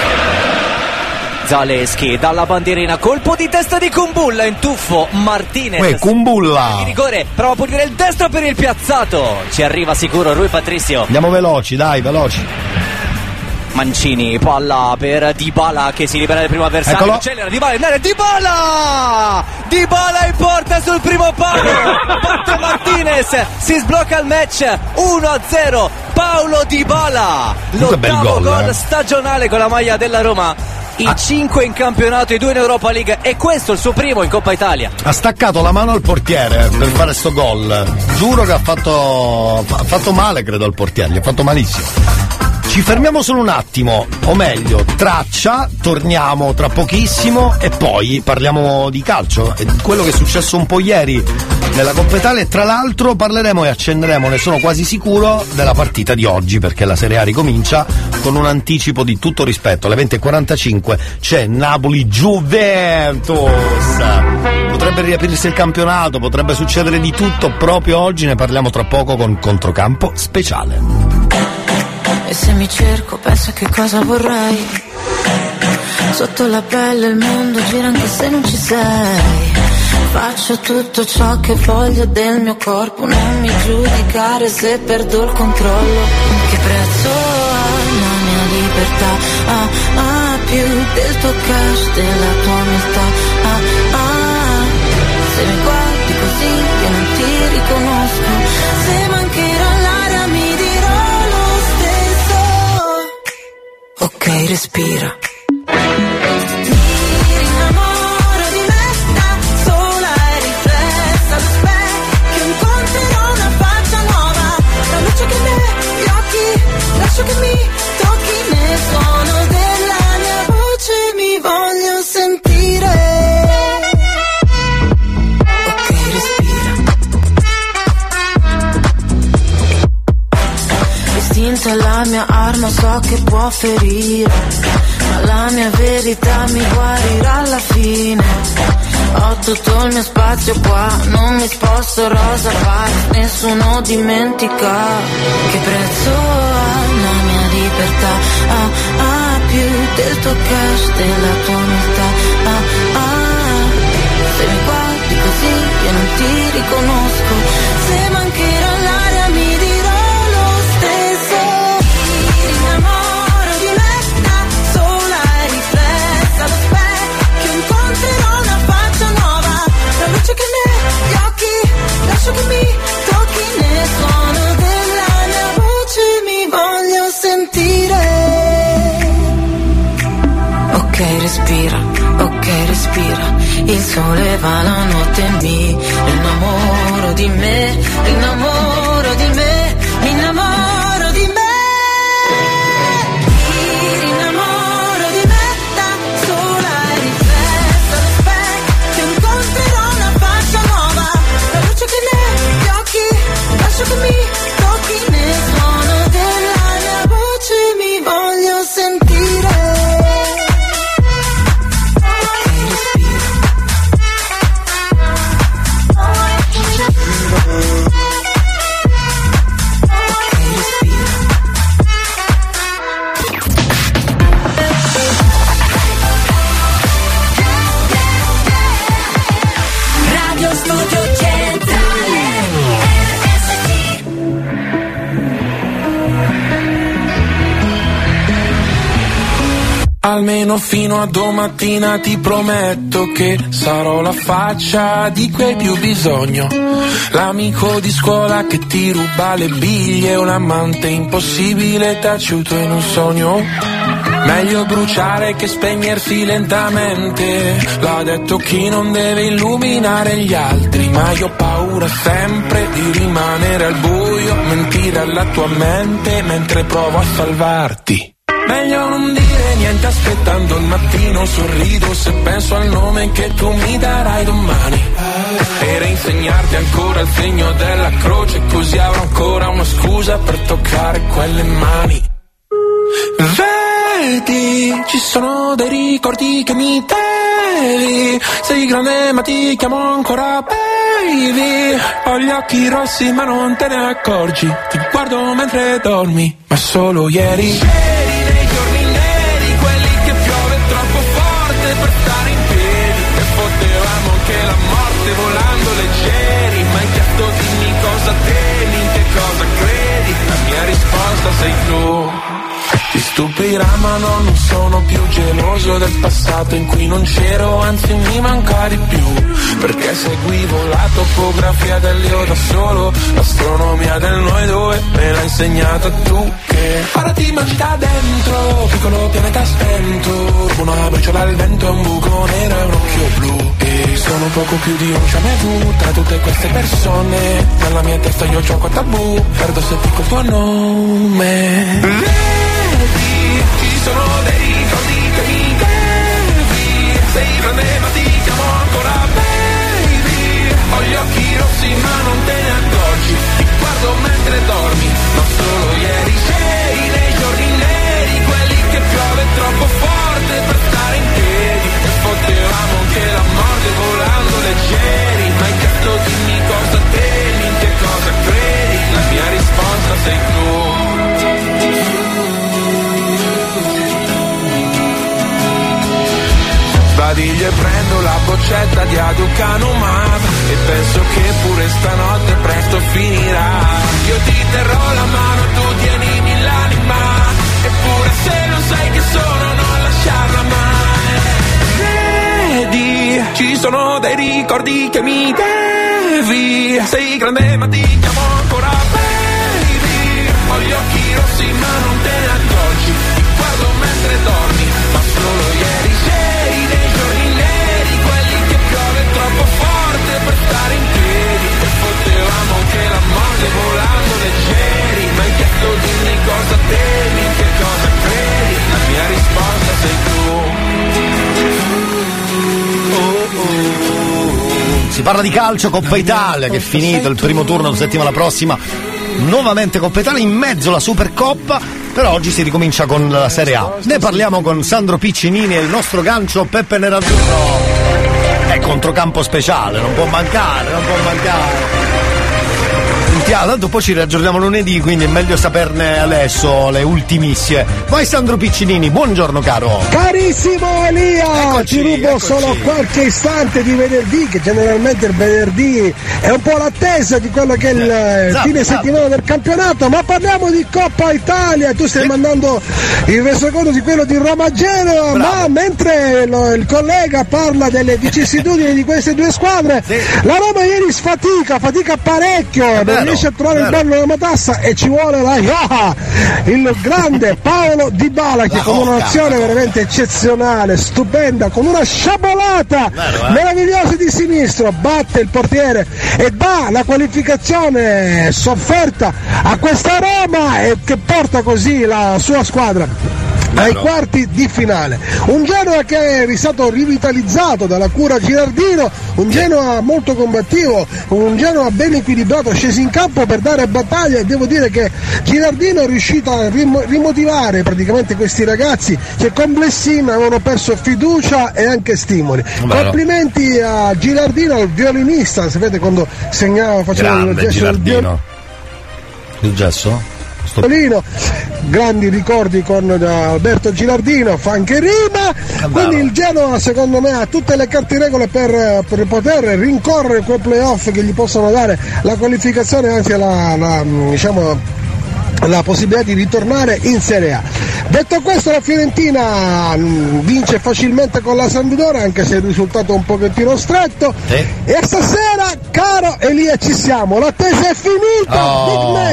Zaleschi dalla bandierina, colpo di testa di Kumbulla, in tuffo Martinez. Uè, Kumbulla. Di rigore, prova a pulire il destro per il piazzato. Ci arriva sicuro Rui Patricio. Andiamo veloci, dai, veloci. Mancini, palla per Dybala che si libera del primo avversario. Eccolo. Accelera Dybala in area, Dybala! Dybala in porta sul primo palo. Batte Martinez, si sblocca il match uno a zero. Paolo Dybala, Comunque bel l'ottavo gol, gol eh. stagionale con la maglia della Roma. I Ah. cinque in campionato, i due in Europa League e questo il suo primo in Coppa Italia. Ha staccato la mano al portiere per fare sto gol. Giuro che ha fatto, ha fatto male, credo, al portiere, gli ha fatto malissimo. Ci fermiamo solo un attimo, o meglio, traccia, torniamo tra pochissimo e poi parliamo di calcio e di quello che è successo un po' ieri nella Coppa Italia e tra l'altro parleremo e accenderemo, ne sono quasi sicuro, della partita di oggi perché la Serie A ricomincia con un anticipo di tutto rispetto. Alle venti e quarantacinque c'è Napoli-Juventus. Potrebbe riaprirsi il campionato, potrebbe succedere di tutto proprio oggi, ne parliamo tra poco con Controcampo speciale. E se mi cerco, penso che cosa vorrei. Sotto la pelle il mondo gira anche se non ci sei. Faccio tutto ciò che voglio del mio corpo. Non mi giudicare se perdo il controllo. Che prezzo ha la mia libertà? Ah, ah, più del tuo cash, della tua umiltà. Ah, ah, se mi guardi così io non ti riconosco. Se mancherà l'aria mi dirò lo stesso. Ok, respira. Mi rinnamoro di me da sola e riflessa allo specchio. Incontrerò una faccia nuova. La luce che me, gli occhi, lascio che mi tocchi nel suono della mia voce. Mi voglio sentire. Ok, respira. L'istinto è la mia arma, so che può ferire, ma la mia verità mi guarirà alla fine. Ho tutto il mio spazio qua, non mi sposto rosa parks, nessuno dimentica. Che prezzo ha la mia libertà? Ah, ah, più del tuo cash, della tua umiltà. Ah, ah, se mi guardi così io non ti riconosco. Se mancherà l'aria mi dirò lo stesso. Mi rinnamoro di me da sola e riflessa allo specchio. Incontrerò una faccia nuova. La luce che ne, gli occhi, lascio che mi tocchi nel suono della mia voce. Mi voglio sentire. Ok, respira, ok, respira. Il sole va la notte e mi innamoro di me, innamoro di me, innamoro di me. Mi rinnamoro di me da sola e riflessa allo specchio. Incontrerò una faccia nuova. La luce che negli occhi, lascio che mi tocchi nel suono della mia voce. Mi voglio sentire. Radio Studio Centrale R S C. Almeno fino a domattina ti prometto che sarò la faccia di cui hai più bisogno. L'amico di scuola che ti ruba le biglie, un amante impossibile taciuto in un sogno. Meglio bruciare che spegnersi lentamente. L'ha detto chi non deve illuminare gli altri. Ma io ho paura sempre di rimanere al buio, mentire alla tua mente mentre provo a salvarti. Meglio non dire niente aspettando il mattino, sorrido se penso al nome che tu mi darai domani. E reinsegnarti ancora il segno della croce, così avrò ancora una scusa per toccare quelle mani. Vedi, ci sono dei ricordi che mi devi. Sei grande ma ti chiamo ancora baby. Ho gli occhi rossi ma non te ne accorgi. Ti guardo mentre dormi, ma solo ieri. C'eri nei giorni neri, quelli che piove troppo forte per stare in piedi. E potevamo anche la morte volando leggeri. Ma hai chiesto dimmi cosa temi, in che cosa credi. La mia risposta sei tu. Ti stupirà ma no, non sono più geloso del passato in cui non c'ero, anzi mi manca di più. Perché seguivo la topografia dell'io da solo, l'astronomia del noi due me l'ha insegnata tu. Che ora ti mangi da dentro, piccolo pianeta spento, una briciola al vento e un buco nero e un occhio blu. E sono poco più di un jamais vu tra tutte queste persone. Nella mia testa io gioco a tabù, perdo se dico il tuo nome. Ci sono dei ricordi che mi devi. Sei grande ma ti chiamo ancora baby. Ho gli occhi rossi ma non te ne accorgi. Ti guardo mentre dormi, ma solo ieri. C'eri nei giorni neri, quelli che piove troppo forte per stare in piedi. E potevamo anche la morte volando leggeri. Ma hai chiesto dimmi cosa temi, in che cosa credi. La mia risposta sei tu. Sbadiglio e prendo la boccetta di Aducanumab e penso che pure stanotte presto finirà. Io ti terrò la mano, tu tienimi l'anima, eppure se non sai che sono non lasciarla mai. Vedi, ci sono dei ricordi che mi devi. Sei grande ma ti chiamo ancora baby. Ho gli occhi rossi ma non te ne accorgi. Ti guardo mentre dormi, ma solo ieri. C'eri nei giorni neri, quelli che piove troppo forte per stare in piedi. E potevamo anche la morte volando leggeri. Ma hai chiesto dimmi cosa temi, in che cosa credi. La mia risposta sei tu. Oh, oh. Si parla di calcio, Coppa Italia che è finito il primo turno, la settimana prossima nuovamente Coppa Italia, in mezzo alla Supercoppa. però oggi si ricomincia con la Serie A. Ne parliamo con Sandro Piccinini e il nostro gancio Peppe Nerazzurro. È controcampo speciale, non può mancare, non può mancare. Sentiamo, tanto poi ci raggiorniamo lunedì, quindi è meglio saperne adesso le ultimissime. Vai Sandro Piccinini, buongiorno caro. Carissimo Elia, eccoci, ti rubo eccoci. solo qualche istante di venerdì, che generalmente il venerdì è un po' l'attesa di quello che è il eh, esatto, fine esatto. settimana del campionato, ma parliamo di Coppa Italia. Tu stai sì. mandando il resoconto di quello di Roma-Genoa, ma mentre lo, il collega parla delle vicissitudini di queste due squadre, sì. la Roma ieri sfatica, fatica parecchio, non vero, riesce a trovare vero. il bello della matassa e ci vuole la ah, il grande Paolo Dybala che la con Oca, un'azione veramente eccezionale, stupenda, con una sciabolata vero, eh? meravigliosa di sinistro batte il portiere e dà la qualificazione sofferta a questa Roma e che porta così la sua squadra ai quarti di finale. Un Genoa che è stato rivitalizzato dalla cura Girardino, un Genoa molto combattivo, un Genoa ben equilibrato, sceso in campo per dare battaglia, e devo dire che Girardino è riuscito a rim- rimotivare praticamente questi ragazzi che complessivamente avevano perso fiducia e anche stimoli. Bello. Complimenti a Girardino, al violinista, sapete quando segnava, faceva il gesto del violino. Il gesso? Stolino, grandi ricordi con Alberto Girardino, fa anche rima, quindi il Genoa secondo me ha tutte le carte in regola per, per poter rincorrere quei playoff che gli possono dare la qualificazione, anzi la, la, diciamo, la possibilità di ritornare in Serie A. Detto questo, la Fiorentina vince facilmente con la Sampdoria, anche se il risultato è un pochettino stretto, sì. e stasera, caro Elia, ci siamo, l'attesa è finita, oh. big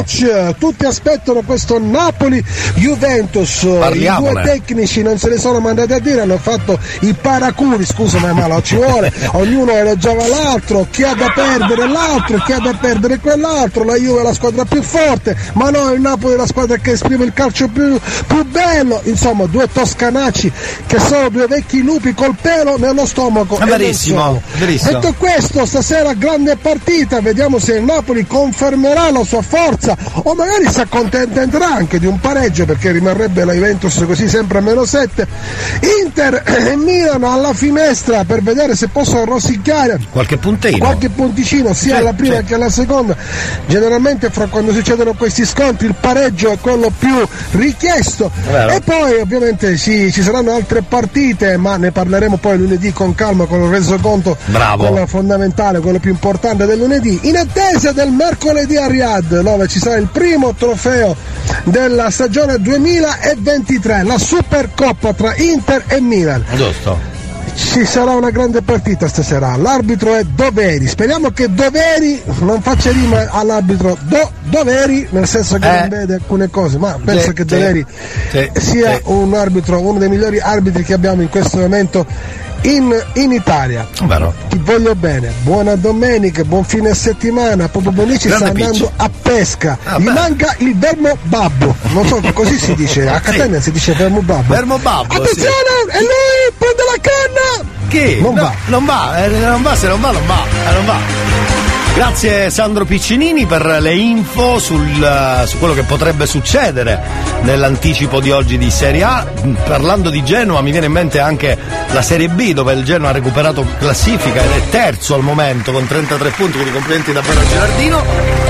match, tutti aspettano questo Napoli-Juventus, i Parliamone. due tecnici non se ne sono mandati a dire, hanno fatto i paraculi, scusa ma non ci vuole, ognuno elogiava l'altro, chi ha da perdere l'altro, chi ha da perdere quell'altro, la Juve è la squadra più forte, ma no, il Napoli è la squadra che esprime il calcio più, più bello, insomma due toscanacci che sono due vecchi lupi col pelo nello stomaco. È verissimo, verissimo. Detto questo, stasera grande partita, vediamo se il Napoli confermerà la sua forza o magari si accontenterà anche di un pareggio, perché rimarrebbe la Juventus così sempre a meno sette. Inter e Milan alla finestra per vedere se possono rosicchiare qualche puntino, qualche punticino sia C'è, alla prima c'è. che alla seconda. Generalmente fra quando succedono questi scontri il pareggio è quello più richiesto. Vero. E poi ovviamente sì, ci saranno altre partite, ma ne parleremo poi lunedì con calma, con il resoconto, Bravo. quello fondamentale, quello più importante del lunedì, in attesa del mercoledì a Riyadh, dove ci sarà il primo trofeo della stagione duemilaventitré, la Supercoppa tra Inter e Milan. Giusto. Ci sarà una grande partita stasera, l'arbitro è Doveri, speriamo che Doveri non faccia rima all'arbitro Do, Doveri, nel senso che Eh. non vede alcune cose, ma penso Sì, che sì, Doveri sì, sia sì. un arbitro, uno dei migliori arbitri che abbiamo in questo momento in, in Italia. Vero. Ti voglio bene, buona domenica, buon fine settimana. Poppo Bonici sta Grande andando Picci. a pesca, Ah, gli beh. manca il vermo babbo, non so, così si dice, a Catania si dice vermo babbo. Vermo babbo, sì. Attenzione, e lui prende la canna! Chi? Non No, va. Non va, eh, non va, se non va, non va, eh, non va. Grazie Sandro Piccinini per le info sul, eh, su quello che potrebbe succedere nell'anticipo di oggi di Serie A. Parlando di Genoa mi viene in mente anche la Serie B, dove il Genoa ha recuperato classifica ed è terzo al momento con trentatré punti, quindi complimenti davvero a Gerardino.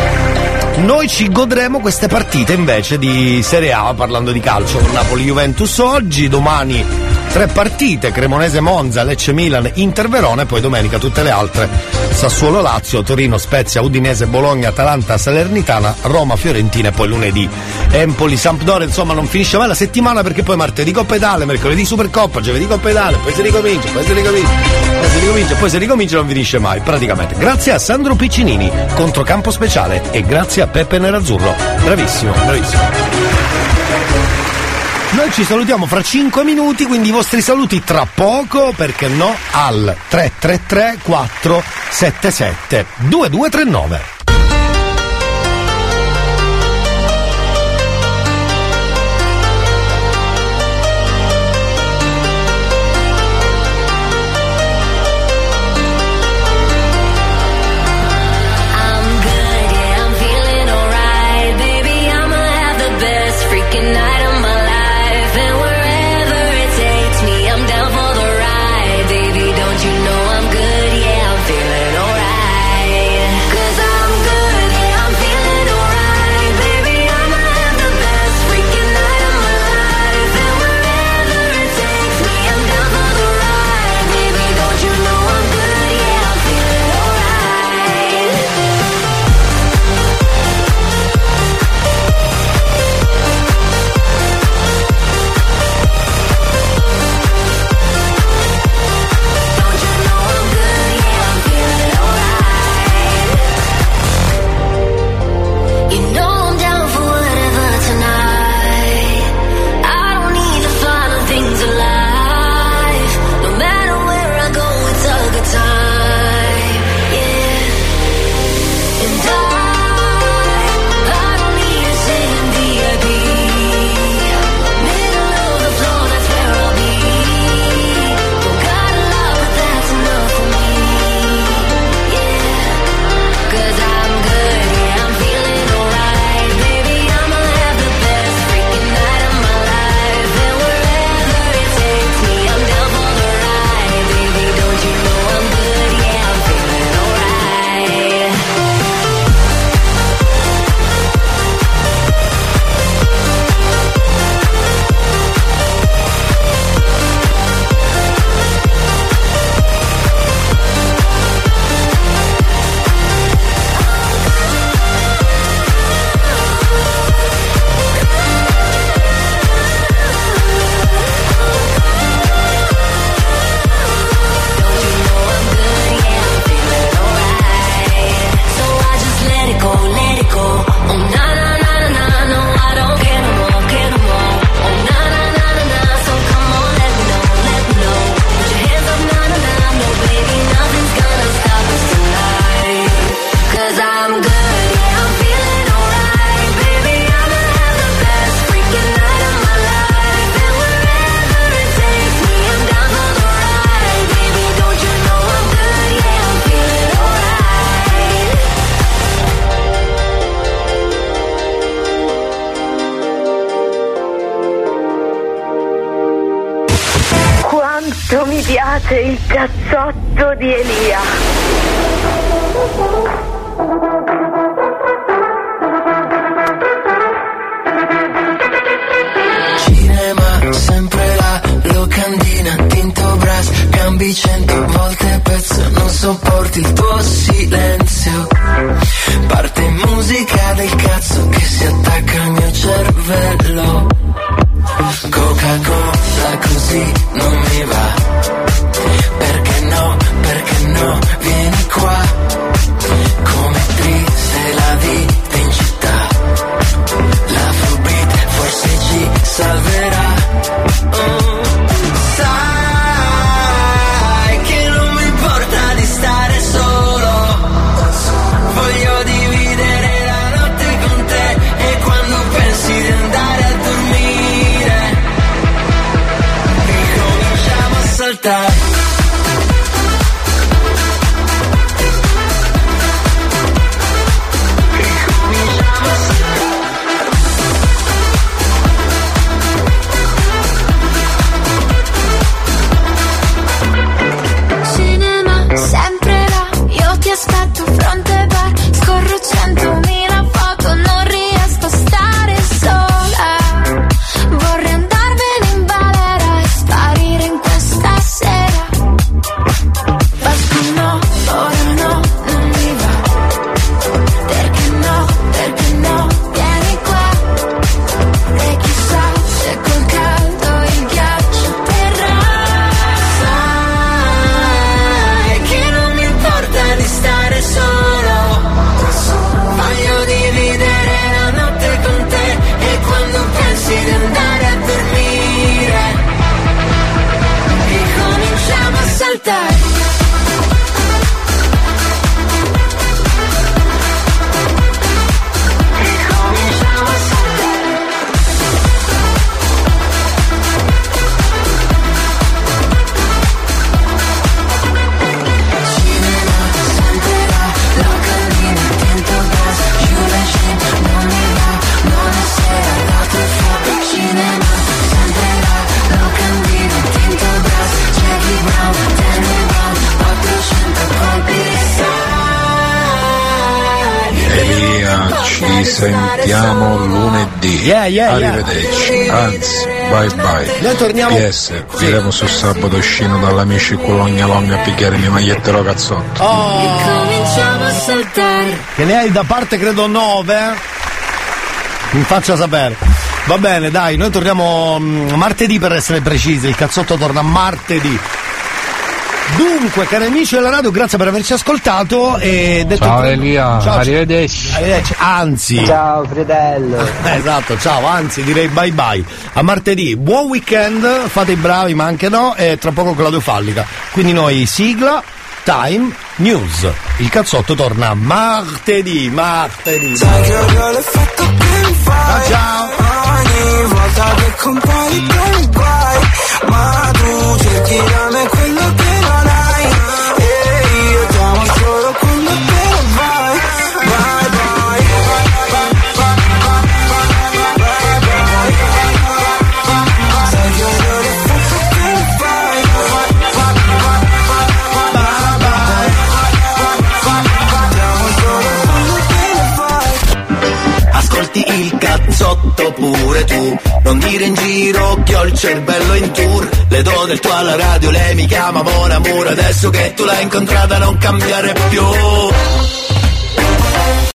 Noi ci godremo queste partite invece di Serie A, parlando di calcio, con Napoli-Juventus oggi, domani tre partite, Cremonese-Monza, Lecce-Milan, Inter-Verona e poi domenica tutte le altre, Sassuolo-Lazio, Torino-Spezia, Udinese-Bologna, Atalanta-Salernitana, Roma-Fiorentina e poi lunedì Empoli-Sampdoria. Insomma non finisce mai la settimana, perché poi martedì Coppa Italia, mercoledì Supercoppa, giovedì Coppa Italia, poi si ricomincia, poi si ricomincia, poi si ricomincia, poi si ricomincia, non finisce mai praticamente. Grazie a Sandro Piccinini, controcampo speciale, e grazie a Peppe Nerazzurro, bravissimo, bravissimo. Noi ci salutiamo fra cinque minuti, quindi i vostri saluti tra poco, perché no, al tre tre tre quattro sette sette due due tre nove. I'm good, yeah, I'm feeling alright. Baby, I'ma have the best freaking night of my life. And wherever it takes me, I'm down for the ride. Baby, don't you know I'm good, yeah, I'm feeling alright. 'Cause I'm piace il cazzotto di Elia. Cinema, sempre là, locandina, tinto brass, cambi cento volte pezzo, non sopporti il tuo silenzio. Parte musica del cazzo che si attacca al mio cervello. Coca-Cola così non mi va. Perché no, perché no, vieni qua. Come triste la vita in città. L'Afrobeat forse ci salverà. Oh, sai che non mi importa di stare solo. Voglio dividere la notte con te. E quando pensi di andare a dormire ricominciamo a saltare. Sempre là, io ti aspetto fronte bar, scorro centomila foto, non riesco a stare sola. Vorrei andarmene in balera e sparire in questa sera. Basta no, ora no, non mi va. Perché no, perché no, vieni qua. E chissà se col caldo il ghiaccio terrà. Di stare solo, voglio dividere la notte con te. E quando pensi di andare a dormire ricominciamo a saltare. Ricominciamo a saltare. Elia, ci sentiamo lunedì. Yeah, yeah, yeah. Arrivederci, anzi, bye bye. Noi torniamo. P S, firemo su sabato scino dall'amici Cologna Longa a picchiare mie magliette lo cazzotto. Oh, Cominciamo a saltare. che ne hai da parte credo nove? Mi faccia sapere. Va bene, dai, noi torniamo mm, martedì per essere precisi. Il cazzotto torna martedì. Dunque, cari amici della radio, grazie per averci ascoltato. E detto Ciao pre- Elia, ciao, arrivederci. arrivederci. Anzi, Ciao fratello. esatto, ciao, anzi direi bye bye. A martedì, buon weekend, fate i bravi ma anche no, e tra poco Claudio Fallica. Quindi noi sigla, time, news. Il cazzotto torna martedì, martedì. Sai che odio l'effetto che mi fai. Ciao, ciao. Ogni volta che compari te mi guai. Ma tu cerchi da me quello che non hai. E io ti amo solo quando te ne vai. Bye bye. Sai che odio l'effetto che mi fai. Bye bye. Ti amo solo quando te ne vai. Ascolti il cazzotto pure tu, non dire in giro che ho il cervello in tour. Le do del tuo alla radio, lei mi chiama Mon Amour. Adesso che tu l'hai incontrata non cambiare più.